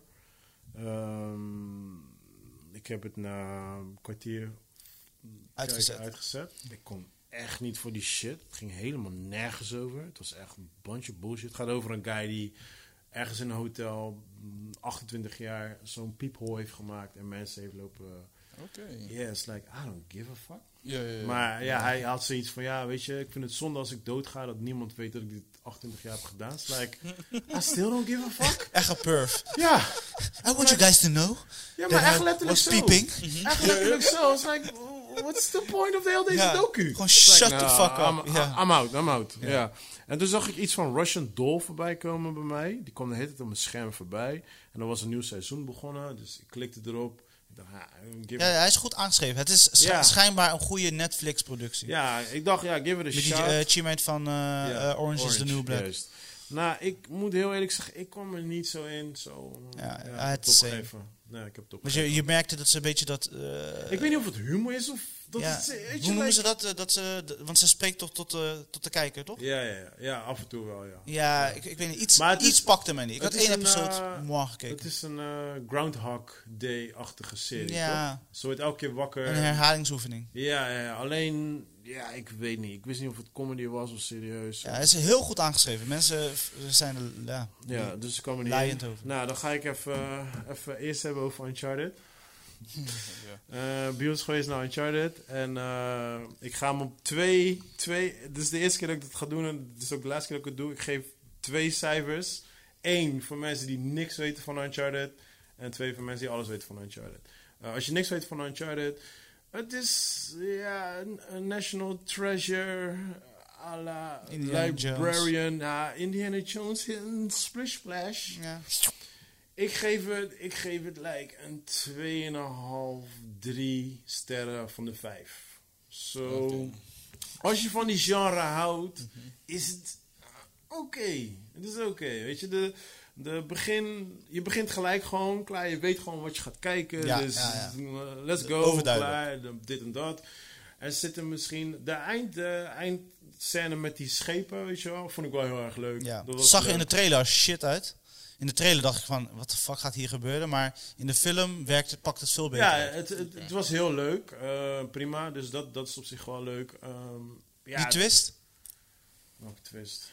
Um, ik heb het na een kwartier uitgezet. uitgezet. Ik kon echt niet voor die shit. Het ging helemaal nergens over. Het was echt een bunch of bullshit. Het gaat over een guy die ergens in een hotel achtentwintig jaar zo'n piephol heeft gemaakt en mensen heeft lopen... Oké. Okay. Yeah, it's like, I don't give a fuck. Ja, ja, ja. Maar ja, hij had zoiets van, ja, weet je, ik vind het zonde als ik doodga dat niemand weet dat ik dit achtentwintig jaar heb gedaan. It's like, I still don't give a fuck. Echt een perf. Ja. I want you guys to know. Ja, maar echt letterlijk zo. Peeping. Mm-hmm. Echt letterlijk zo. It's like, what's the point of the hele deze ja, docu? Gewoon shut like, the fuck nah, up. I'm, ja. I'm out, I'm out. Ja. Ja. En toen zag ik iets van Russian Doll voorbij komen bij mij. Die kwam de hele tijd op mijn scherm voorbij. En er was een nieuw seizoen begonnen, dus ik klikte erop. Ja, hij is goed aangeschreven. Het is sch- ja. schijnbaar een goede Netflix-productie. Ja, ik dacht, ja, give it a Met shot. die uh, cheermate van uh, ja, uh, Orange, Orange is the New Black. Juist. Nou, ik moet heel eerlijk zeggen, ik kwam er niet zo in. Zo, ja, ja, ja, het is opgegeven. Nee, ik heb het maar je, je merkte dat ze een beetje dat... Uh, ik weet niet of het humor is of... Dat ja. het, weet Hoe je, noemen like, ze dat? Uh, dat ze, d- want ze spreekt toch tot, uh, tot de kijker, toch? Ja, ja, ja, ja, af en toe wel, ja. Ja, ja. Ik, ik weet niet. Iets, maar iets is, pakte mij niet. Ik had één een, episode uh, mooi gekeken. Het is een uh, Groundhog Day-achtige serie, ja. toch? Zo wordt elke keer wakker. Een herhalingsoefening. Ja, ja, alleen... Ja, ik weet niet. Ik wist niet of het comedy was of serieus. Ja, het is heel goed aangeschreven. Mensen zijn er ja, ja, dus ik kwam er niet in. Over. Nou, dan ga ik even, uh, even eerst hebben over Uncharted. ja. uh, Bios geweest naar Uncharted. En uh, ik ga hem op twee, twee... Dit is de eerste keer dat ik dat ga doen. En dit is ook de laatste keer dat ik het doe. Ik geef twee cijfers. Eén voor mensen die niks weten van Uncharted. En twee voor mensen die alles weten van Uncharted. Uh, als je niks weet van Uncharted... Het is ja, een national treasure à la Indiana librarian. Ja, Indiana Jones in Splish Splash. Ja. Ik geef het, ik geef het like een twee komma vijf, drie sterren van de vijf. Zo, so, okay. Als je van die genre houdt, mm-hmm. is het oké. Okay. Het is oké, okay. Weet je, de... De begin, je begint gelijk gewoon, klaar, je weet gewoon wat je gaat kijken. Ja, dus ja, ja. Uh, let's go, klaar, dit en dat. Er zitten misschien, de, eind, de eindscène met die schepen, weet je wel, vond ik wel heel erg leuk. Ja. Dat was zag leuk. je in de trailer als shit uit. In de trailer dacht ik van, wat de fuck gaat hier gebeuren? Maar in de film werkt het, pakt het veel beter. Ja, het, het, het was heel leuk, uh, prima, dus dat, dat is op zich wel leuk. Um, ja, die twist? Welke twist?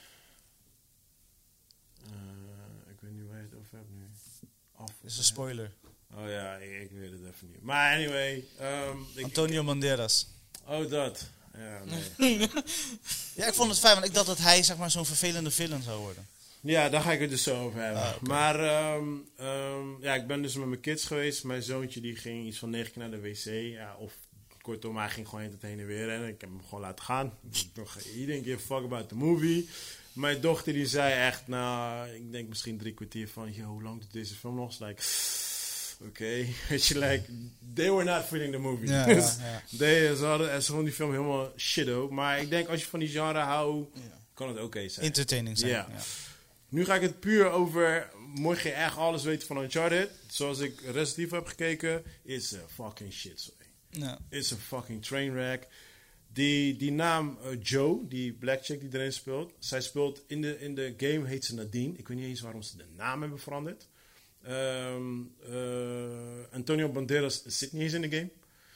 Uh, Ik weet niet waar je het over hebt nu. Af, dat is een spoiler. Oh ja, ik, ik weet het even niet. Maar anyway. Um, ik, Antonio Banderas. Oh, dat. Ja, nee. ja, ik vond het fijn, want ik dacht dat hij zeg maar zo'n vervelende villain zou worden. Ja, daar ga ik het dus zo over hebben. Ah, okay. Maar um, um, ja, ik ben dus met mijn kids geweest. Mijn zoontje die ging iets van negen keer naar de wc. Ja, of kortom, hij ging gewoon heen en weer. En ik heb hem gewoon laten gaan. He didn't give a fuck about the movie. Mijn dochter die zei echt, nou, ik denk misschien drie kwartier van, yo, hoe lang doet deze film nog? Like, oké, okay. Weet je, like, they were not feeling the movie. Ja, dus ja, ja. they, ze hadden, ze vonden die film helemaal shit ook. Maar ik denk, als je van die genre houdt, ja. kan het oké okay zijn. Entertaining zijn, ja. ja. Nu ga ik het puur over, mocht je echt alles weten van Uncharted, zoals ik Resident Evil heb gekeken, it's a fucking shit, sorry. Ja. It's a fucking train wreck. Die, die naam uh, Joe, die black chick die erin speelt. Zij speelt in de, in de game, heet ze Nadine. Ik weet niet eens waarom ze de naam hebben veranderd. Um, uh, Antonio Banderas zit niet eens in de game.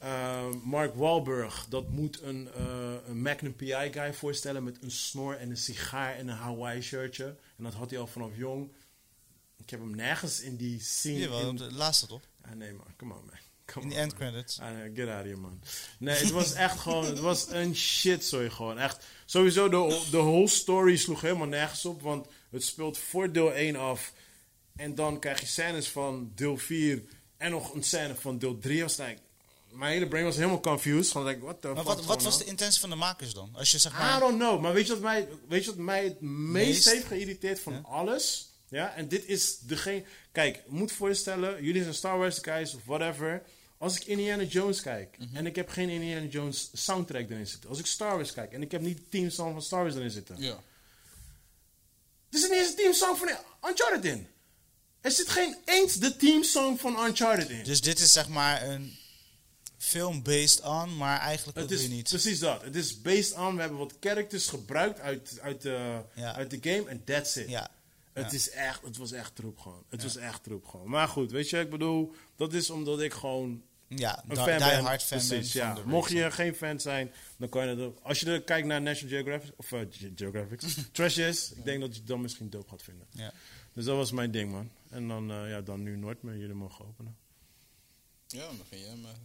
Uh, Mark Wahlberg, dat moet een, uh, een Magnum P I guy voorstellen met een snor en een sigaar en een Hawaii shirtje. En dat had hij al vanaf jong. Ik heb hem nergens in die scene... Hier wel, in... de laatste toch? Ah, nee man, come on man. Come In de on, end man. credits. Ah, nee, get out of here man. Nee, het was echt gewoon, het was een shitzooi gewoon. Echt, sowieso de, de whole story sloeg helemaal nergens op, want het speelt voor deel één af. En dan krijg je scènes van deel vier en nog een scène van deel drie. Was like, mijn hele brain was helemaal confused. Gewoon like, what the Maar fuck wat, wat was nou? de intentie van de makers dan? Als je zeg I maar... don't know. Maar weet je wat mij, weet je wat mij het meest, Meest? heeft geïrriteerd van Ja. alles? Ja, en dit is degene... Kijk, je moet voorstellen, jullie zijn Star Wars guys of whatever. Als ik Indiana Jones kijk Mhm. en ik heb geen Indiana Jones soundtrack erin zitten. Als ik Star Wars kijk en ik heb niet de teamsong van Star Wars erin zitten. Ja. Er zit niet eens een teamsong van Uncharted in. Er zit geen eens de teamsong van Uncharted in. Dus dit is zeg maar een film based on, maar eigenlijk ook Het is weer niet. precies dat. Het is based on, we hebben wat characters gebruikt uit, uit, de, Ja. uit de game en that's it. Ja. Het, Ja. is echt, het was echt troep gewoon. Het was echt troep gewoon. Maar goed, weet je, ik bedoel, dat is omdat ik gewoon Ja, een die fan ben. hard fan ben Precies, van ja. de Mocht race. je geen fan zijn, dan kan je dat... Als je er kijkt naar National Geographic, of uh, Ge- Geographic, Treasures, ik denk dat je het dan misschien dope gaat vinden. Ja. Dus dat was mijn ding, man. En dan, uh, ja, dan nu nooit meer. Jullie mogen openen. Ja, dan ging jij maar.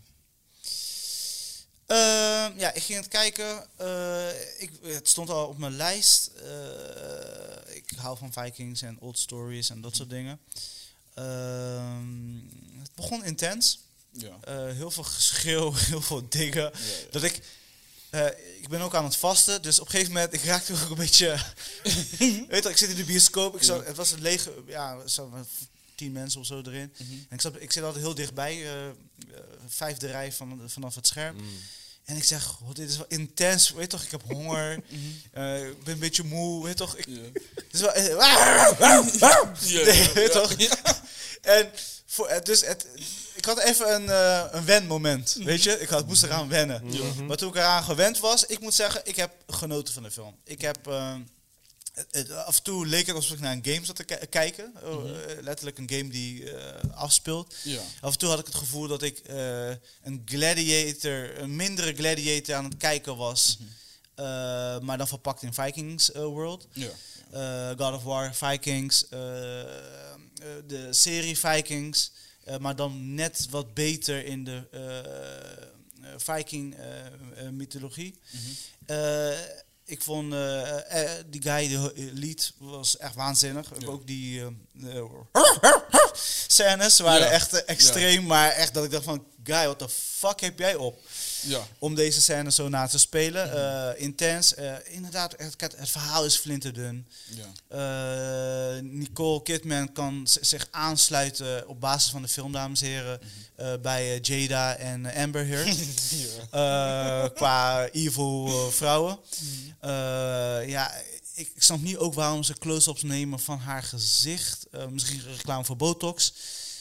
Ehm, ja, ik ging het kijken. Eh, ik, het stond al op mijn lijst. Eh, ik hou van Vikings en old stories en dat soort dingen. Ehm, het begon intens. Ja. Eh, heel veel geschreeuw, heel veel dingen. ja. Dat ik... eh, ik ben ook aan het vasten, dus op een gegeven moment, ik raakte ook een beetje... weet je, ik zit in de bioscoop, ik zat, Ja. het was een lege... Ja, er zaten tien mensen of zo erin. Mhm. En ik, zat, ik zit altijd heel dichtbij, eh, eh, vijfde rij van, vanaf het scherm. En ik zeg, oh, dit is wel intens, weet je toch, ik heb honger, eh, ik ben een beetje moe, weet je toch. Ik, Ja. het is wel... eh, ja, Ja, weet je ja, toch. ja. En voor, het- dus het, ik had even een, eh, een wenmoment, weet je. Ik had, moest eraan wennen. Ja. Maar toen ik eraan gewend was, ik moet zeggen, ik heb genoten van de film. Ik heb... eh, het- het- af en toe leek het alsof ik naar een game zat te ki- kijken. Oh, eh, letterlijk een game die eh, afspeelt. Ja. Af en toe had ik het gevoel dat ik eh, een gladiator, een mindere gladiator aan het kijken was. Eh, maar dan verpakt in Vikings eh, world. Ja. Eh, God of War, Vikings, eh, eh, de serie Vikings. eh, maar dan net wat beter in de eh, eh, Viking eh, eh, mythologie. Eh, ik vond eh, eh, die guy, die lead, was echt waanzinnig. Ja. Ook die eh, eh, scènes waren Ja. echt eh, extreem. Maar echt dat ik dacht van, guy, what the fuck heb jij op? Ja. Om deze scène zo na te spelen. Eh, intens. Eh, inderdaad, het, het verhaal is flinterdun. Ja. Eh, Nicole Kidman kan z- zich aansluiten op basis van de film, dames en heren, eh, bij eh, Jada en eh, Amber Heard. Eh, qua evil eh, vrouwen. Eh, ja, ik, ik snap niet ook waarom ze close-ups nemen van haar gezicht. Eh, misschien reclame voor Botox.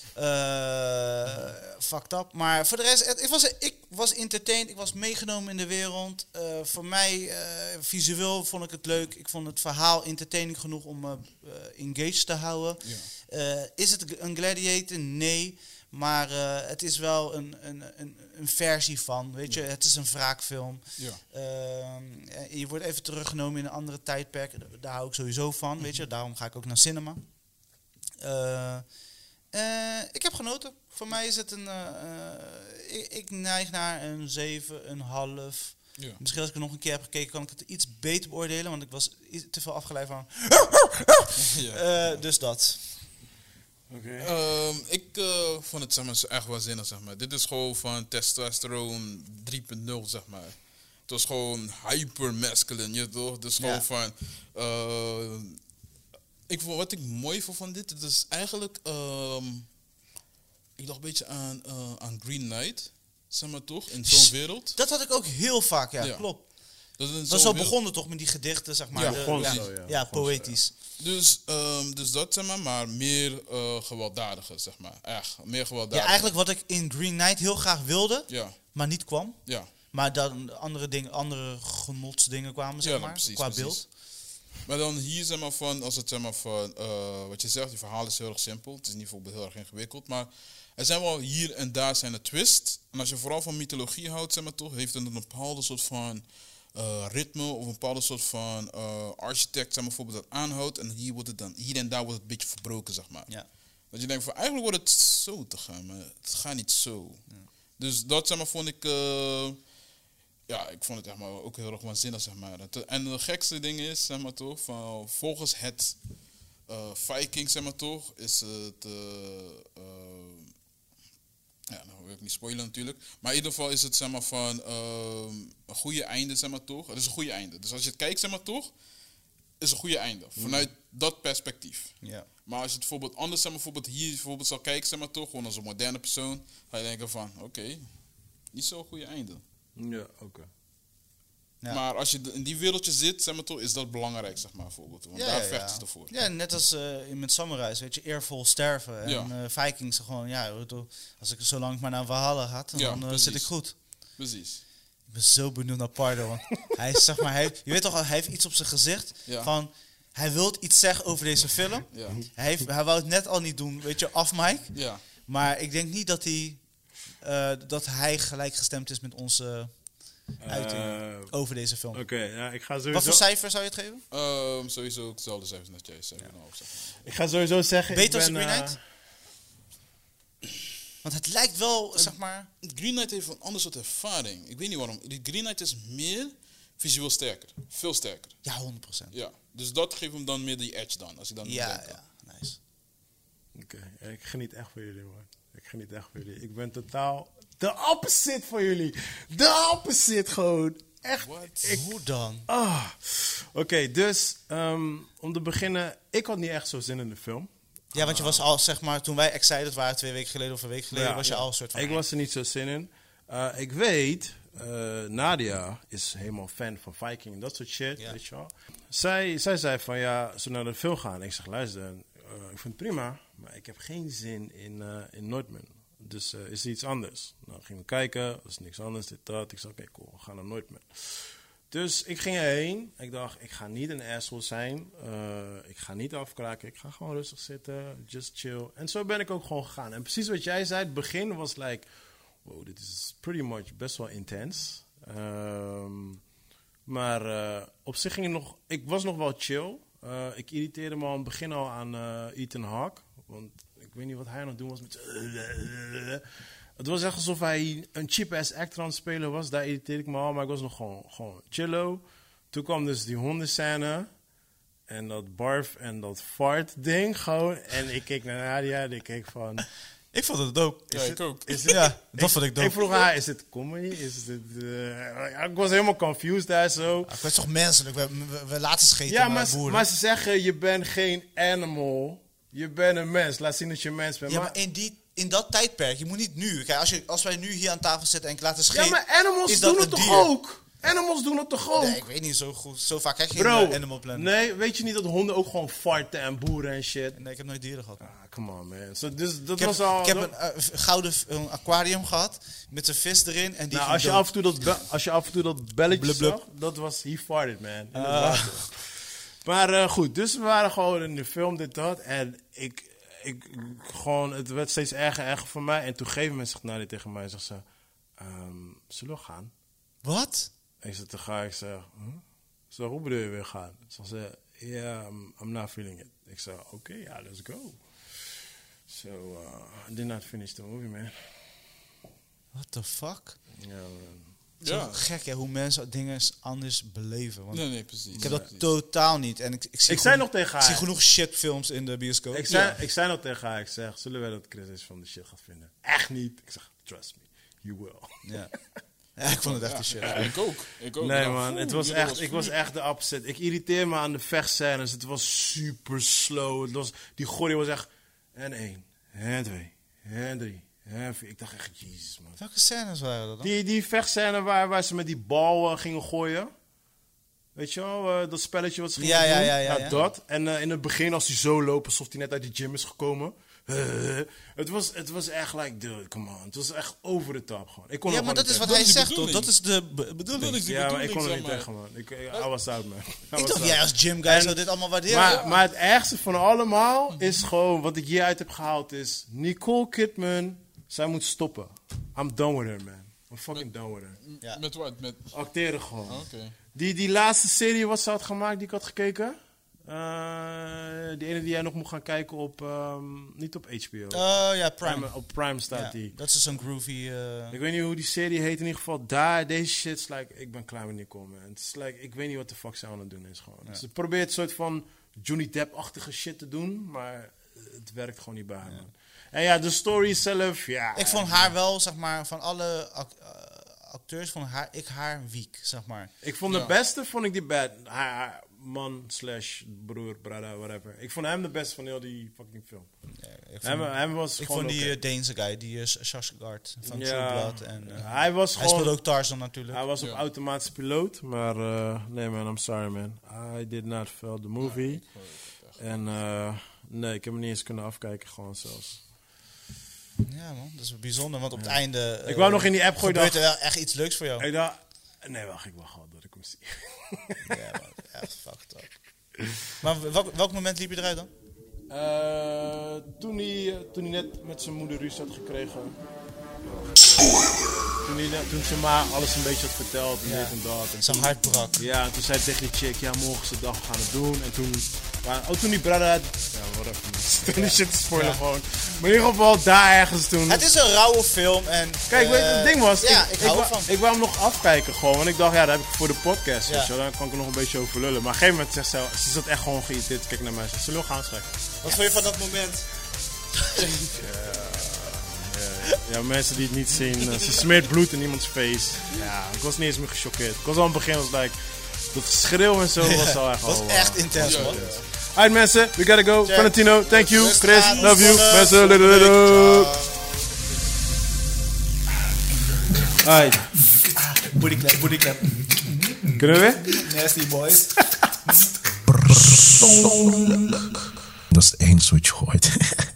Eh fucked up. Maar voor de rest, het, ik, was, ik was entertained. Ik was meegenomen in de wereld. Eh, voor mij, eh, visueel vond ik het leuk. Ik vond het verhaal entertaining genoeg om me eh, engaged te houden. Ja. Eh, is het een gladiator? Nee. Maar eh, het is wel een, een, een, een versie van, weet je. Het is een wraakfilm. Ja. Eh, je wordt even teruggenomen in een andere tijdperk. Daar hou ik sowieso van, weet je. Daarom ga ik ook naar cinema. Eh, eh, ik heb genoten. Voor mij is het een... eh, eh, ik, ik neig naar een zeven, een half. Ja. Misschien als ik er nog een keer heb gekeken, kan ik het iets beter beoordelen. Want ik was i- te veel afgeleid van... Ja. Eh, dus dat. Oké. Ehm, ik eh, vond het zeg maar, echt waanzinnig, zeg maar. Dit is gewoon van testosteron drie punt nul, zeg maar. Het was gewoon hyper masculine, je toch? Dus gewoon Ja. van... eh, ik vond, wat ik mooi vond van dit, het is eigenlijk... ehm, ik dacht een beetje aan, eh, aan Green Knight, zeg maar toch? In zo'n wereld. Dat had ik ook heel vaak, ja, Ja. klopt. Dat is in Dat zo'n zo wereld- begonnen toch met die gedichten, zeg maar. Ja, de- gewoon ja, zo, ja. ja, Gewoon zo, poëtisch. Dus, ehm, dus dat, zeg maar, maar meer eh gewelddadiger, zeg maar. Echt, meer Ja, gewelddadiger. eigenlijk wat ik in Green Knight heel graag wilde, Ja, maar niet kwam. ja. Maar dan andere dingen, andere genotsdingen kwamen, zeg Ja, maar, precies, qua precies. beeld. Maar dan hier zeg maar van, als het zeg maar van, uh, wat je zegt, die verhaal is heel erg simpel. Het is niet bijvoorbeeld heel erg ingewikkeld, maar er zijn wel hier en daar zijn er twists. En als je vooral van mythologie houdt, zeg maar toch, heeft het een bepaalde soort van uh, ritme of een bepaalde soort van uh, architect, zeg maar bijvoorbeeld dat aanhoudt. En hier wordt het dan, hier en daar wordt het een beetje verbroken, zeg maar. Ja. Dat je denkt van, eigenlijk wordt het zo te gaan, maar het gaat niet zo. Ja. Dus dat zeg maar vond ik, uh, ja, ik vond het echt maar ook heel erg waanzinnig, zeg maar. En de gekste ding is, zeg maar toch, van, volgens het uh, Viking, zeg maar toch, is het, uh, uh, ja, nou wil ik niet spoilen natuurlijk, maar in ieder geval is het, zeg maar, van uh, een goede einde, zeg maar toch. Het is een goede einde. Dus als je het kijkt, zeg maar toch, is een goede einde. Vanuit mm. dat perspectief. Ja. Maar als je het bijvoorbeeld anders, zeg maar, bijvoorbeeld hier bijvoorbeeld zal kijken, zeg maar toch, gewoon als een moderne persoon, ga je denken van, oké, okay, niet zo'n goede einde. Ja, oké. Okay. Ja. Maar als je in die wereldje zit, zeg maar toch, is dat belangrijk, zeg maar, bijvoorbeeld. Want ja, daar ja, vechten ja. ze ervoor. Ja, net als uh, met Samurais, weet je, eervol sterven. En ja. uh, Vikings gewoon, ja, als ik zolang ik maar naar Valhalla ga, dan ja, uh, zit ik goed. Precies. Ik ben zo benieuwd naar Pardo, want hij is, zeg maar, hij, je weet toch, hij heeft iets op zijn gezicht ja. van, hij wil iets zeggen over deze film. Ja. Hij, heeft, hij wou het net al niet doen, weet je, af Mike. Ja. Maar ik denk niet dat hij, uh, dat hij gelijkgestemd is met onze uiting uh, over deze film. Oké, okay, ja, ik ga sowieso... Wat voor cijfer zou je het geven? Um, sowieso hetzelfde cijfer als jij zei. Ja. Ik ga sowieso zeggen... Beter als Green Knight? Uh... Want het lijkt wel, uh, zeg maar... Green Knight heeft een ander soort ervaring. Ik weet niet waarom. Die Green Knight is meer visueel sterker. Veel sterker. Ja, honderd procent. Ja, dus dat geeft hem dan meer die edge dan. Als ik dan ja, denk ja, nice. Oké, okay. Ik geniet echt van jullie, man. Ik geniet echt van jullie. Ik ben totaal de opposite van jullie. De opposite gewoon. Echt. Ik... Hoe dan? Ah. Oké, okay, dus um, om te beginnen. Ik had niet echt zo zin in de film. Ja, want je was al, zeg maar, toen wij excited waren twee weken geleden of een week geleden, ja, was je ja. al een soort van... Ik was er niet zo zin in. Uh, ik weet, uh, Nadia is helemaal fan van Viking en dat soort shit, ja. weet je wel. Zij, zij zei van, ja, zo naar de film gaan. Ik zeg, luister, uh, ik vind het prima, maar ik heb geen zin in, uh, in Northman. Dus uh, is er iets anders? Nou, gingen we kijken, er is niks anders, dit, dat. Ik zei, oké, okay, cool, we gaan naar Northman. Dus ik ging erheen. Ik dacht, ik ga niet een asshole zijn. Uh, ik ga niet afkraken. Ik ga gewoon rustig zitten, just chill. En zo ben ik ook gewoon gegaan. En precies wat jij zei, het begin was like... Wow, dit is pretty much best wel intens. Um, maar uh, op zich ging het nog... Ik was nog wel chill. Uh, ik irriteerde me aan het begin al aan uh, Ethan Hawke. Want ik weet niet wat hij aan het doen was met... Het was echt alsof hij een cheap-ass actor aan het spelen was. Daar irriteerde ik me al, maar ik was nog gewoon, gewoon chillo. Toen kwam dus die hondenscène. En dat barf en dat fart ding gewoon. En ik keek naar Nadia en ik keek van... Ik vond het dope. Ja, het, ik ook. Is het, ja, dat ik, vond ik dope. Ik vroeg haar, is het comedy? Is het... Uh, ik was helemaal confused daar zo. Ja, ik was toch menselijk? We, we, we laten scheten ja, maar, maar, maar ze zeggen, je bent geen animal. Je bent een mens. Laat zien dat je een mens bent. Ja, maar, maar in, die, in dat tijdperk, je moet niet nu. Kijk, als, je, als wij nu hier aan tafel zitten en ik laat het scheten... Ja, maar animals doen het toch dier? ook? Animals doen het toch ook? Nee, ik weet niet, zo, goed, zo vaak krijg je Bro, geen uh, Animal Planet. Nee, weet je niet dat honden ook gewoon farten en boeren en shit? Nee, ik heb nooit dieren gehad. Ah, come on man. So, dus, dat ik was heb, al, ik heb dat... een uh, gouden een aquarium gehad met een vis erin. En die nou, als je, af en toe dat be- als je af en toe dat belletje blub, blub. zag, dat was, he farted man. Uh. Maar uh, goed, dus we waren gewoon in de film, dit, dat. En ik, ik, gewoon, het werd steeds erger, erger voor mij. En toen gegeven moment zegt Nadia tegen mij, zegt ze, um, zullen we gaan? Wat? En ik zei tegen haar, ik zeg, huh? Zo, hoe bedoel je weer gaan? Ze zei, yeah, I'm, I'm not feeling it. Ik zei, oké, okay, yeah, let's go. So, uh, I did not finish the movie, man. What the fuck? Ja, man. Zo Ja. gek, hè, hoe mensen dingen anders beleven. Want Nee, nee, precies. ik heb ja, dat precies. totaal niet. En ik, ik, zie Ik zei genoeg, nog tegen ik zie haar, genoeg shitfilms in de bioscoop. ik zei, Ja. ik zei nog tegen haar, ik zeg, zullen wij dat Chris eens van de shit gaat vinden? Echt niet. Ik zeg, trust me, you will. Ja. Ja, ik vond het echt Ja, een shit. ja, ik ook. Ik ook. Nee Ja, man, oeh, het was dit echt, ik was goed. echt de opposite. Ik irriteer me aan de vechtscènes. Het was super slow. Het was, die gorie was echt, en één, en twee, en drie, en vier. Ik dacht echt, jezus man. Welke scènes waren dat dan? Die, die vechtscène waar, waar ze met die bal uh, gingen gooien. Weet je wel, uh, dat spelletje wat ze gingen Ja, ja, doen. ja, ja, ja. dat. En uh, in het begin als hij zo loopt, alsof hij net uit die gym is gekomen. Uh, het, was, het was echt like, dude, come on. Het was echt over de top gewoon. Ik kon Ja, er maar dat gewoon is niet wat hij Dat is de zegt, toch? bedoeling. Dat is de be- bedoeling. Dat is de tegen. Ja, maar ik bedoeling, kon er niet zeg maar. tegen, man. Ik, I was out, man. I Ik was dacht, out. jij als gym guy En- zou dit allemaal waarderen. Maar, Ja. maar het ergste van allemaal is gewoon, wat ik hieruit heb gehaald is, Nicole Kidman, zij moet stoppen. I'm done with her, man. I'm fucking done with her. Ja. Met wat? Met... Acteren gewoon. Oh, Oké. Okay. Die, die laatste serie wat ze had gemaakt, die ik had gekeken. Uh, die ene die jij nog moet gaan kijken op, um, niet op H B O. Oh ja, Prime. Prime, op Prime staat Ja, die. dat is zo'n groovy... eh, Ik weet niet hoe die serie heet in ieder geval. Daar, deze shit is like, ik ben klaar met Nicole, man. Het is like, ik weet niet wat de fuck ze aan het doen is gewoon. Ja. Ze probeert een soort van Johnny Depp-achtige shit te doen, maar het werkt gewoon niet bij haar, man. En ja, de story zelf, ja. Ik vond haar wel, zeg maar, van alle ac- uh, acteurs, vond haar, ik haar weak, zeg maar. Ik vond Ja. de beste, vond ik die bad. Haar, haar man slash broer, brada, whatever. Ik vond hem de beste van heel die fucking film. Ja, ik vond, Hem, hem was ik gewoon vond die oké. uh, Deense guy, die is Skarsgård van Ja. True Blood. En, uh, Hij was hij gewoon... speelde ook Tarzan natuurlijk. Hij was op Ja. automatische piloot, maar uh, nee man, I'm sorry man. I did not feel the movie. En uh, nee, ik heb hem niet eens kunnen afkijken gewoon zelfs. Ja man, dat is bijzonder, want op het einde... Ik uh, wou nog in die app gooien, gebeurt er dacht- wel echt iets leuks voor jou. Ik dacht, nee wacht, ik wacht al dat ik hem zie. Ja man, echt fucked up. Maar welk, welk moment liep je eruit dan? Uh, toen, hij, uh, toen hij net met zijn moeder ruzie had gekregen. Toen, hij, net- toen ze maar alles een beetje had verteld en Ja. dit en dat. En Zijn hart brak. Ja, en toen zei hij tegen die chick, ja, morgen is de dag, we gaan het doen. En toen, maar, oh, toen die brother had, ja, whatever. Toen die shit te spoilen Ja. gewoon. Maar in ieder geval, daar ergens toen. Het is een rauwe film en... Kijk, weet je, eh, het ding was, ja, ik, ik, ik, hou wou, ervan. ik wou hem nog afkijken gewoon. Want ik dacht, ja, dat heb ik voor de podcast. Ja. Weet je wel, dan kan ik er nog een beetje over lullen. Maar op een gegeven moment zegt ze, ze zat echt gewoon geïrriteerd. Kijk naar mij, ze zegt, zullen we gaan schrijven? Wat vond je van dat moment? Ja, mensen die het niet zien, uh, ze smeert bloed in iemands face. Ja, ik was niet eens meer gechoqueerd. Ik was al aan het begin, was like, dat geschreeuw en zo was al echt Dat was al, echt uh, intens ja, man. ja. Alright mensen, we gotta go. Check. Valentino, thank you. Rustig Chris, aan, love you. ontspannen. Mensen, Volgende week. doei. Ciao. Alright, Booty clap, booty clap. kunnen we weer? Nasty boys. Persoonlijk. Dat is één switch gooit.